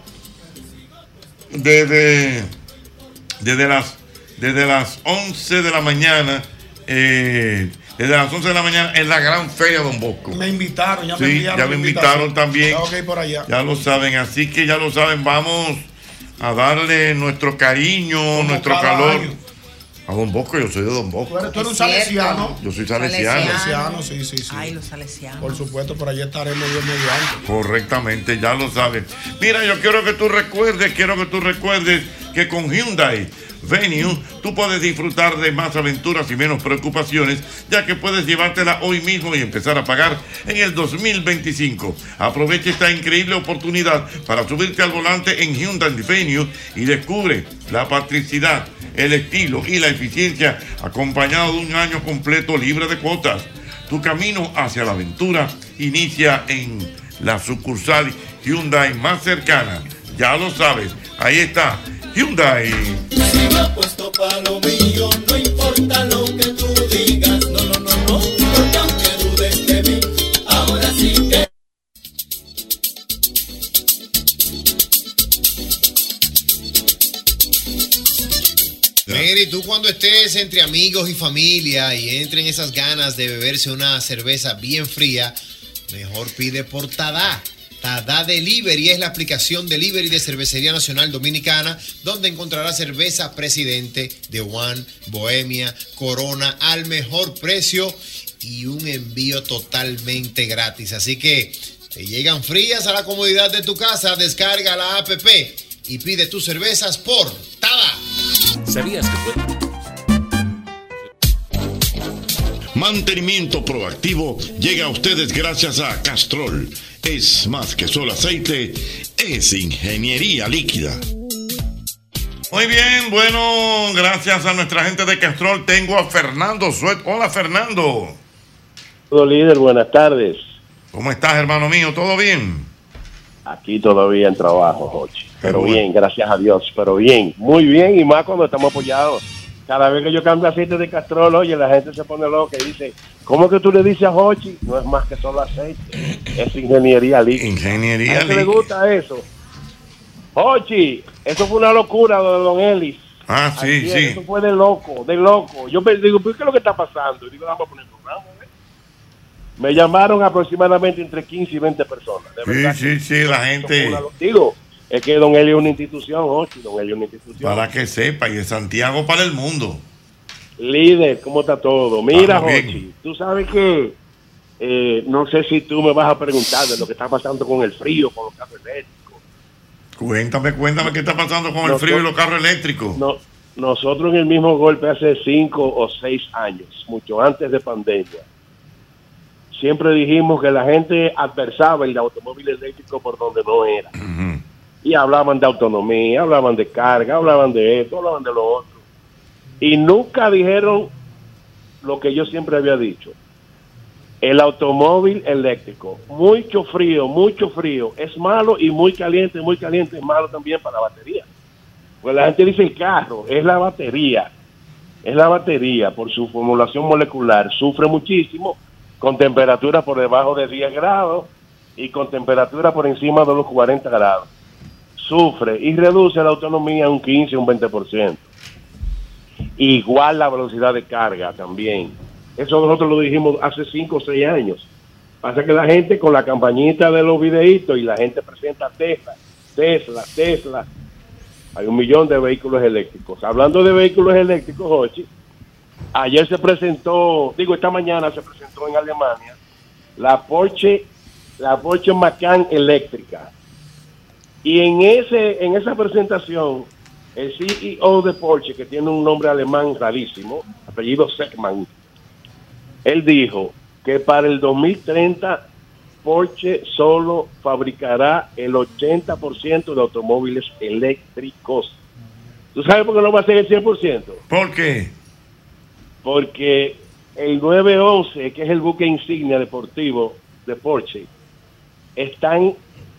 desde, desde, las, desde las once de la mañana, eh, desde las once de la mañana en la gran feria Don Bosco. Me invitaron, ya me Sí, enviaron ya me la invitaron invitación. también. Tengo que ir por allá. Ya lo saben, así que ya lo saben, vamos a darle nuestro cariño, nuestro cada calor. año. A Don Bosco, yo soy de Don Bosco. Tú eres, tú eres un Es cierto. salesiano. Yo soy salesiano. Salesiano, sí, sí, sí. Ay, los salesianos. Por supuesto, por allá estaremos Dios mediante. Correctamente, ya lo saben. Mira, yo quiero que tú recuerdes, quiero que tú recuerdes que con Hyundai Venue tú puedes disfrutar de más aventuras y menos preocupaciones, ya que puedes llevártela hoy mismo y empezar a pagar en el dos mil veinticinco. Aprovecha esta increíble oportunidad para subirte al volante en Hyundai Venue y descubre la practicidad, el estilo y la eficiencia acompañado de un año completo libre de cuotas. Tu camino hacia la aventura inicia en la sucursal Hyundai más cercana. Ya lo sabes, ahí está Hyundai. Sigo puesto pa' lo mío, no importa lo que tú digas, no, no, no, no, porque aunque dudes de mí, ahora sí que... Mary, tú cuando estés entre amigos y familia y entren esas ganas de beberse una cerveza bien fría, mejor pide por Tadá. Tadá Delivery es la aplicación delivery de Cervecería Nacional Dominicana, donde encontrarás cerveza Presidente, The One, Bohemia, Corona al mejor precio y un envío totalmente gratis. Así que te llegan frías a la comodidad de tu casa. Descarga la app y pide tus cervezas por Tadá. ¿Sabías que puede? Mantenimiento proactivo llega a ustedes gracias a Castrol. Es más que solo aceite, es ingeniería líquida. Muy bien, bueno, gracias a nuestra gente de Castrol tengo a Fernando Suet. Hola, Fernando. Todo líder, buenas tardes. ¿Cómo estás, hermano mío? ¿Todo bien? Aquí todavía en trabajo, Jochi. Pero bueno. bien, gracias a Dios. Pero bien, muy bien y más cuando estamos apoyados cada vez que yo cambio aceite de Castrol, oye, la gente se pone loca y dice, ¿cómo que tú le dices a Hochi? No es más que solo aceite, es ingeniería líquida. Ingeniería ¿A qué le gusta eso? Hochi, eso fue una locura de Don Ellis. Ah, sí, Ayer, sí. Eso fue de loco, de loco. Yo me digo, ¿qué es lo que está pasando? Y digo, vamos a poner el programa. ¿eh? Me llamaron aproximadamente entre quince y veinte personas. De verdad Sí, sí, sí, la gente. Una, digo, es que Don Elio es una institución, Hochi, Don Elio es una institución. Para que sepa, y de Santiago para el mundo. Líder, ¿cómo está todo? Mira, Estamos bien. Hochi, tú sabes que eh, no sé si tú me vas a preguntar de lo que está pasando con el frío, con los carros eléctricos. Cuéntame, cuéntame qué está pasando con el Nosotros- frío y los carros eléctricos. No, nosotros en el mismo golpe hace cinco o seis años, mucho antes de pandemia, siempre dijimos que la gente adversaba el automóvil eléctrico por donde no era. Y hablaban de autonomía, hablaban de carga, hablaban de esto, hablaban de lo otro. Y nunca dijeron lo que yo siempre había dicho. El automóvil eléctrico, mucho frío, mucho frío, es malo, y muy caliente, muy caliente es malo también para la batería. Pues la gente dice el carro, es la batería. Es la batería, por su formulación molecular, sufre muchísimo con temperaturas por debajo de diez grados y con temperatura por encima de los cuarenta grados. Sufre y reduce la autonomía un quince, un veinte por ciento. Igual la velocidad de carga también. Eso nosotros lo dijimos hace cinco o seis años. Pasa que la gente con la campañita de los videitos y la gente presenta Tesla, Tesla, Tesla. Hay un millón de vehículos eléctricos. Hablando de vehículos eléctricos, Jochi, ayer se presentó, digo, esta mañana se presentó en Alemania la Porsche, la Porsche Macan eléctrica. Y en ese, en esa presentación, el C E O de Porsche, que tiene un nombre alemán rarísimo, apellido Seckmann, él dijo que para el dos mil treinta Porsche solo fabricará el ochenta por ciento de automóviles eléctricos. ¿Tú sabes por qué no va a ser el cien por ciento? ¿Por qué? Porque el nueve once, que es el buque insignia deportivo de Porsche, están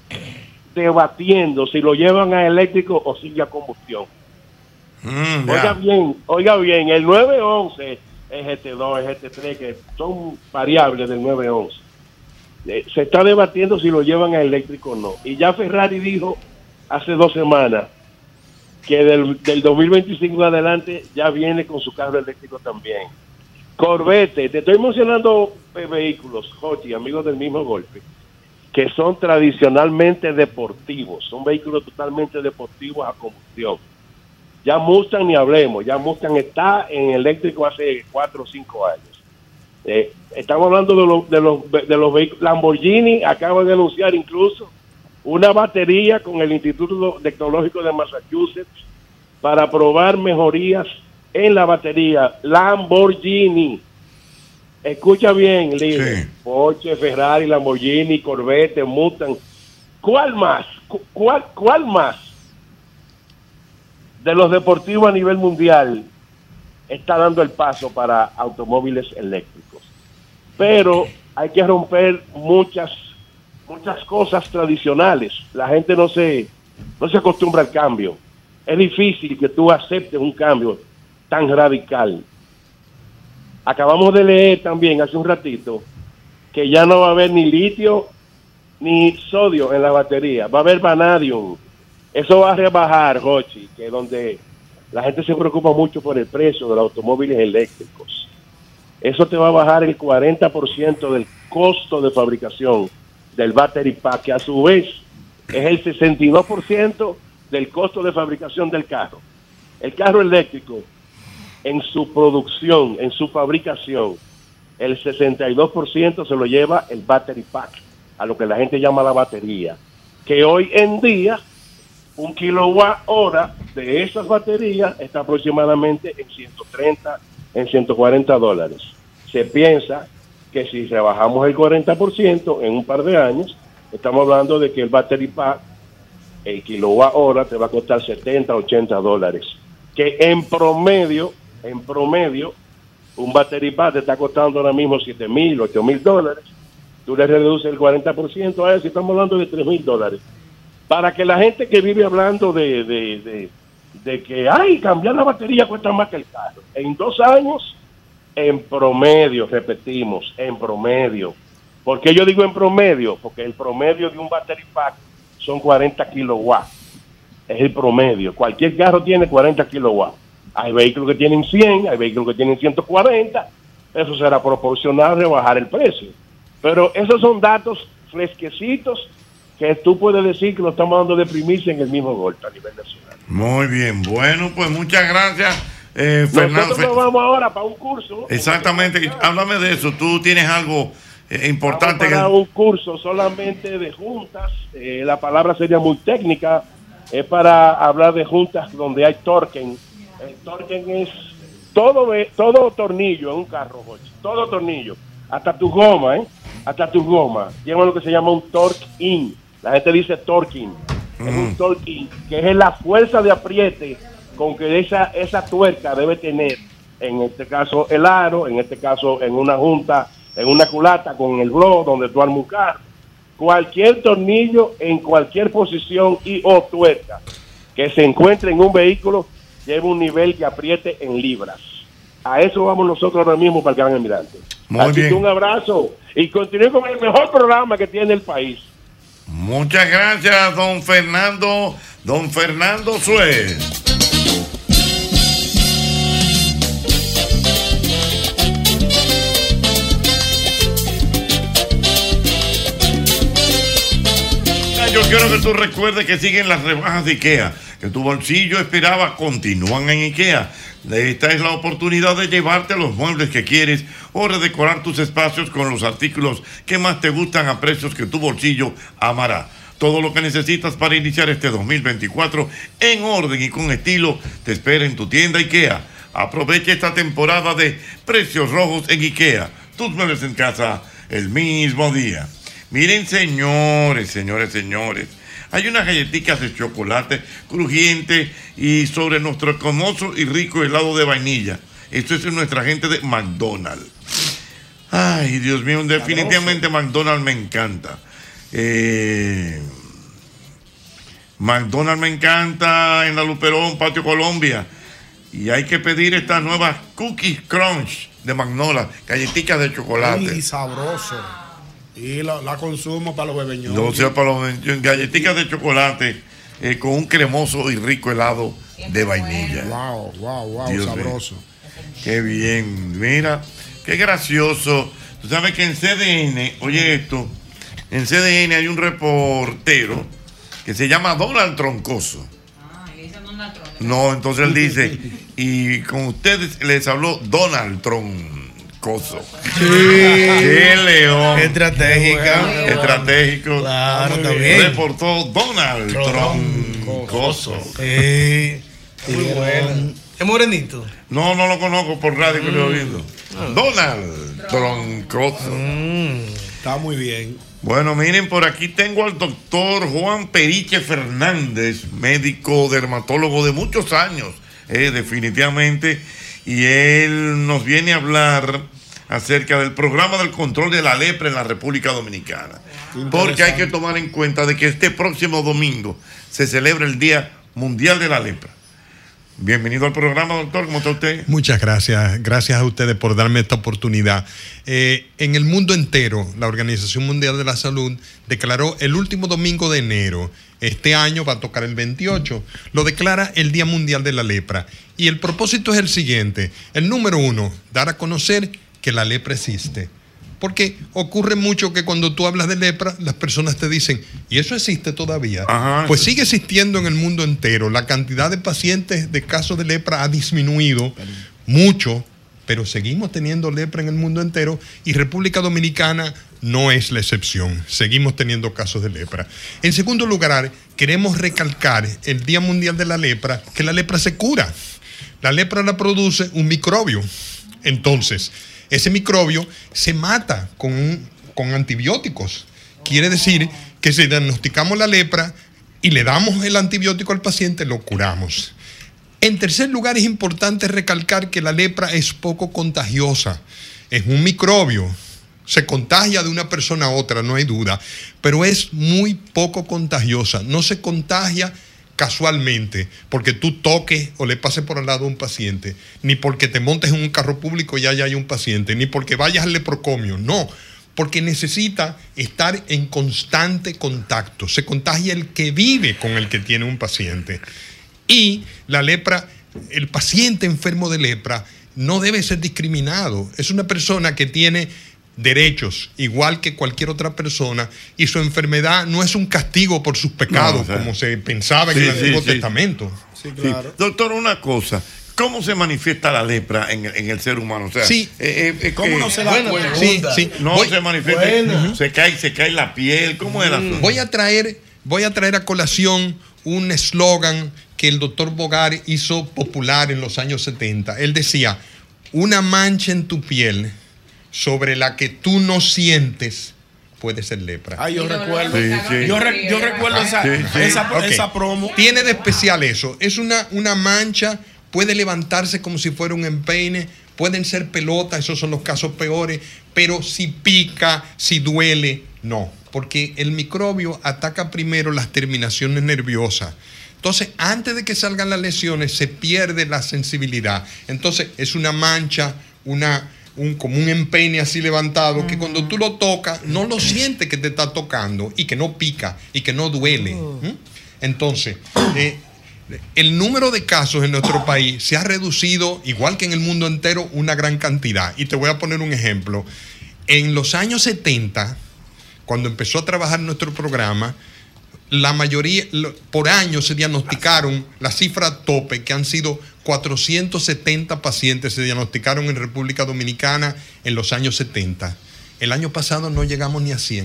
debatiendo si lo llevan a eléctrico o sigue a combustión. Mm, Oiga ya. bien, oiga bien, el nueve once es G T dos, es G T tres, que son variables del nueve once. Eh, se está debatiendo si lo llevan a eléctrico o no. Y ya Ferrari dijo hace dos semanas que del, del dos mil veinticinco en adelante ya viene con su carro eléctrico también. Corvette, te estoy mencionando eh, vehículos, Jochi, amigos del mismo golpe, que son tradicionalmente deportivos, son vehículos totalmente deportivos a combustión. Ya Mustang ni hablemos, ya Mustang está en eléctrico hace cuatro o cinco años. Eh, estamos hablando de, lo, de, los, de los vehículos. Lamborghini acaba de anunciar incluso una batería con el Instituto Tecnológico de Massachusetts para probar mejorías en la batería. Lamborghini. Escucha bien, líder. Sí. Porsche, Ferrari, Lamborghini, Corvette, Mustang. ¿Cuál más? ¿Cu- ¿Cuál, cuál más de los deportivos a nivel mundial está dando el paso para automóviles eléctricos? Pero hay que romper muchas muchas cosas tradicionales. La gente no se no se acostumbra al cambio. Es difícil que tú aceptes un cambio tan radical. Acabamos de leer también hace un ratito que ya no va a haber ni litio ni sodio en la batería, va a haber vanadium. Eso va a rebajar, Jochi, que es donde la gente se preocupa mucho por el precio de los automóviles eléctricos. Eso te va a bajar el cuarenta por ciento del costo de fabricación del battery pack, que a su vez es el sesenta y dos por ciento del costo de fabricación del carro. El carro eléctrico, en su producción, en su fabricación, el sesenta y dos por ciento se lo lleva el battery pack, a lo que la gente llama la batería, que hoy en día un kilowatt hora de esas baterías está aproximadamente en ciento treinta, en ciento cuarenta dólares. Se piensa que si rebajamos el cuarenta por ciento en un par de años, estamos hablando de que el battery pack, el kilowatt hora, te va a costar setenta, ochenta dólares. Que en promedio, en promedio, un battery pack te está costando ahora mismo siete mil, ocho mil dólares. Tú le reduces el cuarenta por ciento a eso y estamos hablando de tres mil dólares. Para que la gente que vive hablando de, de, de, de que, ay, cambiar la batería cuesta más que el carro. En dos años, en promedio, repetimos, en promedio. ¿Por qué yo digo en promedio? Porque el promedio de un battery pack son cuarenta kilowatts. Es el promedio. Cualquier carro tiene cuarenta kilowatts. Hay vehículos que tienen cien, hay vehículos que tienen ciento cuarenta. Eso será proporcional rebajar el precio. Pero esos son datos fresquecitos que tú puedes decir que lo estamos dando de primicia en el mismo golpe a nivel nacional. Muy bien, bueno, pues muchas gracias, eh, Fernando. Nosotros nos vamos ahora para un curso. Exactamente, háblame de eso, tú tienes algo eh, importante. Vamos para que... un curso solamente de juntas, eh, la palabra sería muy técnica, es para hablar de juntas donde hay torquen. El torquen es todo, todo tornillo en un carro, Jorge, todo tornillo, hasta tu goma, ¿eh? Hasta tu goma, lleva lo que se llama un torque-in. La gente dice torquing, mm. es un torquing, que es la fuerza de apriete con que esa, esa tuerca debe tener, en este caso el aro, en este caso en una junta, en una culata con el blow donde tú armas un carro. Cualquier tornillo en cualquier posición y o tuerca que se encuentre en un vehículo lleva un nivel que apriete en libras. A eso vamos nosotros ahora mismo para el Gran Almirante. Muy Así bien. que un abrazo y continúe con el mejor programa que tiene el país. Muchas gracias, don Fernando, don Fernando Suez. Yo quiero que tú recuerdes que siguen las rebajas de IKEA, que tu bolsillo esperaba continúan en IKEA. Esta es la oportunidad de llevarte los muebles que quieres o redecorar tus espacios con los artículos que más te gustan a precios que tu bolsillo amará. Todo lo que necesitas para iniciar este dos mil veinticuatro en orden y con estilo te espera en tu tienda IKEA. Aprovecha esta temporada de precios rojos en IKEA. Tus muebles en casa el mismo día. Miren, señores, señores, señores. Hay unas galletitas de chocolate crujiente y sobre nuestro hermoso y rico helado de vainilla. Esto es en nuestra gente de McDonald's. Ay, Dios mío, definitivamente McDonald's me encanta. Eh, McDonald's me encanta en la Luperón, Patio Colombia. Y hay que pedir estas nuevas Cookies Crunch de McDonald's, galletitas de chocolate. Ay, sabroso. Y la, la consumo para los bebeñones. No sea para los bebeñones. Galletitas de chocolate eh, con un cremoso y rico helado de vainilla. Wow, wow, wow, Dios sabroso. Mío. Qué bien. Mira, qué gracioso. Tú sabes que en C D N, oye esto, en C D N hay un reportero que se llama Donald Troncoso. Ah, y le dice Donald Trump. No, entonces él dice, y con ustedes les habló Donald Trump. Coso. Sí. Qué león. Estratégica. Bueno, estratégico. Claro, está bien. Reportó Donald Trump. Coso. Sí. Muy bueno. ¿Es morenito? No, no lo conozco por radio que lo he oído. Donald Trump. Coso. Mm. Está muy bien. Bueno, miren, por aquí tengo al doctor Juan Periche Fernández, médico dermatólogo de muchos años, eh, definitivamente. Y él nos viene a hablar acerca del programa del control de la lepra en la República Dominicana. Porque hay que tomar en cuenta de que este próximo domingo se celebra el Día Mundial de la Lepra. Bienvenido al programa, doctor. ¿Cómo está usted? Muchas gracias. Gracias a ustedes por darme esta oportunidad. Eh, en el mundo entero, la Organización Mundial de la Salud declaró el último domingo de enero, este año va a tocar el veintiocho, lo declara el Día Mundial de la Lepra. Y el propósito es el siguiente. El número uno, dar a conocer que la lepra existe. Porque ocurre mucho que cuando tú hablas de lepra, las personas te dicen, ¿y eso existe todavía? Ajá, pues sí. sigue existiendo en el mundo entero. La cantidad de pacientes de casos de lepra ha disminuido mucho, pero seguimos teniendo lepra en el mundo entero y República Dominicana no es la excepción. Seguimos teniendo casos de lepra. En segundo lugar, queremos recalcar el Día Mundial de la Lepra, que la lepra se cura. La lepra la produce un microbio. Entonces, ese microbio se mata con, con antibióticos. Quiere decir que si diagnosticamos la lepra y le damos el antibiótico al paciente, lo curamos. En tercer lugar, es importante recalcar que la lepra es poco contagiosa. Es un microbio. Se contagia de una persona a otra, no hay duda, pero es muy poco contagiosa. No se contagia casualmente, porque tú toques o le pases por al lado a un paciente, ni porque te montes en un carro público y allá hay un paciente, ni porque vayas al leprocomio, no, porque necesita estar en constante contacto. Se contagia el que vive con el que tiene un paciente. Y la lepra, el paciente enfermo de lepra no debe ser discriminado. Es una persona que tiene derechos, igual que cualquier otra persona, y su enfermedad no es un castigo por sus pecados, no, o sea, como se pensaba sí, en el sí, Antiguo sí. Testamento. Sí, claro. Sí. Doctor, una cosa, ¿cómo se manifiesta la lepra en, en el ser humano? O sea, sí. eh, eh, ¿Cómo que, no se da bueno, cuenta? Sí, sí. No Voy, se manifiesta, bueno. se cae, se cae la piel, ¿cómo es el asunto? Voy a traer, voy a traer a colación un eslogan que el doctor Bogar hizo popular en los años setenta. Él decía, una mancha en tu piel sobre la que tú no sientes puede ser lepra. Ay, yo recuerdo. Sí, sí. Yo, re, yo recuerdo esa, sí, sí. esa, okay. esa promo. Tiene de especial eso. Es una, una mancha, puede levantarse como si fuera un empeine, pueden ser pelotas, esos son los casos peores, pero si pica, si duele, no. Porque el microbio ataca primero las terminaciones nerviosas. Entonces, antes de que salgan las lesiones, se pierde la sensibilidad. Entonces, es una mancha, una... Un, como un empeine así levantado, uh-huh. que cuando tú lo tocas, no lo sientes que te está tocando y que no pica y que no duele. Uh-huh. ¿Mm? Entonces, eh, el número de casos en nuestro país se ha reducido, igual que en el mundo entero, una gran cantidad. Y te voy a poner un ejemplo. En los años setenta, cuando empezó a trabajar nuestro programa, la mayoría, por año se diagnosticaron la cifra tope, que han sido cuatrocientos setenta pacientes se diagnosticaron en República Dominicana en los años setenta. El año pasado no llegamos ni a cien.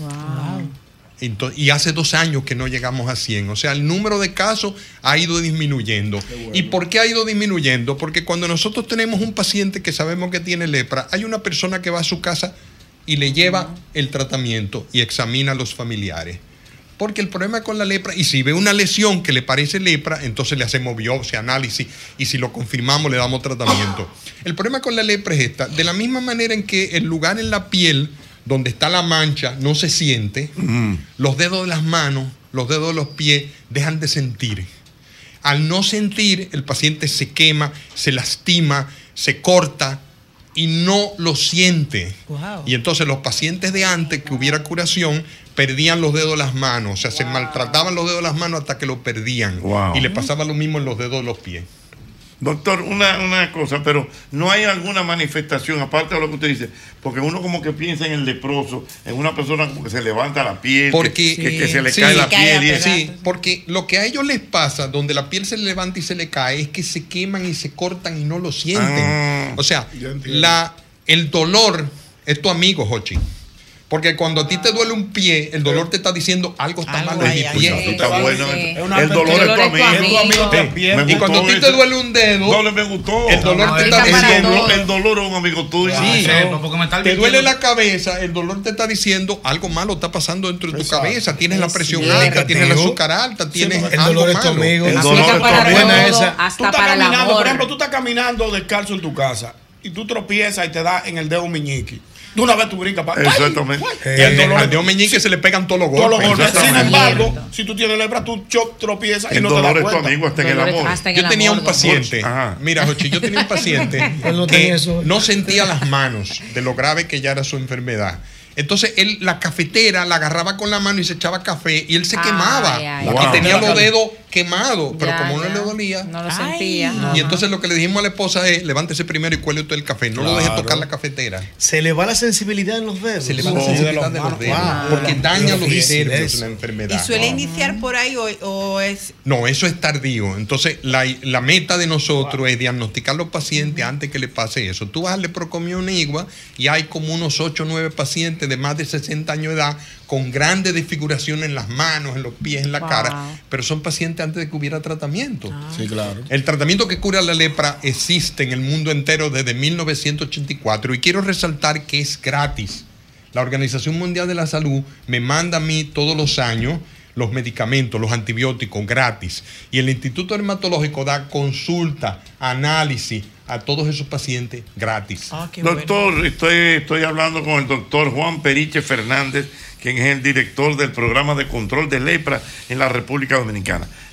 Wow. Entonces, y hace dos años que no llegamos a cien. O sea, el número de casos ha ido disminuyendo. Bueno. ¿Y por qué ha ido disminuyendo? Porque cuando nosotros tenemos un paciente que sabemos que tiene lepra, hay una persona que va a su casa y le lleva el tratamiento y examina a los familiares. Porque el problema con la lepra, y si ve una lesión que le parece lepra, entonces le hacemos biopsia, análisis, y si lo confirmamos le damos tratamiento. El problema con la lepra es esta, de la misma manera en que el lugar en la piel donde está la mancha no se siente, uh-huh. los dedos de las manos, los dedos de los pies dejan de sentir. Al no sentir, el paciente se quema, se lastima, se corta, y no lo siente. Wow. Y entonces los pacientes de antes que hubiera curación perdían los dedos de las manos, o sea, wow. se maltrataban los dedos de las manos hasta que lo perdían. Wow. Y le pasaba lo mismo en los dedos de los pies. Doctor, una, una cosa, pero no hay alguna manifestación, aparte de lo que usted dice, porque uno como que piensa en el leproso, en una persona como que se levanta la piel, porque, que, sí. que, que se le sí, cae la piel. Y sí, porque lo que a ellos les pasa, donde la piel se le levanta y se le cae, es que se queman y se cortan y no lo sienten. Ah, o sea, la, el dolor es tu amigo, Jochi. Porque cuando a ti te duele un pie, el dolor te está diciendo algo está mal en mi pie. Está bueno. El dolor es tu amigo. Y cuando a ti te duele un dedo, no le me gustó. El dolor te está diciendo. El dolor es un amigo tuyo. Sí, te duele la cabeza, el dolor te está diciendo algo malo está pasando dentro de tu cabeza. Tienes la presión alta, tienes el azúcar alta, tienes el dolor es tu amigo. El dolor es tu amigo. Hasta para el amor. Por ejemplo, tú estás caminando descalzo en tu casa y tú tropiezas y te da en el dedo meñique. De una vez tú brincas para. Exactamente. Y el dolor al dedo meñique se le pegan todos los golpes. Todos los golpes. Sin embargo, si tú tienes lepra, tú tropiezas y no te das cuenta. El dolor es tu amigo hasta en el amor. Yo tenía un paciente. Mira, Jochi, yo tenía un paciente que no sentía las manos de lo grave que ya era su enfermedad. Entonces él la cafetera la agarraba con la mano y se echaba café y él se ay, quemaba ay, y wow. tenía los dedos quemados, pero ya, como no le dolía, no lo sentía. Y entonces lo que le dijimos a la esposa es, levántese primero y cuele usted el café, no claro. lo deje tocar la cafetera. Se le va la sensibilidad en los dedos. Se le va la sensibilidad de los dedos, wow. porque daña los nervios la enfermedad. ¿Y suele wow. iniciar por ahí o, o es...? No, eso es tardío. Entonces la, la meta de nosotros wow. es diagnosticar a los pacientes uh-huh. antes que le pase eso. Tú vas al leprocomio Unigua y hay como unos ocho o nueve pacientes de más de sesenta años de edad con grandes desfiguraciones en las manos, en los pies, en la wow. cara, pero son pacientes antes de que hubiera tratamiento. Ah. Sí, claro. El tratamiento que cura la lepra existe en el mundo entero desde mil novecientos ochenta y cuatro y quiero resaltar que es gratis. La Organización Mundial de la Salud me manda a mí todos los años los medicamentos, los antibióticos gratis y el Instituto Dermatológico da consulta, análisis a todos esos pacientes gratis. Ah, doctor, bueno. estoy, estoy hablando con el doctor Juan Periche Fernández, quien es el director del programa de control de lepra en la República Dominicana.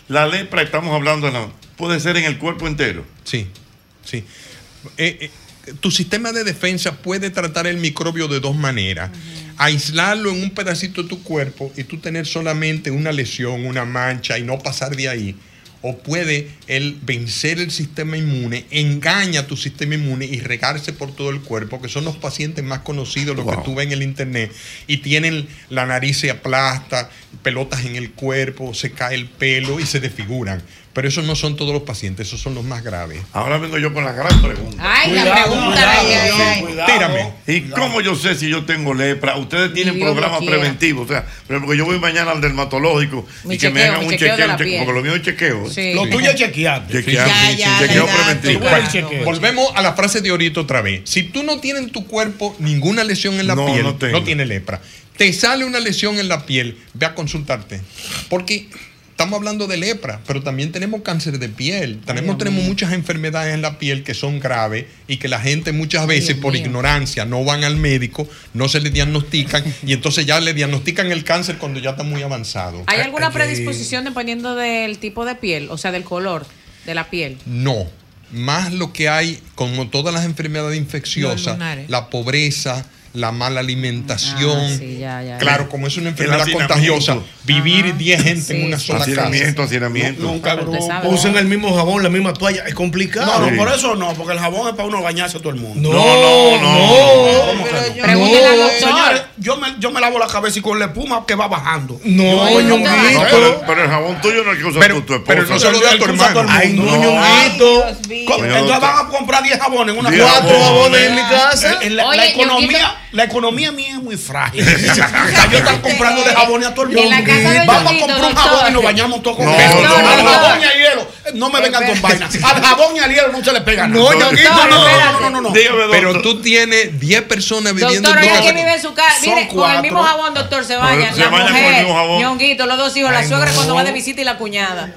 La lepra, estamos hablando, no, puede ser en el cuerpo entero. Sí, sí. Eh, eh, tu sistema de defensa puede tratar el microbio de dos maneras. Uh-huh. Aislarlo en un pedacito de tu cuerpo y tú tener solamente una lesión, una mancha y no pasar de ahí. O puede él vencer el sistema inmune, engaña a tu sistema inmune y regarse por todo el cuerpo, que son los pacientes más conocidos, los wow. que tú ves en el internet, y tienen la nariz se aplasta, pelotas en el cuerpo, se cae el pelo y se desfiguran. Pero esos no son todos los pacientes, esos son los más graves. Ahora vengo yo con la gran pregunta. Ay, cuidado, la pregunta. Cuidado, ay, ay, ay. Cuidado. Tírame. ¿Y cómo yo sé si yo tengo lepra? Ustedes tienen programas preventivos. O sea, por ejemplo, que yo voy mañana al dermatológico mi y que chequeo, me hagan un chequeo, chequeo chequeo porque lo mío es chequeo. Sí. Lo tuyo es chequearte. Chequear, ya, sí, ya, sí, chequeo ya, preventivo. ya, chequeo. Volvemos a la frase de ahorita otra vez. Si tú no tienes en tu cuerpo ninguna lesión en la no, piel, no, no tienes lepra. Te sale una lesión en la piel, ve a consultarte. Porque estamos hablando de lepra, pero también tenemos cáncer de piel. Tenemos, Ay, tenemos muchas enfermedades en la piel que son graves y que la gente muchas veces Dios por mío. ignorancia no van al médico, no se le diagnostican y entonces ya le diagnostican el cáncer cuando ya está muy avanzado. ¿Hay alguna predisposición dependiendo del tipo de piel, o sea, del color de la piel? No. Más lo que hay, como todas las enfermedades infecciosas, la pobreza, la mala alimentación. Ah, sí, ya, ya, claro, ya. como es una enfermedad contagiosa, vivir diez gente sí, en una sí, sola hacinamiento, casa. hacinamiento. No, nunca usen el mismo jabón, la misma toalla. Es complicado. No, no, sí. por eso no, porque el jabón es para uno bañarse a todo el mundo. No, no, no. ¿Cómo que no? Pregúntale al doctor. Señores, yo me, yo me lavo la cabeza y con la espuma que va bajando. No, no, pero, pero el jabón tuyo no es que usa pero, tu, tu esposa. Pero no se lo da a tu hermano. Ay, no, ñonguito. Entonces van a comprar diez jabones en una cuatro jabones en mi casa. La economía, la economía mía es muy frágil. Yo estoy comprando de jabones a todo el mundo. En la casa del Vamos a Ñonguito, comprar un doctor. jabón y nos bañamos todos con No, eso. no, Al no. jabón y al hielo, no me vengan con vainas. Al jabón y al hielo no se le pega nada. No, Ñonguito, no, no. no, no, no, no. Dígame, doctor. Pero tú tienes diez personas viviendo Doctor, en tu oiga, casa. ¿quién vive en su casa? Son Mire, con cuatro. el mismo jabón, doctor, se bañan. Se La bañan con el mujer, mismo jabón. Ñonguito, los dos hijos, la Ay, suegra no. cuando va de visita y la cuñada.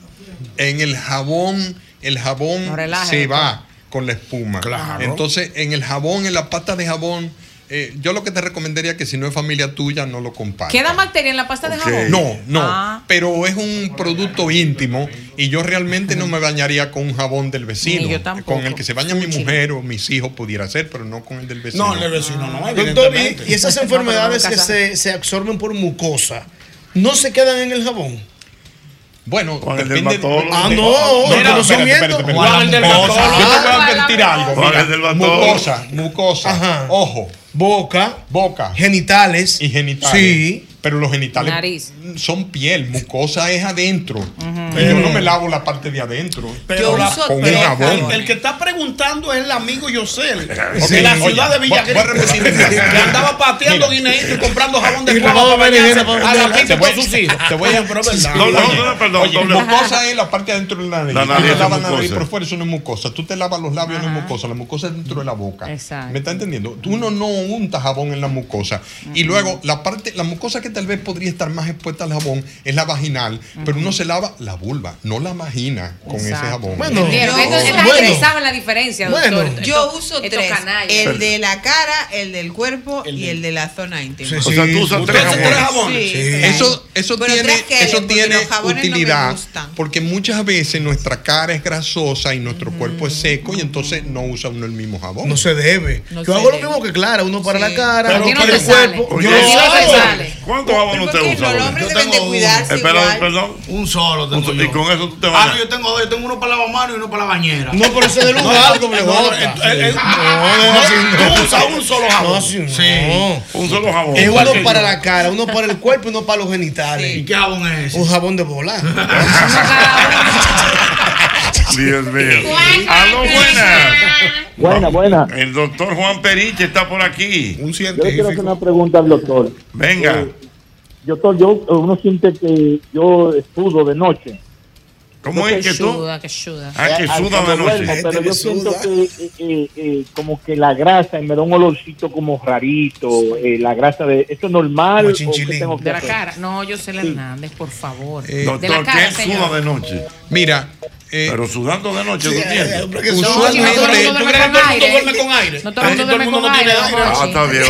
En el jabón, el jabón No relaje, se doctor. va con la espuma. Claro. Entonces, en el jabón, en la pasta de jabón, eh, yo lo que te recomendaría es que si no es familia tuya, no lo compartas. ¿Queda bacteria en la pasta de Ok. jabón? No, no, Ah. pero es un producto íntimo y yo realmente no me bañaría con un jabón del vecino. Ni yo tampoco. Con el que se baña mi Fuchi. mujer o mis hijos pudiera ser, pero no con el del vecino. No, el del vecino no, Doctor, evidentemente. y, y esas enfermedades que se, se absorben por mucosa, ¿no se quedan en el jabón? Bueno, Con el depende. dermatólogo. Ah, no, No, no, no, no son espérate, mientos. espérate, espérate. Juan el del Mucosa. dermatólogo. Yo te voy a Ah, advertir la algo. Juan Mira, el del dermatólogo. mucosa, mucosa, Ajá. ojo, Boca, boca genitales. y genitales. Sí. Pero los genitales Nariz. son piel, mucosa es adentro. Y yo no me lavo la parte de adentro. Pero Yo la- uso con un tres jabón. jabones. El que está preguntando es el amigo Yosel, Ok, de la oye, ciudad de voy- Villa voy a repetir el que caso. andaba pateando Mira. guineíto y comprando jabón de Y pava robaba para bañarse berenjena para a la bañarse. gente Te voy- con sus hijos. te voy a- Pero es verdad. No, no, Oye, no, perdón, oye, doble. mucosa es la parte adentro de la nariz. La Tú nariz te es lavas la nariz mucosa. por fuera, eso no es mucosa. Tú te lavas los labios, no es mucosa. La mucosa es dentro de la boca. Exacto. ¿Me está entendiendo? Uno no unta jabón en la mucosa. Y luego, la parte, la mucosa que tal vez podría estar más expuesta al jabón es la vaginal, pero uno se lava la vulva, no la vagina con ese Exacto. jabón. Bueno, Entiendo. Yo- Esta esta bueno. gente sabe la diferencia, doctor. Bueno. Estos- Yo uso estos tres: canallas. el de la cara, el del cuerpo y el de la zona íntima. Sí, O sea, tú usas sí. tres Entonces, tres jabones. Sí. Eso, eso Pero tiene, tres que eso porque tiene los jabones no me utilidad gustan. porque muchas veces nuestra cara es grasosa y nuestro cuerpo es seco y entonces no usa uno el mismo jabón. No se debe. No Yo se hago debe. lo mismo que Clara, uno para Sí. la cara, Pero a otro ti no para te el sale. cuerpo. Oye, Yo A ti no lo te hago. sale. ¿Cuántos jabones ¿Por usted qué usa? no? Los doble? hombres Yo deben de tengo cuidarse Eh, perdón, igual. perdón. Un solo tengo Un- yo. Y con eso tú te Ah, bañas. no, yo tengo dos. Yo tengo uno para la lavamanos y uno para la bañera. No, pero ese de lugar, como le No, no, bota. eh, eh, eh, No, no, así no. tú usas un solo jabón. No, así no. Un solo jabón. Es Igual uno que para yo. la cara, uno para el cuerpo y uno para los genitales. ¿Y qué jabón es ese? Un jabón de bola. Dios mío. Aló, buenas. Buena, buena. El doctor Juan Periche está por aquí. Un Yo le quiero hacer científico. una pregunta al doctor. Venga. Eh, doctor, yo, uno siente que yo sudo de noche. ¿Cómo Que es que tú? suda, que suda. Ah, que Eh, suda cuando de duermo, noche. pero yo Gente que siento suda. que eh, eh, eh, como que la grasa me da un olorcito como rarito. Eh, la grasa de... ¿Esto es normal Como o qué chinchilín. tengo que De la hacer? cara. No, José Hernández, por favor. Eh, de la Doctor, cara, ¿qué él señor. suda de noche? Mira, eh, Pero sudando de noche, ¿tú entiendes? usualmente No, ¿Tú crees que todo el mundo aire. duerme con aire? No todo el mundo Todo el duerme mundo con no tiene aire, aire. don Ah, Jochi. está bien, ok.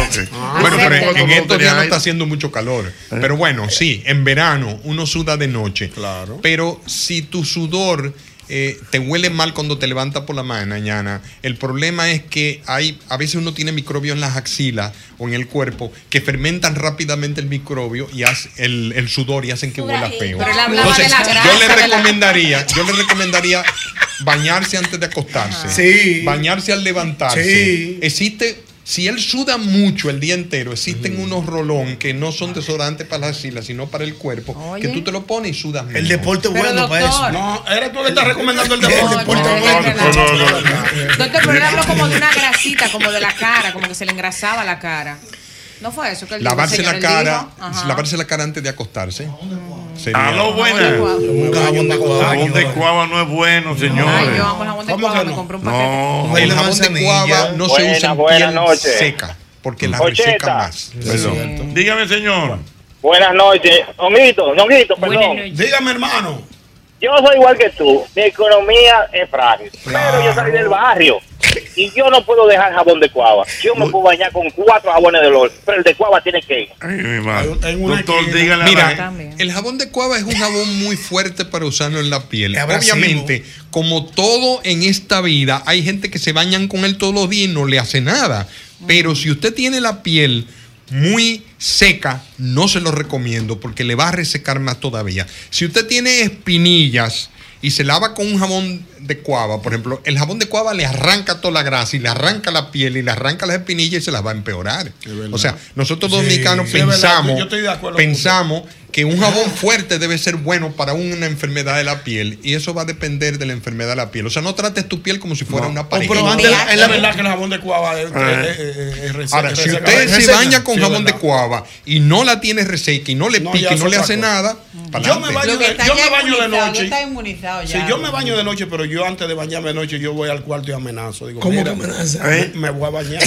Bueno, pero Cuando en no estos tenía días no aire. está haciendo mucho calor. Pero bueno, sí, en verano uno suda de noche. Claro. Pero si tu sudor eh, te huele mal cuando te levantas por la mañana, el problema es que hay, a veces uno tiene microbios en las axilas o en el cuerpo que fermentan rápidamente el microbio y hace el, el sudor y hacen que huela feo. Pero él hablaba Entonces, de la grasa, yo le de la- recomendaría, yo le recomendaría bañarse antes de acostarse. Sí. Bañarse al levantarse. Sí. Existe, si él suda mucho el día entero, existen unos rolón que no son desodorantes para las axilas, sino para el cuerpo, Oye. que tú te lo pones y sudas menos. El deporte es Pero, bueno para doctor, eso. No, eres tú que estás recomendando el El deporte. deporte no, es bueno. no, no, No, no, no. Doctor, pero él habló como de una grasita, como de la cara, como que se le engrasaba la cara. ¿No fue eso que él dijo, Lavarse señor? la Él cara, dijo, ajá. lavarse la cara antes de acostarse. Sería- Aló, buenas. Un jabón de cuava. Jabón de cuava no es bueno, Ay, señores. yo amo el jabón de ¿Cómo cuava, que me no? compré un paquete. No. El Baile jabón de manzanilla. cuava no se Buena, usa en buenas piel noches. seca, porque la Ocheta. reseca más. Perdón. Dígame, señor. Buenas noches. Honguito, Honguito, Buenas perdón. noches. Dígame, hermano. Yo soy igual que tú. Mi economía es frágil. Pero yo salí del barrio. Y yo no puedo dejar jabón de cuava. Yo me puedo bañar con cuatro jabones de olor. Pero el de cuava tiene que ir. Ay, mi madre. En una Doctor, esquina. dígale a la Mira, gente. También. el jabón de cuava es un jabón muy fuerte para usarlo en la piel. Es abrasivo. Obviamente, como todo en esta vida, hay gente que se bañan con él todos los días y no le hace nada. Pero si usted tiene la piel muy seca, no se lo recomiendo porque le va a resecar más todavía. Si usted tiene espinillas y se lava con un jabón de cuava, por ejemplo, el jabón de cuava le arranca toda la grasa y le arranca la piel y le arranca las espinillas y se las va a empeorar. O sea, nosotros Sí, dominicanos sí, es verdad. pensamos, Yo estoy de acuerdo con pensamos que un jabón fuerte debe ser bueno para una enfermedad de la piel y eso va a depender de la enfermedad de la piel. O sea, no trates tu piel como si fuera una pared. pero antes la- en Es la- verdad que el jabón de cuava es, Eh. es- es- es reseca- Ahora, si reseca. usted se Reseca. baña con Sí, jabón de verdad. cuava y no la tiene reseca y no le No, pica ya y no es le otra hace cosa. nada, Yo pa'lante. me baño Lo que de, está yo ya me baño de inmunizado, ya noche. está inmunizado ya. Si yo me baño de noche, pero yo antes de bañarme de noche, yo voy al cuarto y amenazo. Digo, ¿Cómo mira, que amenaza? Me, me voy a bañar.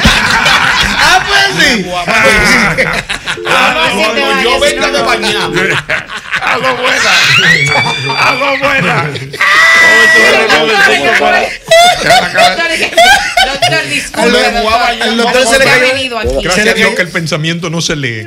Ah, pues sí. Me voy a bañar. Ah, ¿Cómo así te Cuando yo bañas si venga no de lo- bañarme. A lo buena. A lo buena. Doctor, disculpe, Al- doctor. al doctor se le ¿Por qué ha cayó- venido aquí? Se Gracias le a Dios cayó- que el pensamiento no se lee.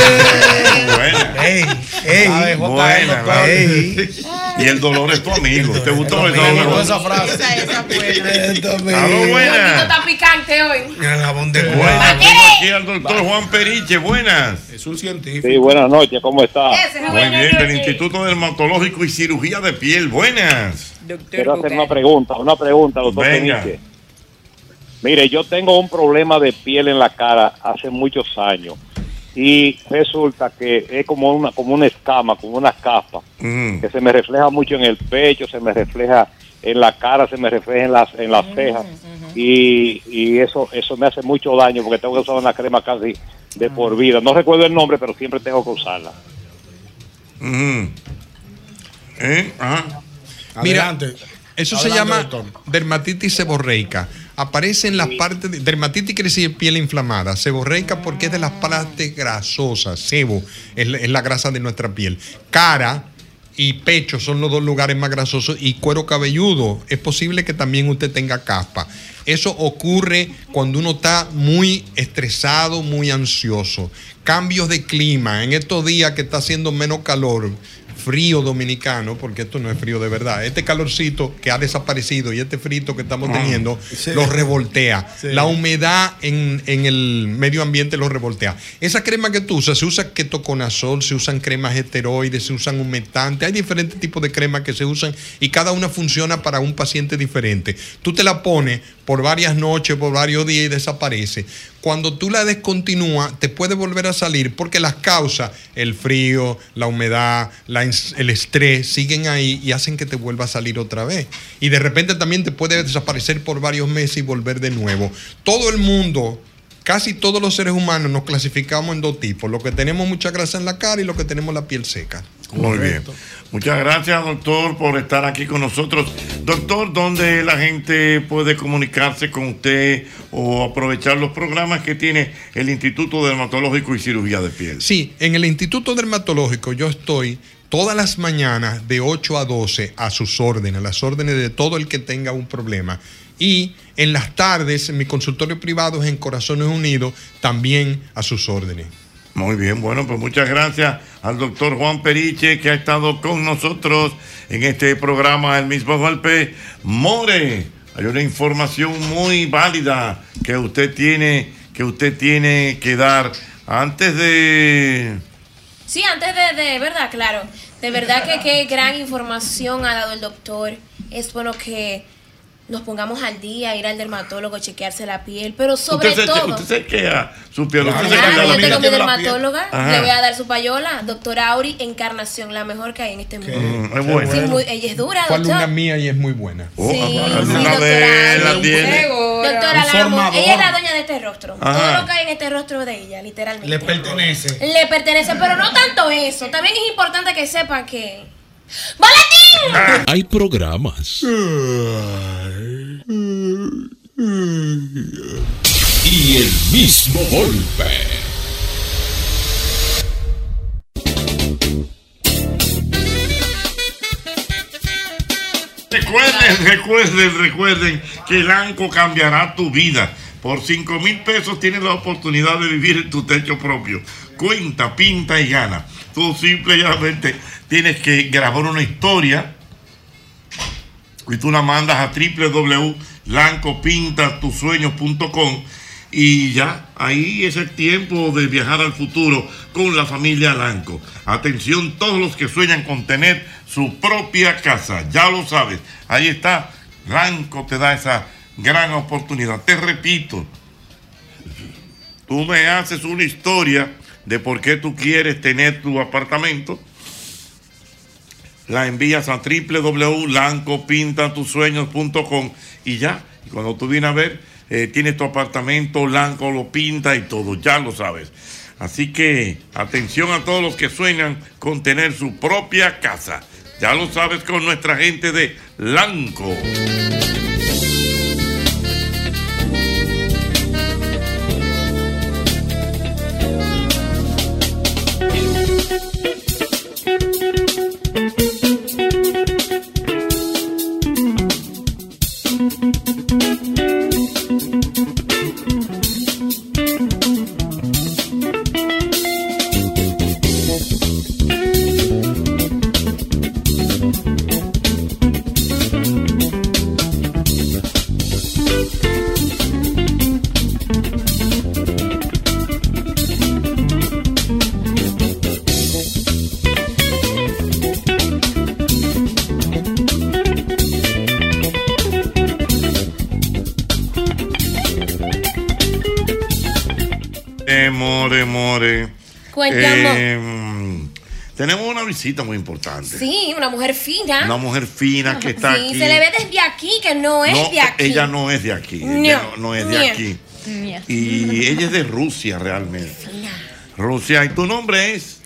Buena. Ey, ey. Ay, Buena, doctor. Ey. Y el dolor es tu amigo. ¿Te gustó Me esa gustó dolor? esa frase. Esa, esa buena. Esto A lo me- Doctor, buena. está picante hoy. El jabón de Buenas, cuava. tengo aquí al doctor Juan Periche. Buenas. Es un científico. Sí, buenas noches, ¿cómo está? Ese es Muy bueno. bien, del Instituto Dermatológico y Cirugía de Piel. Buenas. Quiero hacer una pregunta, una pregunta, doctor Venga. Peniche. Mire, yo tengo un problema de piel en la cara hace muchos años y resulta que es como una como una escama, como una capa, Mm. que se me refleja mucho en el pecho, se me refleja en la cara, se me refleja en las en las cejas y, y eso eso me hace mucho daño porque tengo que usar una crema casi de por vida. No recuerdo el nombre, pero siempre tengo que usarla. Mm. ¿Eh? Ajá. Mira, Adelante. eso se Adelante, llama doctor. dermatitis seborreica. Aparece en las partes de dermatitis, quiere decir piel inflamada. Seborreica porque es de las partes grasosas. Sebo es la, es la grasa de nuestra piel. Cara y pecho son los dos lugares más grasosos y cuero cabelludo. Es posible que también usted tenga caspa. Eso ocurre cuando uno está muy estresado, muy ansioso. Cambios de clima. En estos días que está haciendo menos calor, frío dominicano, porque esto no es frío de verdad. Este calorcito que ha desaparecido y este frito que estamos teniendo Sí. lo revoltea. Sí. La humedad en, en el medio ambiente lo revoltea. Esa crema que tú usas, se usa ketoconazol, se usan cremas esteroides, se usan humectantes. Hay diferentes tipos de cremas que se usan y cada una funciona para un paciente diferente. Tú te la pones por varias noches, por varios días y desaparece. Cuando tú la descontinúas, te puede volver a salir porque las causas, el frío, la humedad, la ins- el estrés, siguen ahí y hacen que te vuelva a salir otra vez. Y de repente también te puede desaparecer por varios meses y volver de nuevo. Todo el mundo, casi todos los seres humanos nos clasificamos en dos tipos. Los que tenemos mucha grasa en la cara y los que tenemos la piel seca. Muy bien. Muchas gracias, doctor, por estar aquí con nosotros. Doctor, ¿dónde la gente puede comunicarse con usted o aprovechar los programas que tiene el Instituto Dermatológico y Cirugía de Piel? Sí, en el Instituto Dermatológico yo estoy todas las mañanas de ocho a doce a sus órdenes, a las órdenes de todo el que tenga un problema. Y en las tardes, en mi consultorio privado en Corazones Unidos, también a sus órdenes. Muy bien, bueno, pues muchas gracias al doctor Juan Periche, que ha estado con nosotros en este programa El Mismo Golpe. More, hay una información muy válida que usted tiene, que usted tiene que dar antes de... Sí, antes de, de verdad, claro. De verdad que qué gran información ha dado el doctor. Es bueno que nos pongamos al día, ir al dermatólogo, chequearse la piel, pero sobre usted se, todo... Usted se queda su piel. Claro, usted se queda yo la tengo piel. mi dermatóloga, Ajá. le voy a dar su payola, doctora Auri Encarnación, la mejor que hay en este mundo. Mm, es buena. Sí, muy- ella es dura, Fue doctor. alumna mía y es muy buena. Oh, Sí, alguna sí, vez doctora. la tiene. Doctora, la amo. Informador. Ella es la dueña de este rostro. Ajá. Todo lo que hay en este rostro de ella, literalmente. Le pertenece. Le pertenece, pero no tanto eso. También es importante que sepa que... ¡Boletín! Hay programas y el mismo golpe. Recuerden, recuerden, recuerden que el ANCO cambiará tu vida. Por cinco mil pesos tienes la oportunidad de vivir en tu techo propio. Cuenta, pinta y gana. Tú simplemente tienes que grabar una historia y tú la mandas a doble u doble u doble u punto lanco pinta tus sueños punto com y ya, ahí es el tiempo de viajar al futuro con la familia Lanco. Atención, todos los que sueñan con tener su propia casa, ya lo sabes, ahí está, Lanco te da esa gran oportunidad. Te repito, tú me haces una historia de por qué tú quieres tener tu apartamento, la envías a doble u doble u doble u punto lanco pinta tus sueños punto com y ya, y cuando tú vienes a ver, eh, tienes tu apartamento, Lanco lo pinta y todo, ya lo sabes. Así que atención a todos los que sueñan con tener su propia casa, ya lo sabes, con nuestra gente de Lanco. Eh, more, more. Cuéntame. Eh, tenemos una visita muy importante. Sí, una mujer fina. Una mujer fina que está Sí, aquí. se le ve desde aquí que no es No, de aquí. ella no es de aquí. No, Ella no, no es de ni- aquí. ni- Y ella es de Rusia realmente. Rusia. ¿Y tu nombre es?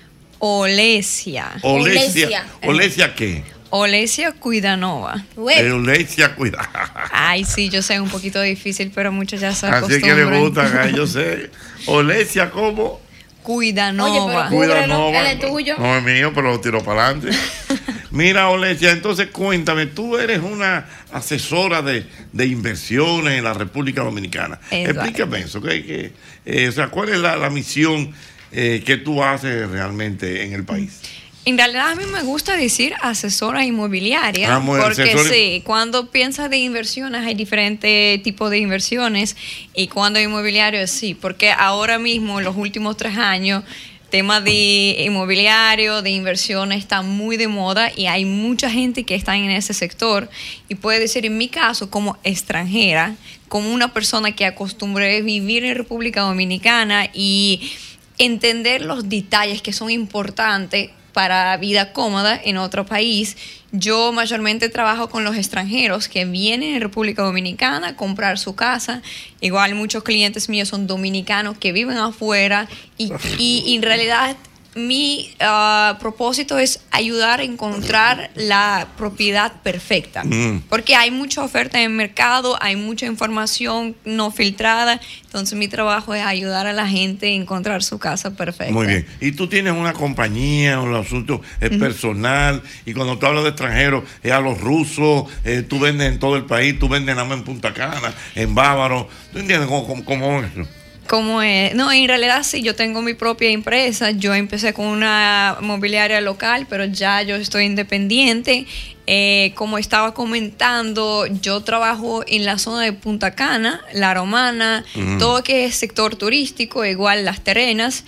Olesia. Olesia. ¿Olesia qué? Olesia Cuidanova. Eh, Olesia, cuidado. Ay, sí, yo sé, un poquito difícil, pero muchos ya se Así acostumbran. que le gustan a ellos. sé. Olesia, ¿cómo? Cuidanova. Cuidanova. él es tuyo. No es mío, pero lo tiro para adelante. Mira, Olesia, entonces cuéntame, tú eres una asesora de, de inversiones en la República Dominicana. Exacto. Explícame eso, ¿qué- qué, eh, o sea, ¿cuál es la, la misión eh, que tú haces realmente en el país? En realidad a mí me gusta decir asesora inmobiliaria, Ah, muy porque asesora- sí, cuando piensas de inversiones hay diferentes tipos de inversiones y cuando inmobiliario sí, porque ahora mismo en los últimos tres años temas de inmobiliario, de inversiones está muy de moda y hay mucha gente que está en ese sector y puede decir en mi caso como extranjera, como una persona que acostumbré a vivir en República Dominicana y entender los detalles que son importantes para vida cómoda en otro país. Yo mayormente trabajo con los extranjeros que vienen a República Dominicana a comprar su casa. Igual muchos clientes míos son dominicanos que viven afuera y, y en realidad mi uh, propósito es ayudar a encontrar la propiedad perfecta. Mm. Porque hay mucha oferta en el mercado, hay mucha información no filtrada. Entonces mi trabajo es ayudar a la gente a encontrar su casa perfecta. Muy bien. Y tú tienes una compañía, un asunto es personal, y cuando tú hablas de extranjeros, es a los rusos, eh, tú vendes en todo el país, tú vendes nada más en Punta Cana, en Bávaro. ¿Tú entiendes cómo, cómo, cómo es eso? ¿Cómo es? No, en realidad sí, yo tengo mi propia empresa. Yo empecé con una mobiliaria local, pero ya yo estoy independiente. Eh, como estaba comentando, yo trabajo en la zona de Punta Cana, La Romana, Ujú. todo que es sector turístico, igual Las Terrenas.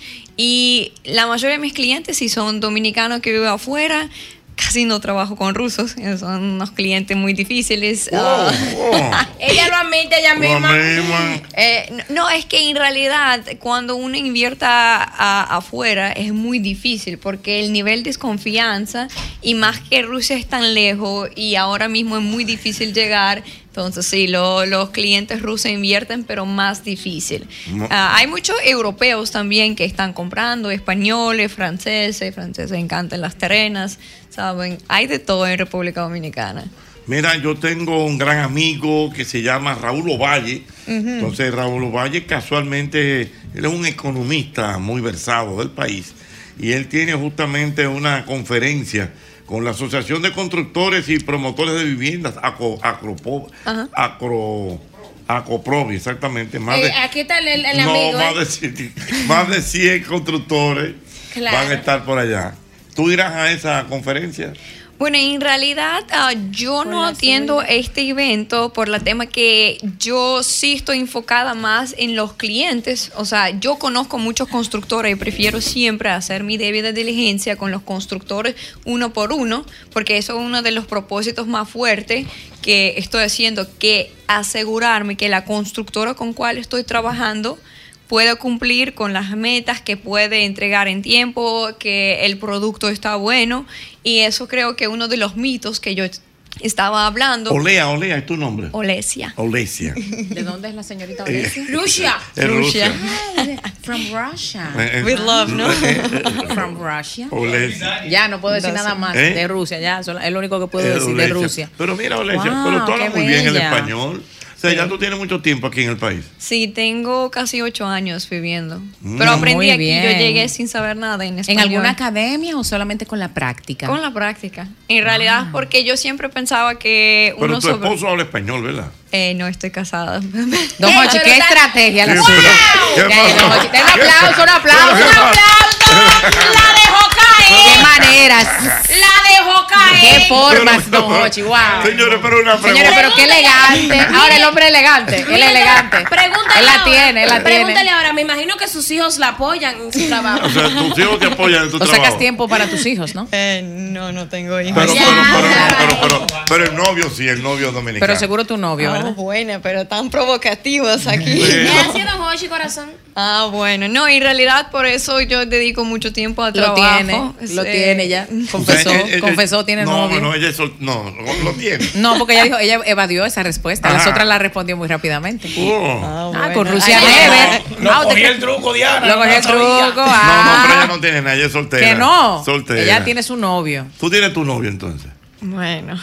Y la mayoría de mis clientes, si son dominicanos que viven afuera, casi no trabajo con rusos, son unos clientes muy difíciles. Ah. Ella lo admite ella misma. Eh, no, no, es que en realidad cuando uno invierta a- afuera es muy difícil porque el nivel de desconfianza y más que Rusia es tan lejos y ahora mismo es muy difícil llegar. Entonces sí, lo- los clientes rusos invierten, pero más difícil. No. Ah, hay muchos europeos también que están comprando, españoles, franceses, franceses encantan Las Terrenas, ¿saben? Hay de todo en República Dominicana. Mira, yo tengo un gran amigo que se llama Raúl Ovalle. Ujú. Entonces, Raúl Ovalle casualmente, él es un economista muy versado del país y él tiene justamente una conferencia con la Asociación de Constructores y Promotores de Viviendas, Acro, Acropo- Ajá. Acro, Acoprovi, exactamente. Más Eh, de, aquí está el, el no, amigo. más, ¿eh? de, cien- más de cien constructores Claro. van a estar por allá. ¿Tú irás a esa conferencia? Bueno, en realidad ah, yo no atiendo este evento por la tema que yo sí estoy enfocada más en los clientes. O sea, yo conozco muchos constructores y prefiero siempre hacer mi debida diligencia con los constructores uno por uno, porque eso es uno de los propósitos más fuertes que estoy haciendo, que asegurarme que la constructora con cual estoy trabajando puede cumplir con las metas, que puede entregar en tiempo, que el producto está bueno. Y eso creo que uno de los mitos que yo estaba hablando. Olea, Olea, ¿es tu nombre? Olesia. Olesia. ¿De dónde es la señorita Eh, Olesia? Rusia. Es Rusia. From Russia. Eh, eh. With love, ¿no? From Russia. Olesia. Ya, no puedo decir Entonces, ¿Eh? nada más ¿eh? de Rusia, ya, solo- es lo único que puedo Eh, decir de Olesia. Rusia. Pero mira, Olesia, Wow, pero tú hablas qué muy bien el bella. español. O sea, ya tú tienes mucho tiempo aquí en el país. Sí, tengo casi ocho años viviendo. Mm. Pero aprendí Muy aquí, yo bien. llegué sin saber nada en ¿En español. alguna academia o solamente con la práctica? Con la práctica. En realidad, porque yo siempre pensaba que Pero uno tu sobre- esposo habla español, ¿verdad? Eh, no estoy casada. Don Hochi, qué estrategia la ¿Qué suya. pasó? ¿Qué Ya, pasó? Don Hochi, den un aplauso, un aplauso, ¿Qué un pasó? aplauso. La dejó caer. Qué maneras. La dejó caer. Qué formas, Don Hochi, wow. Señores, pero una pregunta. Señores, pero qué elegante. Ahora el hombre elegante, él es elegante. Pregúntale Él la ahora, tiene, él la Pregúntale tiene. ahora, me imagino que sus hijos la apoyan en su trabajo. O sea, tus hijos te apoyan en tu O trabajo. sacas tiempo para tus hijos, ¿no? Eh, no, no tengo hijos. Pero, pero, pero, pero, pero, pero el novio sí, el novio dominicano. Pero seguro tu novio, Ah, ¿verdad? buena, pero tan provocativos aquí. ¿Qué hacía Don Hochi, corazón? Ah, bueno, no, en realidad por eso yo dedico mucho tiempo al Lo trabajo. tiene, lo Eh, tiene ya. Confesó, O sea, ella- ella- confesó, tiene no, novio. No, ella es sol- no, no, lo tiene. No, porque ella dijo, ella evadió esa respuesta. Las Ajá. otras la respondió muy rápidamente. Oh. Ah, con Rusia Ay, Never. Lo Ah, cogí usted- el truco, Diana. Lo cogí no el sabía. truco. No, no, Ah, pero ella no tiene nada, ella es soltera. que no. Soltera. Ella tiene su novio. Tú tienes tu novio entonces. Bueno.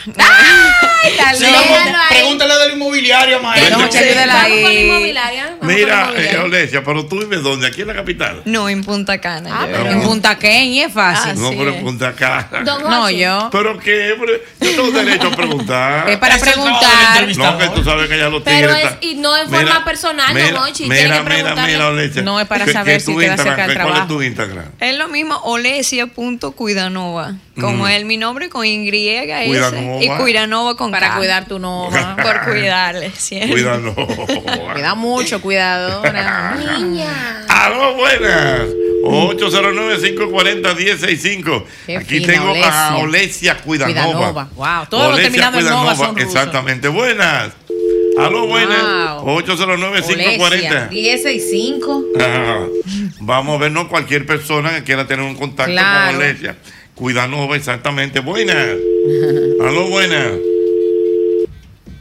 Ay, tal Sí, vez. vamos, Déjalo ahí. pregúntale del inmobiliario, maestro. Don Hochi, ayúdala Vamos con la ahí. inmobiliaria. Vamos con la Mira, eh, inmobiliaria. Olesia, pero tú vives ¿dónde? ¿Aquí en la capital? No, en Punta Cana. Ah, yo pero vivo. en Punta Kenia es fácil. Ah, No, sí, pero eh. en Punta Cana. Don No, Hochi. yo. ¿Pero qué? Pero yo tengo derecho a preguntar. Es para Es el trabajo del preguntar. entrevistador. No, que tú sabes que ya los Pero tigres es, están- y no en forma personal, mira, Don Hochi. Mira, Tiene que mira, preguntarle. mira, Olesia. No, es para ¿Qué- saber qué si tu queda Instagram? cerca del ¿Cuál es trabajo. tu Instagram? Es lo mismo, olesia.cuidanova. Como Mm. es mi nombre con Y S Cuidanova. y Cuidanova con Para K. cuidar tu nova. Por cuidarle siempre. Cuídalo. Cuida mucho, cuidadora. Niña. Aló, buenas. ocho cero nueve, cinco cuatro cero, uno cero seis cinco. Qué Aquí fina, tengo a Olesia. Olesia Cuidanova. Cuidanova. Wow. Todos los Olesia terminados en Nova son rusos. Exactamente. Buenas. Aló, buenas. Wow. ocho cero nueve, cinco cuatro Olesia, cero. diez sesenta y cinco. Ajá. Vamos a vernos cualquier persona que quiera tener un contacto Claro. con Olesia. Cuidanova, exactamente. Buenas. Aló, buenas.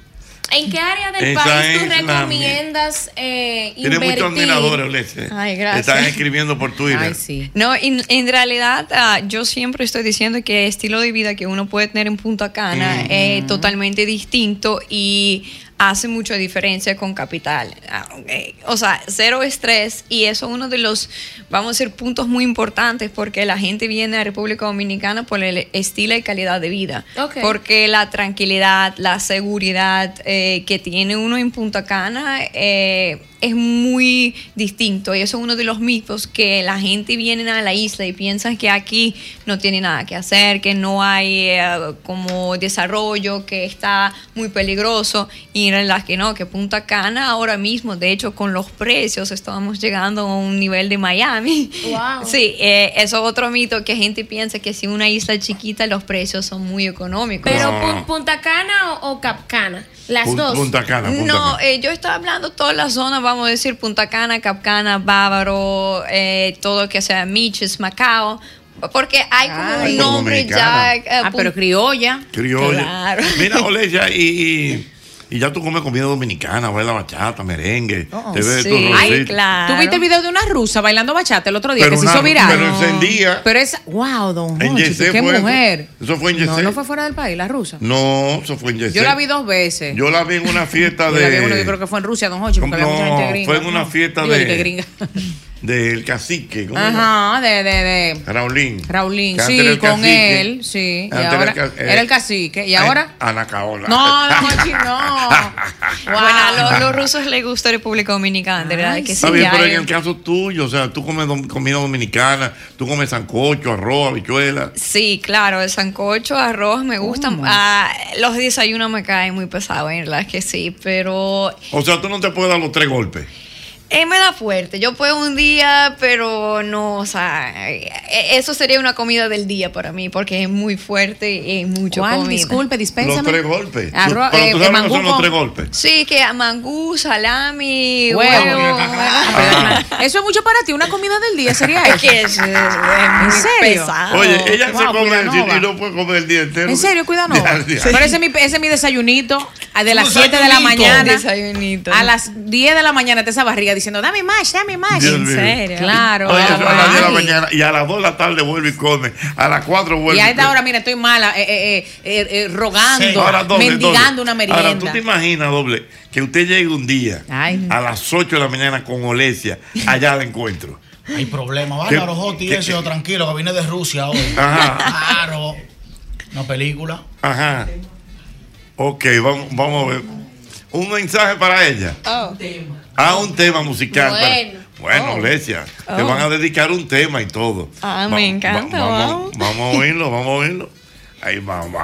¿En qué área del Esa país tú es la recomiendas eh, Tiene invertir? muchos admiradores, Olesia. Ay, Te gracias. están escribiendo por Twitter. Ay, sí. No, en, en realidad ah, yo siempre estoy diciendo que el estilo de vida que uno puede tener en Punta Cana Mm. es totalmente distinto y hace mucha diferencia con capital. Ah, okay. O sea, cero estrés, y eso es uno de los, vamos a decir, puntos muy importantes, porque la gente viene a República Dominicana por el estilo y calidad de vida. Ok. Porque la tranquilidad, la seguridad eh, que tiene uno en Punta Cana eh, es muy distinto, y eso es uno de los mitos, que la gente viene a la isla y piensan que aquí no tiene nada que hacer, que no hay eh, como desarrollo, que está muy peligroso, y en realidad que no, que Punta Cana ahora mismo, de hecho, con los precios estamos llegando a un nivel de Miami. Wow. Sí, eh, eso es otro mito, que gente piensa que si una isla chiquita los precios son muy económicos. Pero No. Pun- Punta Cana o, o Cap Cana, las Pun- dos. Punta Cana, Punta No, Cana. eh, yo estaba hablando toda la zona, vamos a decir Punta Cana, Cap Cana, Bávaro, eh, todo que sea Miches, Macao, porque hay como Ay. un nombre ya. eh, Ah, pero criolla. Criolla. Claro. Mira, Olesia, y, y, y ya tú comes comida dominicana, bailas bachata, merengue. te ves Sí. tu Ay, rosita. ¿Tú viste el video de una rusa bailando bachata el otro día Pero que se una- hizo viral? pero encendía. Pero esa, wow, don En Jochi, Yesé qué fue eso. mujer. Eso fue en No, Yesé. no fue fuera del país, la rusa. No, eso fue en Yesé. Yo la vi dos veces. Yo la vi en una fiesta Yo la vi de. uno, yo creo que fue en Rusia, don Jochi, porque había mucha gente No, gringa. fue en una fiesta Digo, de. que gringa. Del cacique. ¿cómo se llama? Ajá, de, de, de Raulín. Raulín, Que antes era sí, el con cacique. él, sí. Y Antes era ahora el ca- era el cacique. ¿Y eh, ahora? Ana Caola. No, don Jochi, no. Bueno, a los, los rusos les gusta República Dominicana, de verdad que sí. Está bien, ya pero hay- en el caso tuyo, o sea, tú comes dom- comida dominicana, tú comes sancocho, arroz, habichuela. Sí, claro, el sancocho, arroz me gustan. Ah, los desayunos me caen muy pesados, en verdad que sí, pero O sea, tú no te puedes dar los tres golpes. eh, me da fuerte. Yo puedo un día, pero no, o sea, eh, eso sería una comida del día para mí, porque es muy fuerte y mucho ¿Cuál? comida. Disculpe, dispénsame. Los tres golpes. Arroz, Tú- pero eh, tú sabes lo que mangú son los con- tres golpes. Sí, que a mangú, salami, Huevo. huevo. Eso es mucho para ti, una comida del día sería Es eso. que es, es muy ¿En serio? pesado. Oye, ella se Wow, come el Cuidanova. y no puede comer el día entero. ¿En serio, cuidado? Ya, ya. Pero ese es, mi, ese es mi desayunito a de las Un siete de la desayunito. mañana. Desayunito. A las diez de la mañana te esa barriga diciendo, dame más, dame más. Dios ¿En mío. serio? Claro. Oye, eso a las diez de la Ay. mañana y a las dos de la tarde vuelve y come. A las cuatro vuelve Y a y esta come. hora, mira, estoy mala, eh, eh, eh, eh, eh, rogando, Sí. Ahora, doble, mendigando doble. una merienda. Ahora, tú te imaginas, doble, que usted llegue un día a las ocho de la mañana con Olesia, allá al encuentro. Hay problema. ¿Qué- Bárbaro Jotti, qué- eso, tranquilo, que vine de Rusia hoy. Ajá. Claro. Una película. Ajá. Ok, vamos, vamos a ver. Un mensaje para ella. Oh. Ah, un tema musical. para- Bueno. Bueno, Oh. Olesia, te Oh. van a dedicar un tema y todo. Ah, Va- me encanta, va- vamos, wow. vamos a oírlo, vamos a oírlo. Ahí vamos.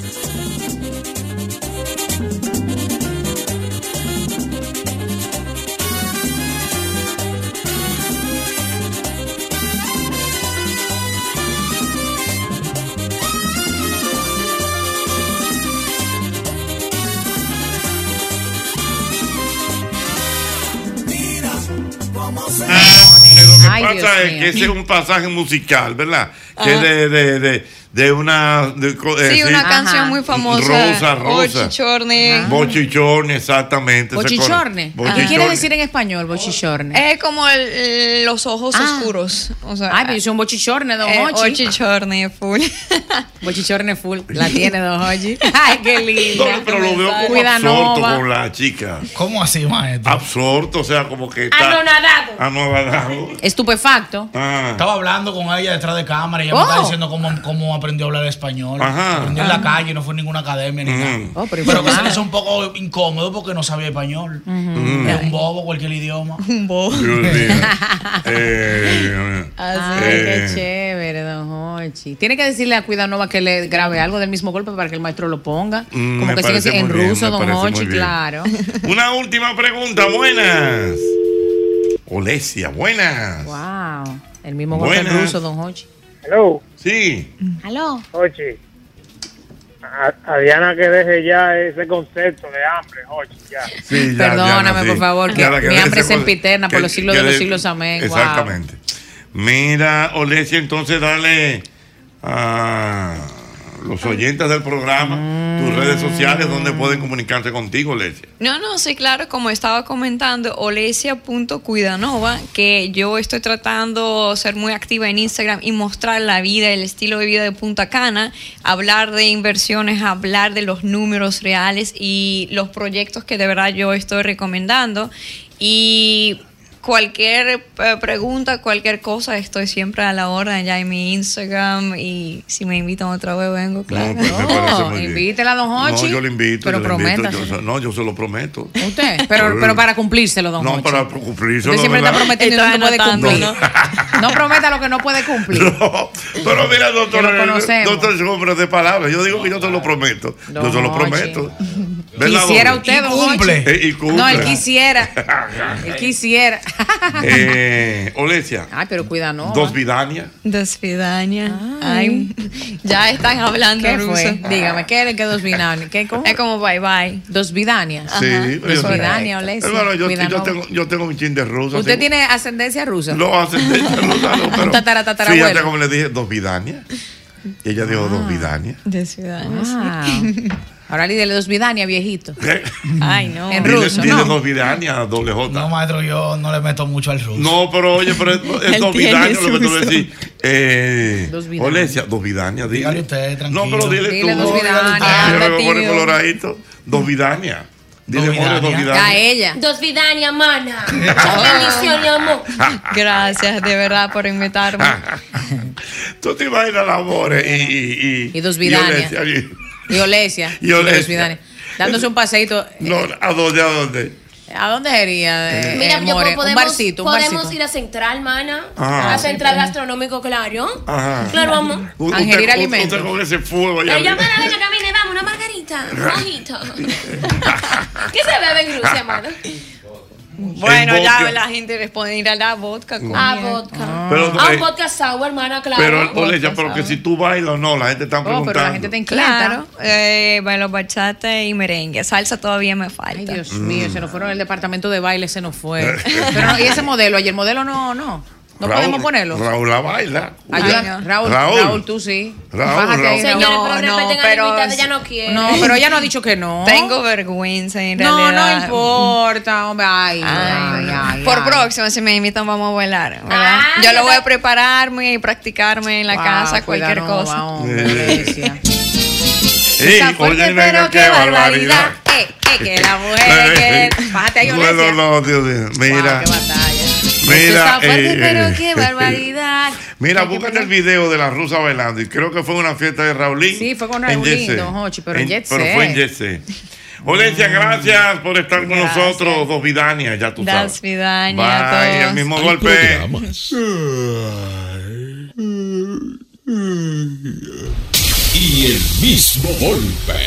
Mira cómo se Lo que Ay, pasa Dios es mío. que ese es un pasaje musical, ¿verdad? Que es Ajá. de, de, de, de una. de co- eh, Sí, una canción muy famosa. Rosa, Rosa. Bochichorne. Bochichorne, exactamente. ese coro. Bochichorne. ¿Qué Bochichorne. quiere decir en español, bochichorne? Es como el- el- los ojos Ah. oscuros. O sea, Ay, pero yo soy un bochichorne, don eh, Hochi. bochichorne full. Bochichorne full. La tiene, don Hochi. Ay, qué lindo. No, pero lo veo como Cuidanova. absorto con la chica. ¿Cómo así, maestro? Absorto, o sea, como que está. Anonadado. Anonadado. Estupefacto. Ah. Estaba hablando con ella detrás de cámara y ella me Oh. estaba diciendo cómo, cómo aprendió a hablar español. Ajá. Aprendió en la calle, no fue en ninguna academia ni nada. Oh, pero pero que se informada. le hizo un poco incómodo porque no sabía español. Ujú. Es un bobo, cualquier idioma. Un bobo. Dios mío. Eh, Ay, eh, qué chévere, don Hochi. Tiene que decirle a Cuidanova que le grabe algo del mismo golpe para que el maestro lo ponga. Mm, Como me que sigue parece en muy bien, ruso, me don parece muy Hochi, bien. claro. Una última pregunta, buenas. Olesia, buenas. Wow. El mismo golpe en Buenas. ruso, don Hochi. Hello. Sí. Aló. Oye, a, a Diana que deje ya ese concepto de hambre, oye, ya. Sí, ya, Perdóname, Diana, sí. por favor, que Diana, mi deje hambre ese es co- sempiterna por que- los siglos que de los de- siglos, amén. Wow. Exactamente. Mira, Olesia, entonces dale. ah, los oyentes del programa, tus redes sociales, donde pueden comunicarse contigo, Olesia. No, no, sí, claro, como estaba comentando, olesia punto cuidanova, que yo estoy tratando de ser muy activa en Instagram y mostrar la vida, el estilo de vida de Punta Cana, hablar de inversiones, hablar de los números reales y los proyectos que de verdad yo estoy recomendando. Y cualquier eh, pregunta, cualquier cosa, estoy siempre a la orden ya en mi Instagram, y si me invitan otra vez vengo, claro. No, pues me parece muy bien. Invítela a don Hochi. No, yo le invito. Pero yo le invito, prométase. yo- no, yo se lo prometo. Usted, pero, pero para cumplírselo, don No, Hochi. para cumplírselo. Usted siempre está ¿verdad? prometiendo y no Estoy puede anotando, cumplir. ¿no? No prometa lo que no puede cumplir. No, pero mira, doctor, Que lo conocemos. doctor es hombre de palabras. Yo digo que yo te lo prometo. Don yo se lo Hochi. prometo. ¿Verdad, Quisiera doble? usted, don Hochi. Eh, y cumple. No, él quisiera. Él quisiera. Eh, Olesia, Ay, pero cuida, no. dos Vidania. Desvidania. Ay, ya están hablando ¿Qué ruso. fue? Dígame, ¿qué es que dos vidanias? ¿Qué, cómo? Es como bye bye. Dos vidanias. Sí, pero yo- Dos vidanias, Olesia. Hermano, yo, yo, Cuidanova. tengo, yo tengo un chin de ruso. ¿Usted así- tiene ascendencia rusa? No, ascendencia rusa, no, pero. Tatara, tatarabuelo. Fíjate como le dije, dos Vidania. Y ella dijo dos Vidania. Desvidania. Ah. Ahora dile dos vidanias, viejito. Ay, no. En Dile, ruso, dile ¿no? dos Vidania, doble J. No, maestro, yo no le meto mucho al ruso. No, pero oye, pero es, es Él dos tiene Vidania lo que tú su- le decís. Eh, Dos Vidania. Olesia, dos Vidania, dile. Dígale usted, tranquilo. No, pero dile, Dile tú. dos Vidania. Ah, Anda, me pone tío. coloradito. Dos Vidania. Dile, Dos more, dos Vidania. Vidania. A ella. Dos vidanias, mana. Bendición, mi amor. Gracias de verdad por invitarme. Tú te imaginas la more y, y, y, Y dos Vidania. y Olesia, y- Y Olesia. Y Olesia. Dos vidanias. Dándose un paseíto. No, ¿a dónde? ¿A dónde? ¿A dónde sería? eh, Mira, eh, yo More? podemos, un barcito, un podemos barcito. ir a Central, mana. Ajá. A Central Gastronómico, claro. Ajá. Claro, vamos. U- Angelir usted- alimentos. Usted con ese fuego allá. Ella, mana, venga, camine, vamos, una margarita. Un mojito. ¿Qué se bebe en Rusia, mana? Bueno, En ya vodka. la gente responde ir a la vodka. con Ah, miel. vodka. Pero, Ah, eh, un vodka sour, hermana, claro. Pero, Olesia, pero que si tú bailas o no, la gente está Oh, preguntando. pero la gente te Claro, eh, bailo bachata y merengue. Salsa todavía me falta. Ay, Dios mío, se nos fueron el departamento de baile, se nos fue. Pero no, y ese modelo, ayer el modelo no, no. No Raúl- podemos ponerlo. Raúl la baila. Ayuda, Raúl, Raúl. Raúl, tú sí. Raúl, Bájate ahí, Raúl. Raúl. Señores, No, pero no, respeten a la pero invitada, es- ella no quiere. No, pero ella no ha dicho que no. Tengo vergüenza en No, realidad. no importa, hombre. Ay, ay, ay. Por ay. próxima, si me invitan, vamos a bailar. ¿verdad? Ah, Yo ya lo voy está. a prepararme y practicarme en la Wow, casa, cualquier cuidado, cosa. wow, Olesia. Ey, Está fuerte, oye, pero nena, qué barbaridad. Eh, eh, que la mujer, que... Bájate ahí, No, Olesia. no, no, Dios mío. Mira, Wow, qué batalla. mira. Esto está fuerte, eh, pero eh, qué barbaridad. Mira, Hay que búscate poner- el video de la rusa bailando. Y creo que fue una fiesta de Raulín. Sí, fue con en Raulín, Jet Set. don Hochi, pero en Jet Pero fue en Set. Jet Set. Olesia, gracias por estar con Gracias. nosotros. Dos Vidania, ya tú sabes. Das vidania Bye, a el todos. mismo Hay golpe. programas. Y el mismo golpe.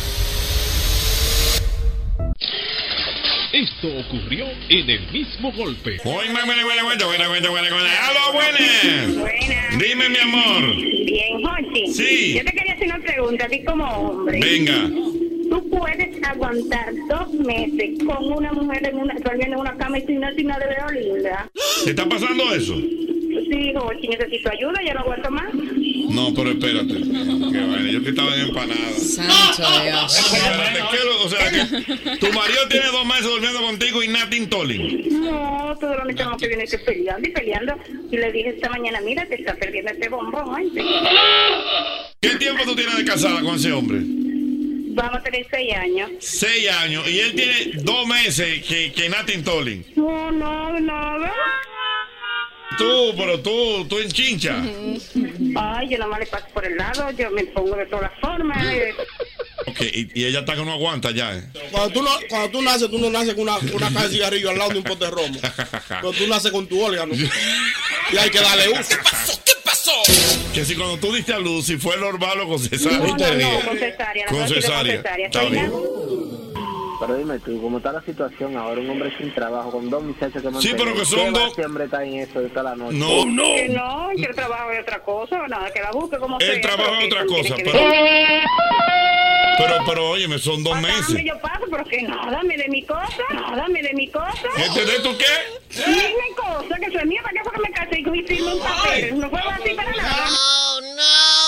Esto ocurrió en el mismo golpe. Hoy, buena, buena, buena, buena, buena, buena, buena, buena. ¡Aló, buenas! Buenas. Dime, mi amor. Bien, Jochi. Sí. Yo te quería hacer una pregunta, a ti como hombre. Venga. Tú puedes aguantar dos meses con una mujer en una, durmiendo en una cama y sin una signa de dedo linda. ¿Te está pasando eso? Sí, Jochi, necesito ayuda, ya no aguanto más. No, pero espérate. Que vaina, yo que estaba en empanada. Santo Dios. Espérate, ¿qué lo- o sea, que tu marido tiene dos meses durmiendo contigo y nothing tolling. No, todos los meses tengo que viene que peleando y peleando. Y le dije esta mañana, mira, te está perdiendo este bombón, oye. ¿Qué tiempo tú tienes de casada con ese hombre? Vamos a tener seis años. Seis años. Y él tiene dos meses que, que nothing tolling. No, no, no. Tú, pero tú, tú en chincha. Ay, yo nomás le paso por el lado, yo me pongo de todas formas. eh. Ok, y, y ella está que no aguanta ya, ¿eh? Cuando tú, no, cuando tú naces, tú no naces con una, con una caja de cigarrillo al lado de un pote de romo. Cuando tú naces con tu órgano. Y hay que darle uso. ¿Qué pasó? Que si cuando tú diste a luz, si fue normal o con cesárea. No, no, no, con cesárea. la Con verdad, sí que cesárea. cesárea. Está Soy bien. Pero dime tú, ¿cómo está la situación ahora? Un hombre sin trabajo, con dos muchachos que Sí, pero que son dos- Este hombre está en eso de toda la noche. No, no. Que no, que el trabajo es otra cosa, nada, que la busque como El sea, trabajo pero es que otra tiene cosa, que pero- ver. Pero, pero, óyeme, son dos Dame, meses. yo paso, pero que no, dame de mi cosa, no, dame de mi cosa. ¿Entendés tú qué? Dime cosa, que soy mía, ¿para qué fue que me casé y firme un papel? No fue así para nada. Oh, no.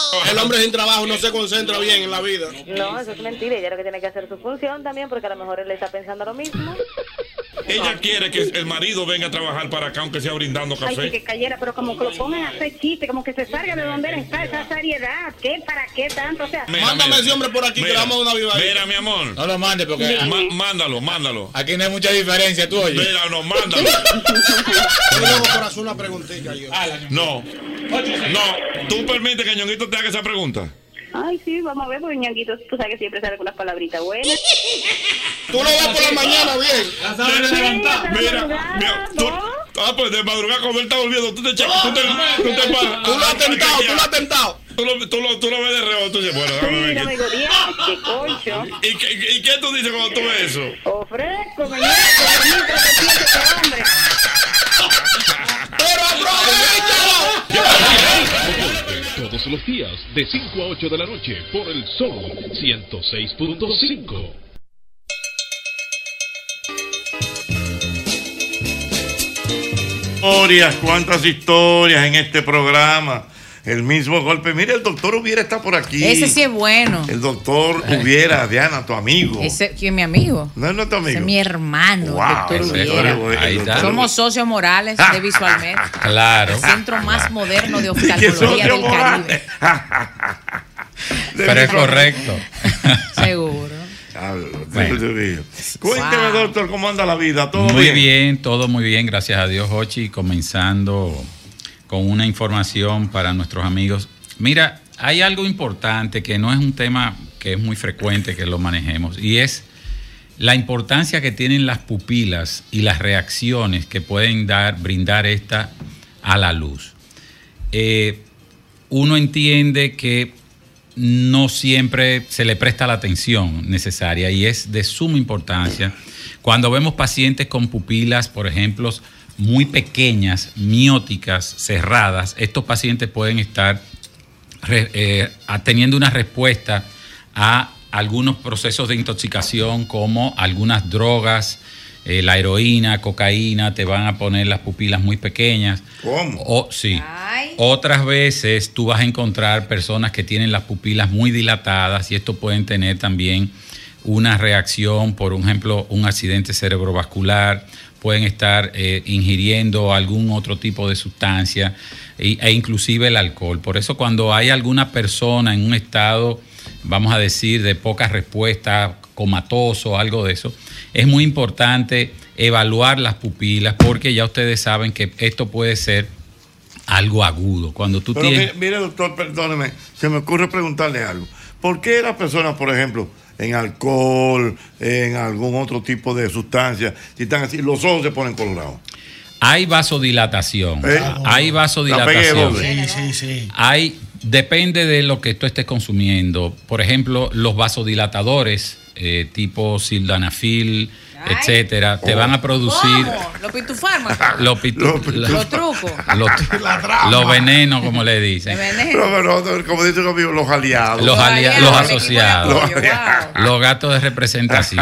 El hombre sin trabajo no se concentra bien en la vida. No, eso es mentira. Ella lo que tiene que hacer su función también, porque a lo mejor él está pensando lo mismo. Ella quiere que el marido venga a trabajar para acá, aunque sea brindando Ay, café. sí, que cayera, pero como que lo pongan a hacer chiste, como que se salga de donde él está, esa seriedad. ¿Qué? ¿Para qué tanto? O sea, Mira, Mándame mira. ese hombre por aquí, Mira, que le damos una viva ahí. Mira, mi amor. No lo mande porque Ma- mándalo, mándalo. aquí no hay mucha diferencia, tú oye. Mira, no, mándalo. Yo luego por hacer una preguntita yo. No, no. ¿Tú permites que Ñonguito te haga esa pregunta? ay, sí, vamos a ver, porque Ñanguito, tú sabes que siempre sale con las palabritas buenas. Tú lo ves por la mañana bien. Mira, mira, mira, tú, ah, pues de madrugada cuando él está volviendo, tú te checas, tú te, tú te paras. Tú lo has tentado, tú lo has tentado. Tú lo, tú, lo, tú lo ves de reo, tú dices, bueno, déjame ver. Mira, me digo, qué concho. ¿Y qué, ¿Y qué tú dices cuando tú ves eso? Ofrezco, me nieto, me nieto, que tiene este hombre. Pero aprovechalo. Todos los días de cinco a ocho de la noche por el Sol ciento seis punto cinco. Historias, cuántas historias en este programa. El mismo golpe. Mira, el doctor Hubiera está por aquí. Ese sí es bueno. El doctor Hubiera, Diana, tu amigo. Ese, ¿quién es mi amigo? No es nuestro amigo. Ese es mi hermano, Wow, doctor ese Hubiera. doctor- el Ahí doctor- está. Somos socios morales de Visualmed. Claro. El centro más moderno de ¿Qué oftalmología socio del moral? Caribe. De Pero es mi- correcto. Seguro. Diablo, Bueno. Dios mío. Cuénteme, Wow. doctor, ¿cómo anda la vida? ¿Todo Muy bien? bien, todo muy bien, gracias a Dios, Jochi. Comenzando con una información para nuestros amigos. Mira, hay algo importante que no es un tema que es muy frecuente que lo manejemos, y es la importancia que tienen las pupilas y las reacciones que pueden dar, brindar esta a la luz. Eh, uno entiende que no siempre se le presta la atención necesaria y es de suma importancia cuando vemos pacientes con pupilas, por ejemplo, muy pequeñas, mióticas, cerradas. Estos pacientes pueden estar re- eh, teniendo una respuesta a algunos procesos de intoxicación como algunas drogas, eh, la heroína, cocaína, te van a poner las pupilas muy pequeñas. ¿Cómo? O, sí. Otras veces tú vas a encontrar personas que tienen las pupilas muy dilatadas y esto pueden tener también una reacción, por ejemplo, un accidente cerebrovascular, pueden estar eh, ingiriendo algún otro tipo de sustancia e, e inclusive el alcohol. Por eso cuando hay alguna persona en un estado, vamos a decir, de poca respuesta, comatoso, algo de eso, es muy importante evaluar las pupilas porque ya ustedes saben que esto puede ser algo agudo. Cuando tú Pero tienes... mire, mire, doctor, perdóneme, se me ocurre preguntarle algo. ¿Por qué las personas, por ejemplo, en alcohol, en algún otro tipo de sustancia, si están así, los ojos se ponen colorados? Hay vasodilatación. ¿Eh? Hay vasodilatación. Sí, sí, sí. Hay, depende de lo que tú estés consumiendo. Por ejemplo, los vasodilatadores, eh, tipo sildenafil, Ay. etcétera, te Oh. van a producir ¿Cómo? Los pitufármacos. los, pitu- Los la- Los trucos. los, La trama. los venenos, como le dicen. De veneno. No, pero, no, como dice conmigo, los aliados. Los, alia- aliados, los el equipo de asociados. apoyo, wow. Los gatos de representación.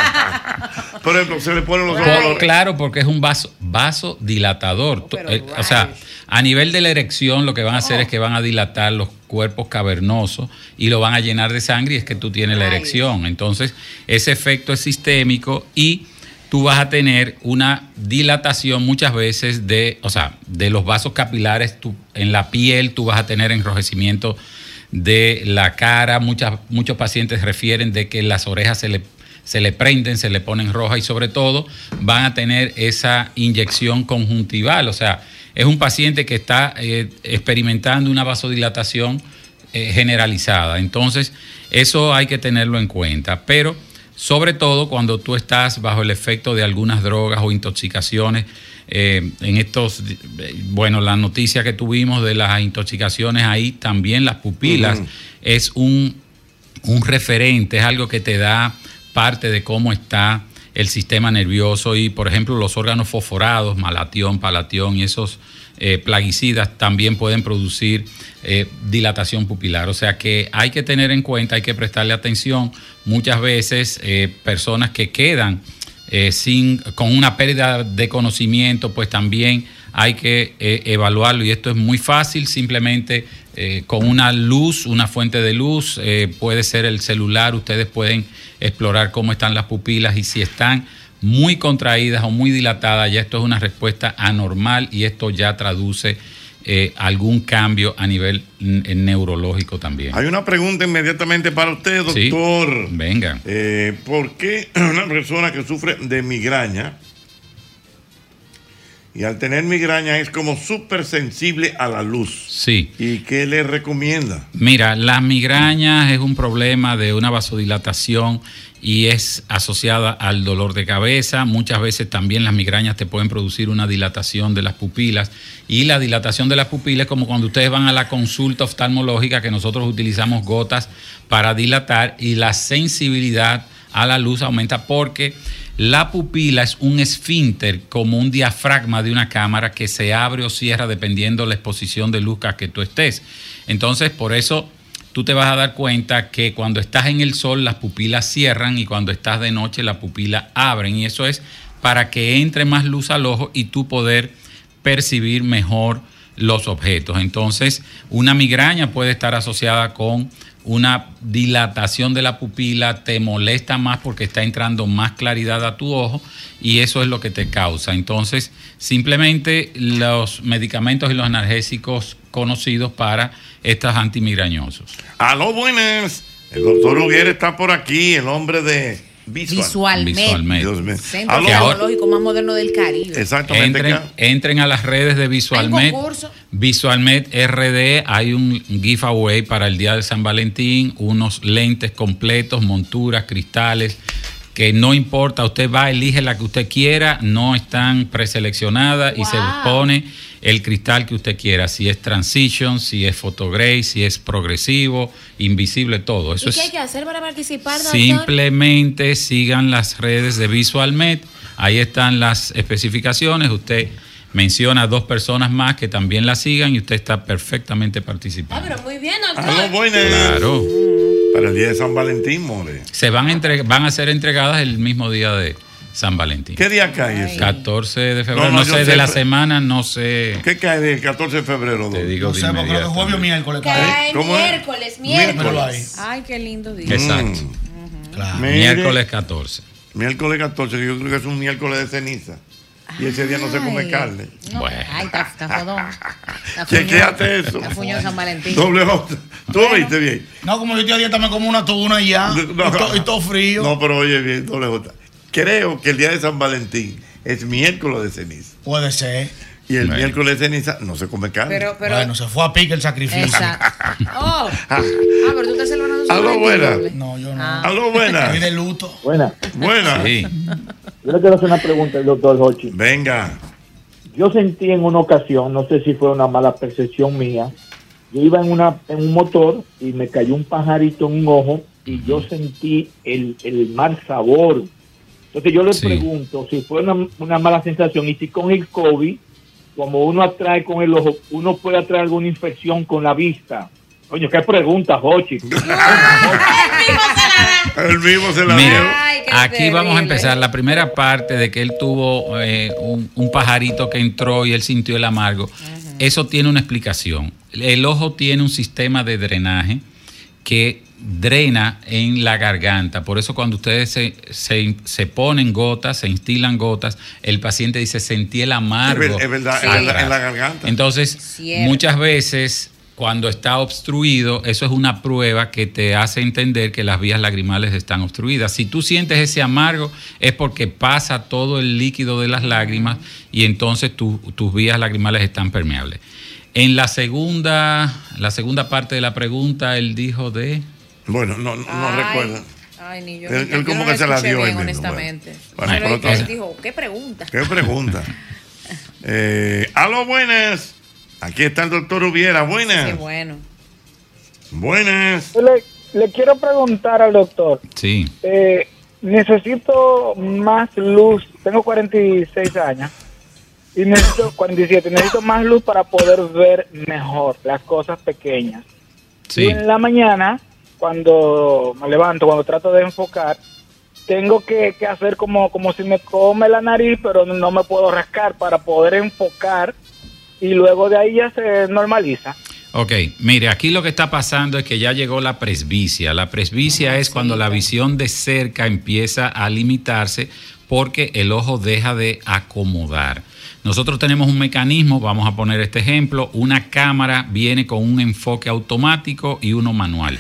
Por ejemplo, se le ponen los Por- ojos. claro, porque es un vaso, vasodilatador. pero Eh, o sea, a nivel de la erección, lo que van a hacer es que van a dilatar los cuerpos cavernosos y lo van a llenar de sangre y es que tú tienes la Ay. erección. Entonces, ese efecto es sistémico y tú vas a tener una dilatación muchas veces de, o sea, de los vasos capilares. Tú, en la piel tú vas a tener enrojecimiento de la cara. Muchas, muchos pacientes refieren de que las orejas se le se le prenden, se le ponen rojas y sobre todo van a tener esa inyección conjuntival. O sea, es un paciente que está eh, experimentando una vasodilatación eh, generalizada. Entonces, eso hay que tenerlo en cuenta. Pero, sobre todo, cuando tú estás bajo el efecto de algunas drogas o intoxicaciones, eh, en estos, eh, bueno, la noticia que tuvimos de las intoxicaciones ahí, también las pupilas, Ujú. es un, un referente, es algo que te da parte de cómo está el sistema nervioso y, por ejemplo, los órganos fosforados, malatión, palatión y esos eh, plaguicidas también pueden producir eh, dilatación pupilar. O sea que hay que tener en cuenta, hay que prestarle atención. Muchas veces eh, personas que quedan eh, sin, con una pérdida de conocimiento, pues también hay que eh, evaluarlo y esto es muy fácil, simplemente eh, con una luz, una fuente de luz, eh, puede ser el celular, ustedes pueden explorar cómo están las pupilas y si están muy contraídas o muy dilatadas, ya esto es una respuesta anormal y esto ya traduce eh, algún cambio a nivel n- neurológico también. Hay una pregunta inmediatamente para usted, doctor. Sí, venga. Eh, ¿Por qué una persona que sufre de migraña y al tener migraña es como súper sensible a la luz? Sí. ¿Y qué le recomienda? Mira, las migrañas es un problema de una vasodilatación y es asociada al dolor de cabeza. Muchas veces también las migrañas te pueden producir una dilatación de las pupilas y la dilatación de las pupilas es como cuando ustedes van a la consulta oftalmológica que nosotros utilizamos gotas para dilatar y la sensibilidad a la luz aumenta porque la pupila es un esfínter como un diafragma de una cámara que se abre o cierra dependiendo la exposición de luz a que tú estés. Entonces, por eso tú te vas a dar cuenta que cuando estás en el sol las pupilas cierran y cuando estás de noche las pupilas abren y eso es para que entre más luz al ojo y tú poder percibir mejor los objetos. Entonces, una migraña puede estar asociada con una dilatación de la pupila, te molesta más porque está entrando más claridad a tu ojo y eso es lo que te causa. Entonces, simplemente los medicamentos y los analgésicos conocidos para estos antimigrañosos. Aló, buenas. El doctor Ubiera está por aquí, el hombre de Visual. Visualmente. Visualmente. Dios mío. Centro Aló. tecnológico más moderno del Caribe. Exactamente. Entren, entren a las redes de Visualmed. ¿Hay concurso? Visualmed R D, hay un giveaway para el día de San Valentín, unos lentes completos, monturas, cristales, que no importa, usted va, elige la que usted quiera, no están preseleccionadas y se pone el cristal que usted quiera, si es transition, si es photogray, si es progresivo, invisible, todo. Eso ¿Y qué es hay que hacer para participar, doctor? simplemente sigan las redes de Visualmed, ahí están las especificaciones, usted menciona a dos personas más que también la sigan y usted está perfectamente participando. Ah, pero muy bien, doctor. Aló, buenas. Claro. Para el día de San Valentín, more. Se van a, entre- van a ser entregadas el mismo día de San Valentín. ¿Qué día cae eso? catorce de febrero. No, No, no, yo sé, sé, de la pero- semana, no sé. ¿Qué cae del catorce de febrero? Te digo No de sé, porque creo que inmediato. jueves o miércoles. Cae ¿Cómo es? miércoles, Miércoles. miércoles. Ay, qué lindo día. Exacto. Claro. Mire, Miércoles catorce. Miércoles catorce, que yo creo que es un miércoles de ceniza. Y ese día no se come Ay. carne. No, Bueno. Ay, está, está jodón. Está Chequéate fuñón. eso. Está fuñón San Valentín. Doble J. ¿Tú oíste bien? No, como yo estoy a dieta, me como una tuna y ya. No, y, to- y todo frío. No, pero oye bien, doble J. Creo que el día de San Valentín es miércoles de ceniza. Puede ser. Y el Bueno. miércoles de ceniza no se come carne. Pero, pero. Bueno, se fue a pique el sacrificio. Exacto. Oh. Ah, pero tú estás celebrando San Aló, Valentín. buena. doble. No, yo no. Ah. Aló, buenas. Estoy de luto. Buena. Buenas. Sí. Yo le quiero hacer una pregunta al doctor Hochi. Venga. Yo sentí en una ocasión, no sé si fue una mala percepción mía, yo iba en, una, en un motor y me cayó un pajarito en un ojo y yo sentí el, el mal sabor. Entonces yo le Sí. pregunto si fue una, una mala sensación y si con el COVID, como uno atrae con el ojo, uno puede atraer alguna infección con la vista. Coño, qué pregunta, Hochi. El mismo se la Mira, dio. Ay, qué aquí terrible. vamos a empezar. La primera parte de que él tuvo eh, un, un pajarito que entró y él sintió el amargo. Eso tiene una explicación. El ojo tiene un sistema de drenaje que drena en la garganta. Por eso cuando ustedes se, se, se ponen gotas, se instilan gotas, el paciente dice, sentí el amargo. Es ver- es verdad, Sí. es verdad, en la garganta. Entonces, Cierto. muchas veces cuando está obstruido, eso es una prueba que te hace entender que las vías lagrimales están obstruidas. Si tú sientes ese amargo, es porque pasa todo el líquido de las lágrimas y entonces tu- tus vías lagrimales están permeables. En la segunda, la segunda parte de la pregunta, él dijo de... Bueno, no, no Ay. recuerda. Ay, ni yo. Él- ni- él yo como no que la se la escuché dio bien, él mismo, honestamente. bueno. Bueno, Pero pero él otra- dijo, ¿qué pregunta? ¿Qué pregunta? eh, aló, buenas. Aquí está el doctor Ubiera. Buenas. Qué bueno. Buenas. Le, le quiero preguntar al doctor, Sí. eh, necesito más luz, tengo cuarenta y seis años y necesito cuarenta y siete, necesito más luz para poder ver mejor las cosas pequeñas. Sí. Y en la mañana, cuando me levanto, cuando trato de enfocar, tengo que, que hacer como, como si me come la nariz, pero no me puedo rascar para poder enfocar y luego de ahí ya se normaliza. Ok, mire, aquí lo que está pasando es que ya llegó la presbicia. La presbicia es cuando la visión de cerca empieza a limitarse porque el ojo deja de acomodar. Nosotros tenemos un mecanismo, vamos a poner este ejemplo, una cámara viene con un enfoque automático y uno manual.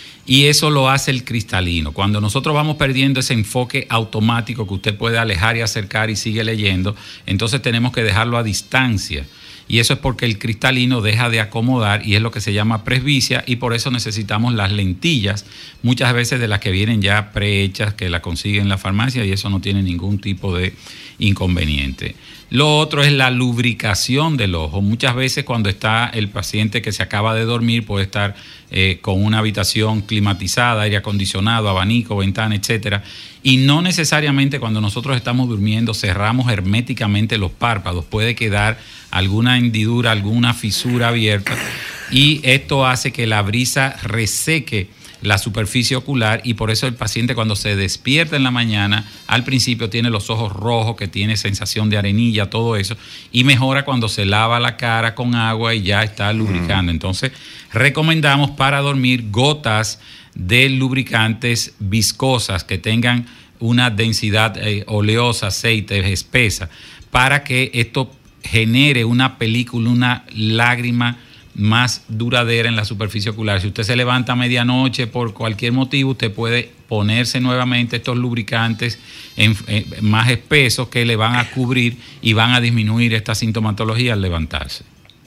Y eso lo hace el cristalino. Cuando nosotros vamos perdiendo ese enfoque automático que usted puede alejar y acercar y sigue leyendo, entonces tenemos que dejarlo a distancia. Y eso es porque el cristalino deja de acomodar y es lo que se llama presbicia, y por eso necesitamos las lentillas, muchas veces de las que vienen ya prehechas, que la consiguen en la farmacia, y eso no tiene ningún tipo de inconveniente. Lo otro es la lubricación del ojo. Muchas veces cuando está el paciente que se acaba de dormir puede estar eh, con una habitación climatizada, aire acondicionado, abanico, ventana, etcétera. Y no necesariamente cuando nosotros estamos durmiendo cerramos herméticamente los párpados. Puede quedar alguna hendidura, alguna fisura abierta, y esto hace que la brisa reseque la superficie ocular, y por eso el paciente cuando se despierta en la mañana, al principio tiene los ojos rojos, que tiene sensación de arenilla, todo eso, y mejora cuando se lava la cara con agua y ya está lubricando. Entonces, recomendamos para dormir gotas de lubricantes viscosas que tengan una densidad eh, oleosa, aceite, espesa, para que esto genere una película, una lágrima más duradera en la superficie ocular. Si usted se levanta a medianoche por cualquier motivo, usted puede ponerse nuevamente estos lubricantes en, en, más espesos que le van a cubrir y van a disminuir esta sintomatología al levantarse.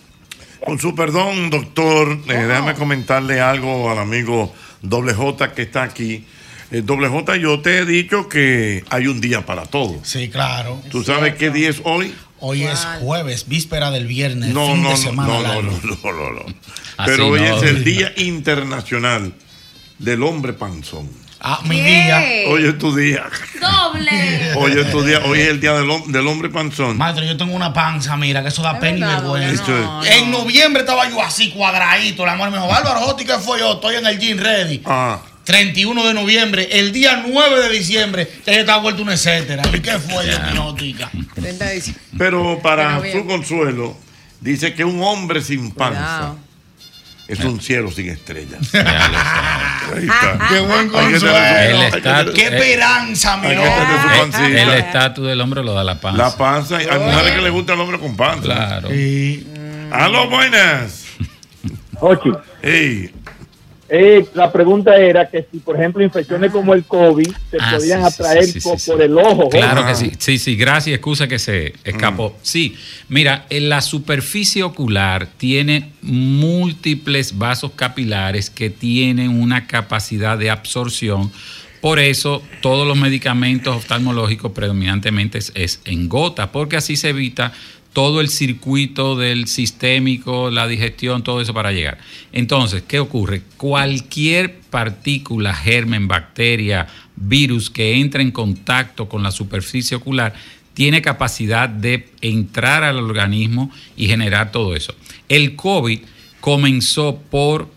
Con su perdón, doctor, eh, déjame comentarle algo al amigo Doble J que está aquí. Eh, Doble J, yo te he dicho que hay un día para todo. Sí, claro. ¿Tú sabes qué día es hoy? Hoy es jueves, víspera del viernes, no, fin no, de semana no, no, largo. no, no, no, no. Pero hoy no, es el Día Internacional del Hombre Panzón. Ah, mi día. Hoy es tu día. Doble. Hoy es tu día. Hoy es el día del, del hombre panzón. Maestro, yo tengo una panza, mira, que eso da pena y vergüenza. No, no. En noviembre estaba yo así cuadradito. La mujer me dijo, Bárbaro Joti, ¿qué fue yo? Estoy en el gym ready. Ah. treinta y uno de noviembre, el día nueve de diciembre, ella estaba vuelto un etcétera. ¿Y qué fue, yeah. hipnótica? Pero para su consuelo, dice que un hombre sin panza Cuidado. es un cielo sin estrellas. Ahí está. Qué buen consuelo. Qué esperanza, mi hombre. El estatus del hombre lo da la panza. La panza. Hay mujeres que le gusta al hombre con panza. Claro. Sí. Aló, buenas. Ochi. Hey. Eh, la pregunta era que si, por ejemplo, infecciones como el COVID se ah, podían sí, atraer sí, sí, por, sí, por el ojo. Claro ¿eh? que sí. Sí, sí, gracias. Excusa que se escapó. Mm. Sí, mira, en la superficie ocular tiene múltiples vasos capilares que tienen una capacidad de absorción. Por eso, todos los medicamentos oftalmológicos predominantemente es, es en gota, porque así se evita todo el circuito del sistémico, la digestión, todo eso para llegar. Entonces, ¿qué ocurre? Cualquier partícula, germen, bacteria, virus que entre en contacto con la superficie ocular tiene capacidad de entrar al organismo y generar todo eso. El COVID comenzó por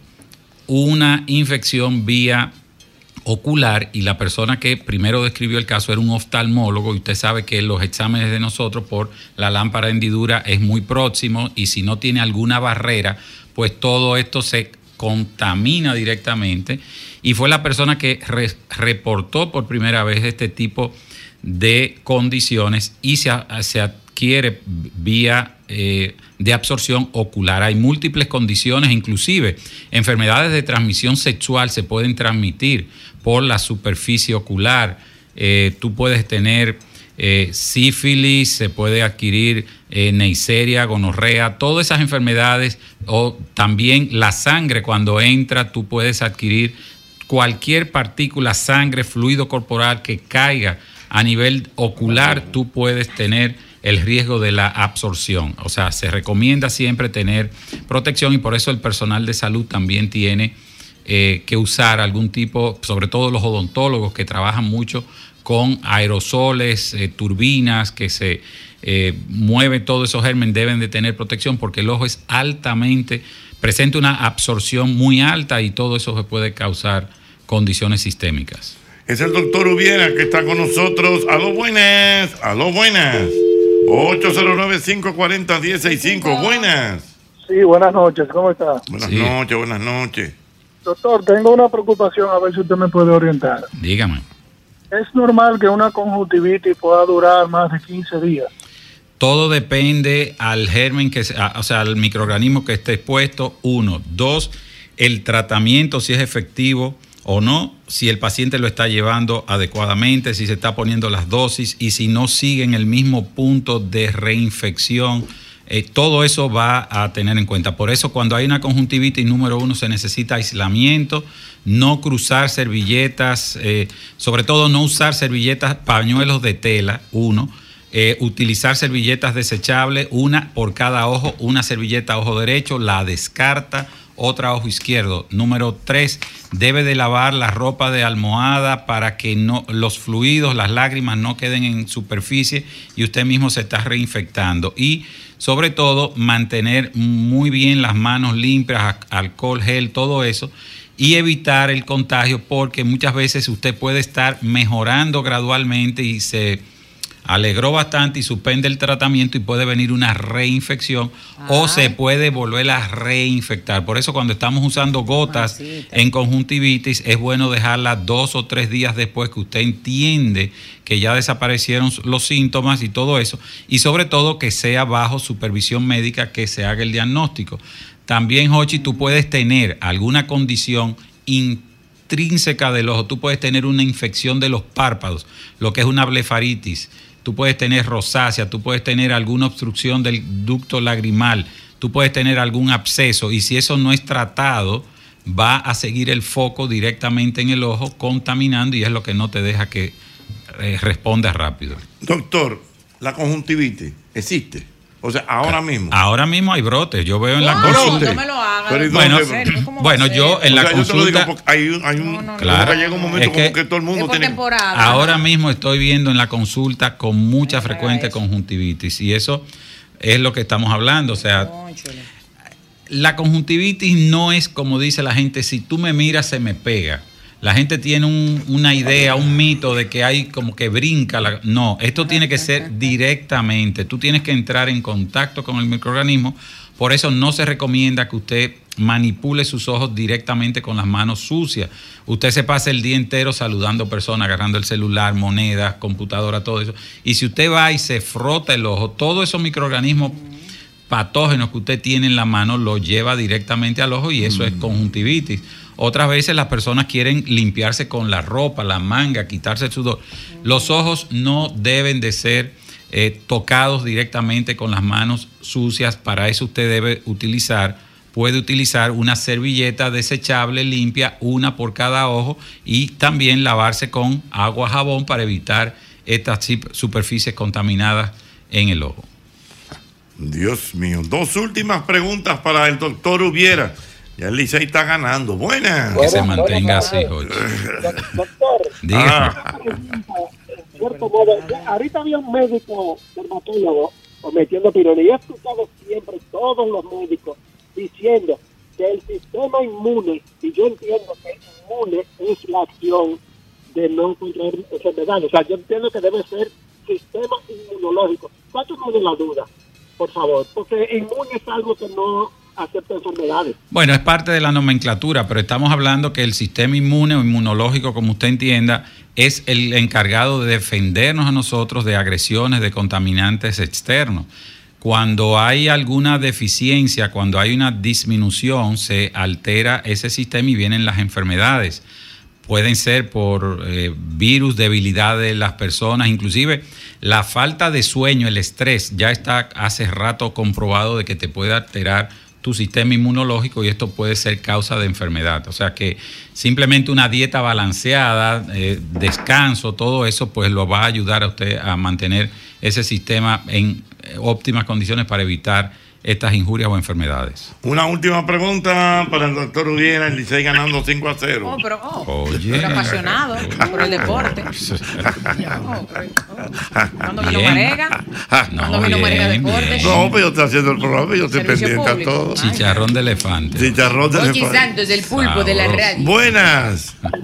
una infección vía ocular, y la persona que primero describió el caso era un oftalmólogo, y usted sabe que los exámenes de nosotros por la lámpara de hendidura es muy próximo, y si no tiene alguna barrera, pues todo esto se contamina directamente, y fue la persona que re- reportó por primera vez este tipo de condiciones y se, se adquiere vía eh, de absorción ocular. Hay múltiples condiciones, inclusive enfermedades de transmisión sexual se pueden transmitir por la superficie ocular. Eh, tú puedes tener eh, sífilis, se puede adquirir eh, neisseria, gonorrea, todas esas enfermedades, o también la sangre cuando entra, tú puedes adquirir cualquier partícula, sangre, fluido corporal que caiga a nivel ocular, tú puedes tener el riesgo de la absorción. O sea, se recomienda siempre tener protección, y por eso el personal de salud también tiene eh, que usar algún tipo, sobre todo los odontólogos que trabajan mucho con aerosoles, eh, turbinas, que se eh, mueven todos esos gérmenes, deben de tener protección porque el ojo es altamente, presenta una absorción muy alta y todo eso se puede causar condiciones sistémicas. Es el doctor Ubiera que está con nosotros. Aló, buenas. Aló, buenas. ocho cero nueve, cinco cuatro cero, uno cero seis cinco. Buenas. Sí, buenas noches, ¿cómo está? Buenas noches, buenas noches. Doctor, tengo una preocupación, a ver si usted me puede orientar. Dígame. ¿Es normal que una conjuntivitis pueda durar más de quince días? Todo depende al germen, que, o sea, al microorganismo que esté expuesto, uno. Dos, el tratamiento, si es efectivo o no, si el paciente lo está llevando adecuadamente, si se está poniendo las dosis y si no sigue en el mismo punto de reinfección. Eh, todo eso va a tener en cuenta. Por eso, cuando hay una conjuntivitis, número uno, se necesita aislamiento, no cruzar servilletas, eh, sobre todo no usar servilletas, pañuelos de tela, uno. Eh, utilizar servilletas desechables, una por cada ojo, una servilleta ojo derecho, la descarta, otra ojo izquierdo. Número tres, debe de lavar la ropa de almohada para que no, los fluidos, las lágrimas no queden en superficie y usted mismo se está reinfectando. Y sobre todo, mantener muy bien las manos limpias, alcohol, gel, todo eso, y evitar el contagio, porque muchas veces usted puede estar mejorando gradualmente y se alegró bastante y suspende el tratamiento y puede venir una reinfección ah. o se puede volver a reinfectar. Por eso cuando estamos usando gotas Mamacita. en conjuntivitis es bueno dejarlas dos o tres días después que usted entiende que ya desaparecieron los síntomas y todo eso, y sobre todo que sea bajo supervisión médica que se haga el diagnóstico. También, Jochi, tú puedes tener alguna condición intrínseca del ojo, tú puedes tener una infección de los párpados, lo que es una blefaritis. Tú puedes tener rosácea, tú puedes tener alguna obstrucción del ducto lagrimal, tú puedes tener algún absceso y si eso no es tratado, va a seguir el foco directamente en el ojo, contaminando y es lo que no te deja que eh, responda rápido. Doctor, ¿la conjuntivitis existe? O sea, ahora mismo. Ahora mismo hay brotes. Yo veo en la wow, consulta. No me lo hagas. Pero bueno, serio, bueno yo en o la sea, consulta. Yo te lo digo porque hay, hay un. No, no, no. Claro. Llega un momento Es que, como que todo el mundo tiene. Temporada. Ahora mismo estoy viendo en la consulta con mucha frecuente conjuntivitis y eso es lo que estamos hablando. O sea, la conjuntivitis no es como dice la gente, si tú me miras se me pega. La gente tiene un, una idea, un mito de que hay como que brinca. La, no, esto tiene que ser directamente. Tú tienes que entrar en contacto con el microorganismo. Por eso no se recomienda que usted manipule sus ojos directamente con las manos sucias. Usted se pasa el día entero saludando personas, agarrando el celular, monedas, computadora, todo eso. Y si usted va y se frota el ojo, todos esos microorganismos patógenos que usted tiene en la mano lo lleva directamente al ojo y eso mm. es conjuntivitis. Otras veces las personas quieren limpiarse con la ropa, la manga, quitarse el sudor. Los ojos no deben de ser eh, tocados directamente con las manos sucias. Para eso usted debe utilizar, puede utilizar una servilleta desechable limpia, una por cada ojo, y también lavarse con agua, jabón para evitar estas superficies contaminadas en el ojo. Dios mío. Dos últimas preguntas para el doctor Ubiera. Ya el Licey está ganando. Buenas. Que se mantenga así, Jorge. Doctor, dígame. Ah. En cierto modo, ahorita había un médico dermatólogo metiendo pirones y he escuchado siempre todos los médicos diciendo que el sistema inmune, y yo entiendo que el inmune es la acción de no contraer enfermedades. O sea, yo entiendo que debe ser sistema inmunológico. ¿Cuánto me de la duda? Por favor, porque inmune es algo que no acepta enfermedades. Bueno, es parte de la nomenclatura, pero estamos hablando que el sistema inmune o inmunológico, como usted entienda, es el encargado de defendernos a nosotros de agresiones, de contaminantes externos. Cuando hay alguna deficiencia, cuando hay una disminución, se altera ese sistema y vienen las enfermedades. Pueden ser por eh, virus, debilidad de las personas, inclusive la falta de sueño, el estrés, ya está hace rato comprobado de que te puede alterar tu sistema inmunológico y esto puede ser causa de enfermedad. O sea que simplemente una dieta balanceada, eh, descanso, todo eso pues lo va a ayudar a usted a mantener ese sistema en óptimas condiciones para evitar estas injurias o enfermedades. Una última pregunta para el doctor Ubiera, el Licey ganando cinco a cero. Oh, pero, oh, Oye. pero apasionado por el deporte. Oh, ¿cuándo vino Bien. Marega? ¿Cuándo No, vino bien, Marega Deportes? No, pero yo estoy haciendo el programa y yo estoy Servicio pendiente público. a todo. Chicharrón de elefante. Chicharrón de Ochi elefante. Santos, el pulpo de la Sabroso. radio. Buenas.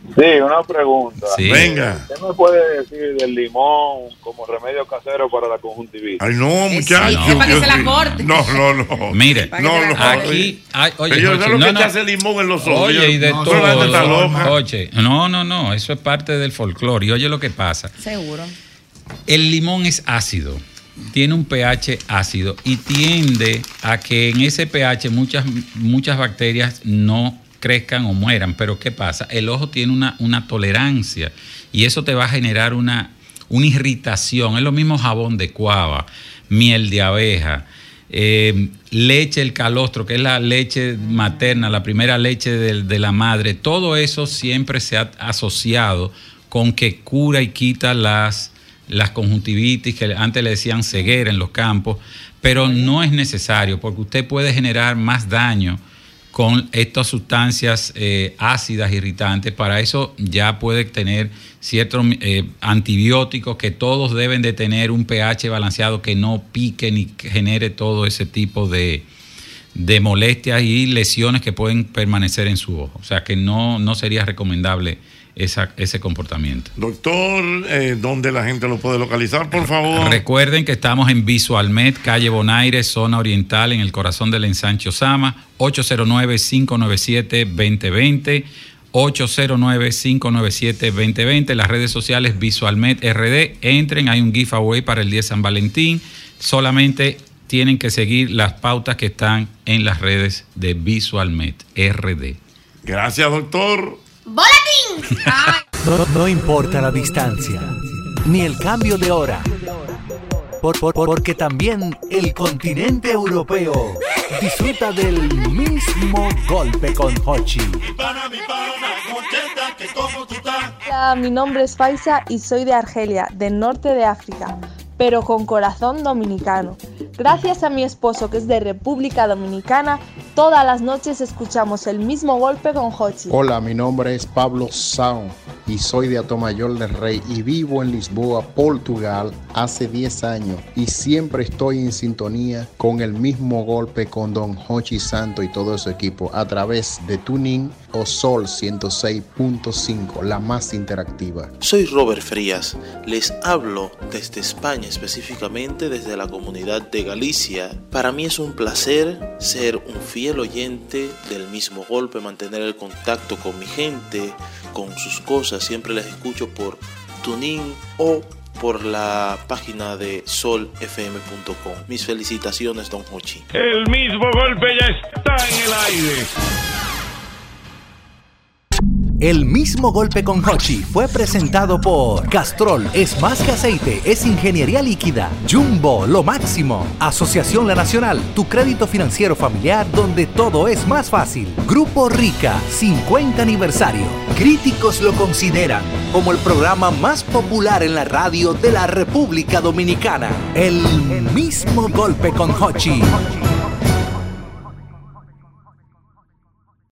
Sí, una pregunta. Sí. Venga. ¿Qué me puede decir del limón como remedio casero para la conjuntivitis? Ay, no, muchachos. Es para que se la corte. No, no, no. Mire, no, no. aquí, hay, oye, Ellos Jochi, saben lo no, que no. te hace limón en los ojos. Oye, y de no, todo. la gente está loca. Oye, no, no, no, eso es parte del folclore. Y oye lo que pasa. Seguro. El limón es ácido, tiene un pH ácido y tiende a que en ese pH muchas, muchas bacterias no crezcan o mueran. Pero ¿qué pasa? El ojo tiene una, una tolerancia y eso te va a generar una, una irritación. Es lo mismo jabón de cuava, miel de abeja, eh, leche el calostro, que es la leche materna, la primera leche de, de la madre. Todo eso siempre se ha asociado con que cura y quita las, las conjuntivitis, que antes le decían ceguera en los campos, pero no es necesario porque usted puede generar más daño con estas sustancias eh, ácidas, irritantes. Para eso ya puede tener ciertos eh, antibióticos que todos deben de tener un pH balanceado que no pique ni genere todo ese tipo de, de molestias y lesiones que pueden permanecer en su ojo. O sea que no, no sería recomendable esa, ese comportamiento. Doctor, eh, ¿dónde la gente lo puede localizar, por favor? Recuerden que estamos en Visualmed, calle Bonaire, zona oriental, en el corazón del ensanche Osama, ocho cero nueve, cinco nueve siete, dos cero dos cero, ocho cero nueve, cinco nueve siete, dos cero dos cero, las redes sociales Visualmed R D, entren, hay un giveaway para el día de San Valentín, solamente tienen que seguir las pautas que están en las redes de Visualmed R D. Gracias, doctor. ¡Boletín! No, no importa la distancia, ni el cambio de hora, por, por- porque también el continente europeo disfruta del mismo golpe con Hochi. Hola, mi nombre es Faisa y soy de Argelia, del norte de África, pero con corazón dominicano. Gracias a mi esposo, que es de República Dominicana, todas las noches escuchamos el mismo golpe con Hochi. Hola, mi nombre es Pablo Saun y soy de Atomayor del Rey y vivo en Lisboa, Portugal, hace diez años y siempre estoy en sintonía con el mismo golpe con Don Hochi Santo y todo su equipo a través de Tuning o Sol ciento seis punto cinco, la más interactiva. Soy Robert Frías, les hablo desde España, específicamente desde la comunidad de Galicia. Para mí es un placer ser un fiel oyente del mismo golpe, mantener el contacto con mi gente, con sus cosas. Siempre les escucho por TuneIn o por la página de sol f m punto com. Mis felicitaciones, Don Hochi. El mismo golpe ya está en el aire. El mismo golpe con Hochi fue presentado por Castrol, es más que aceite, es ingeniería líquida. Jumbo, lo máximo. Asociación La Nacional, tu crédito financiero familiar donde todo es más fácil. Grupo Rica, cincuenta aniversario. Críticos lo consideran como el programa más popular en la radio de la República Dominicana. El mismo golpe con Hochi.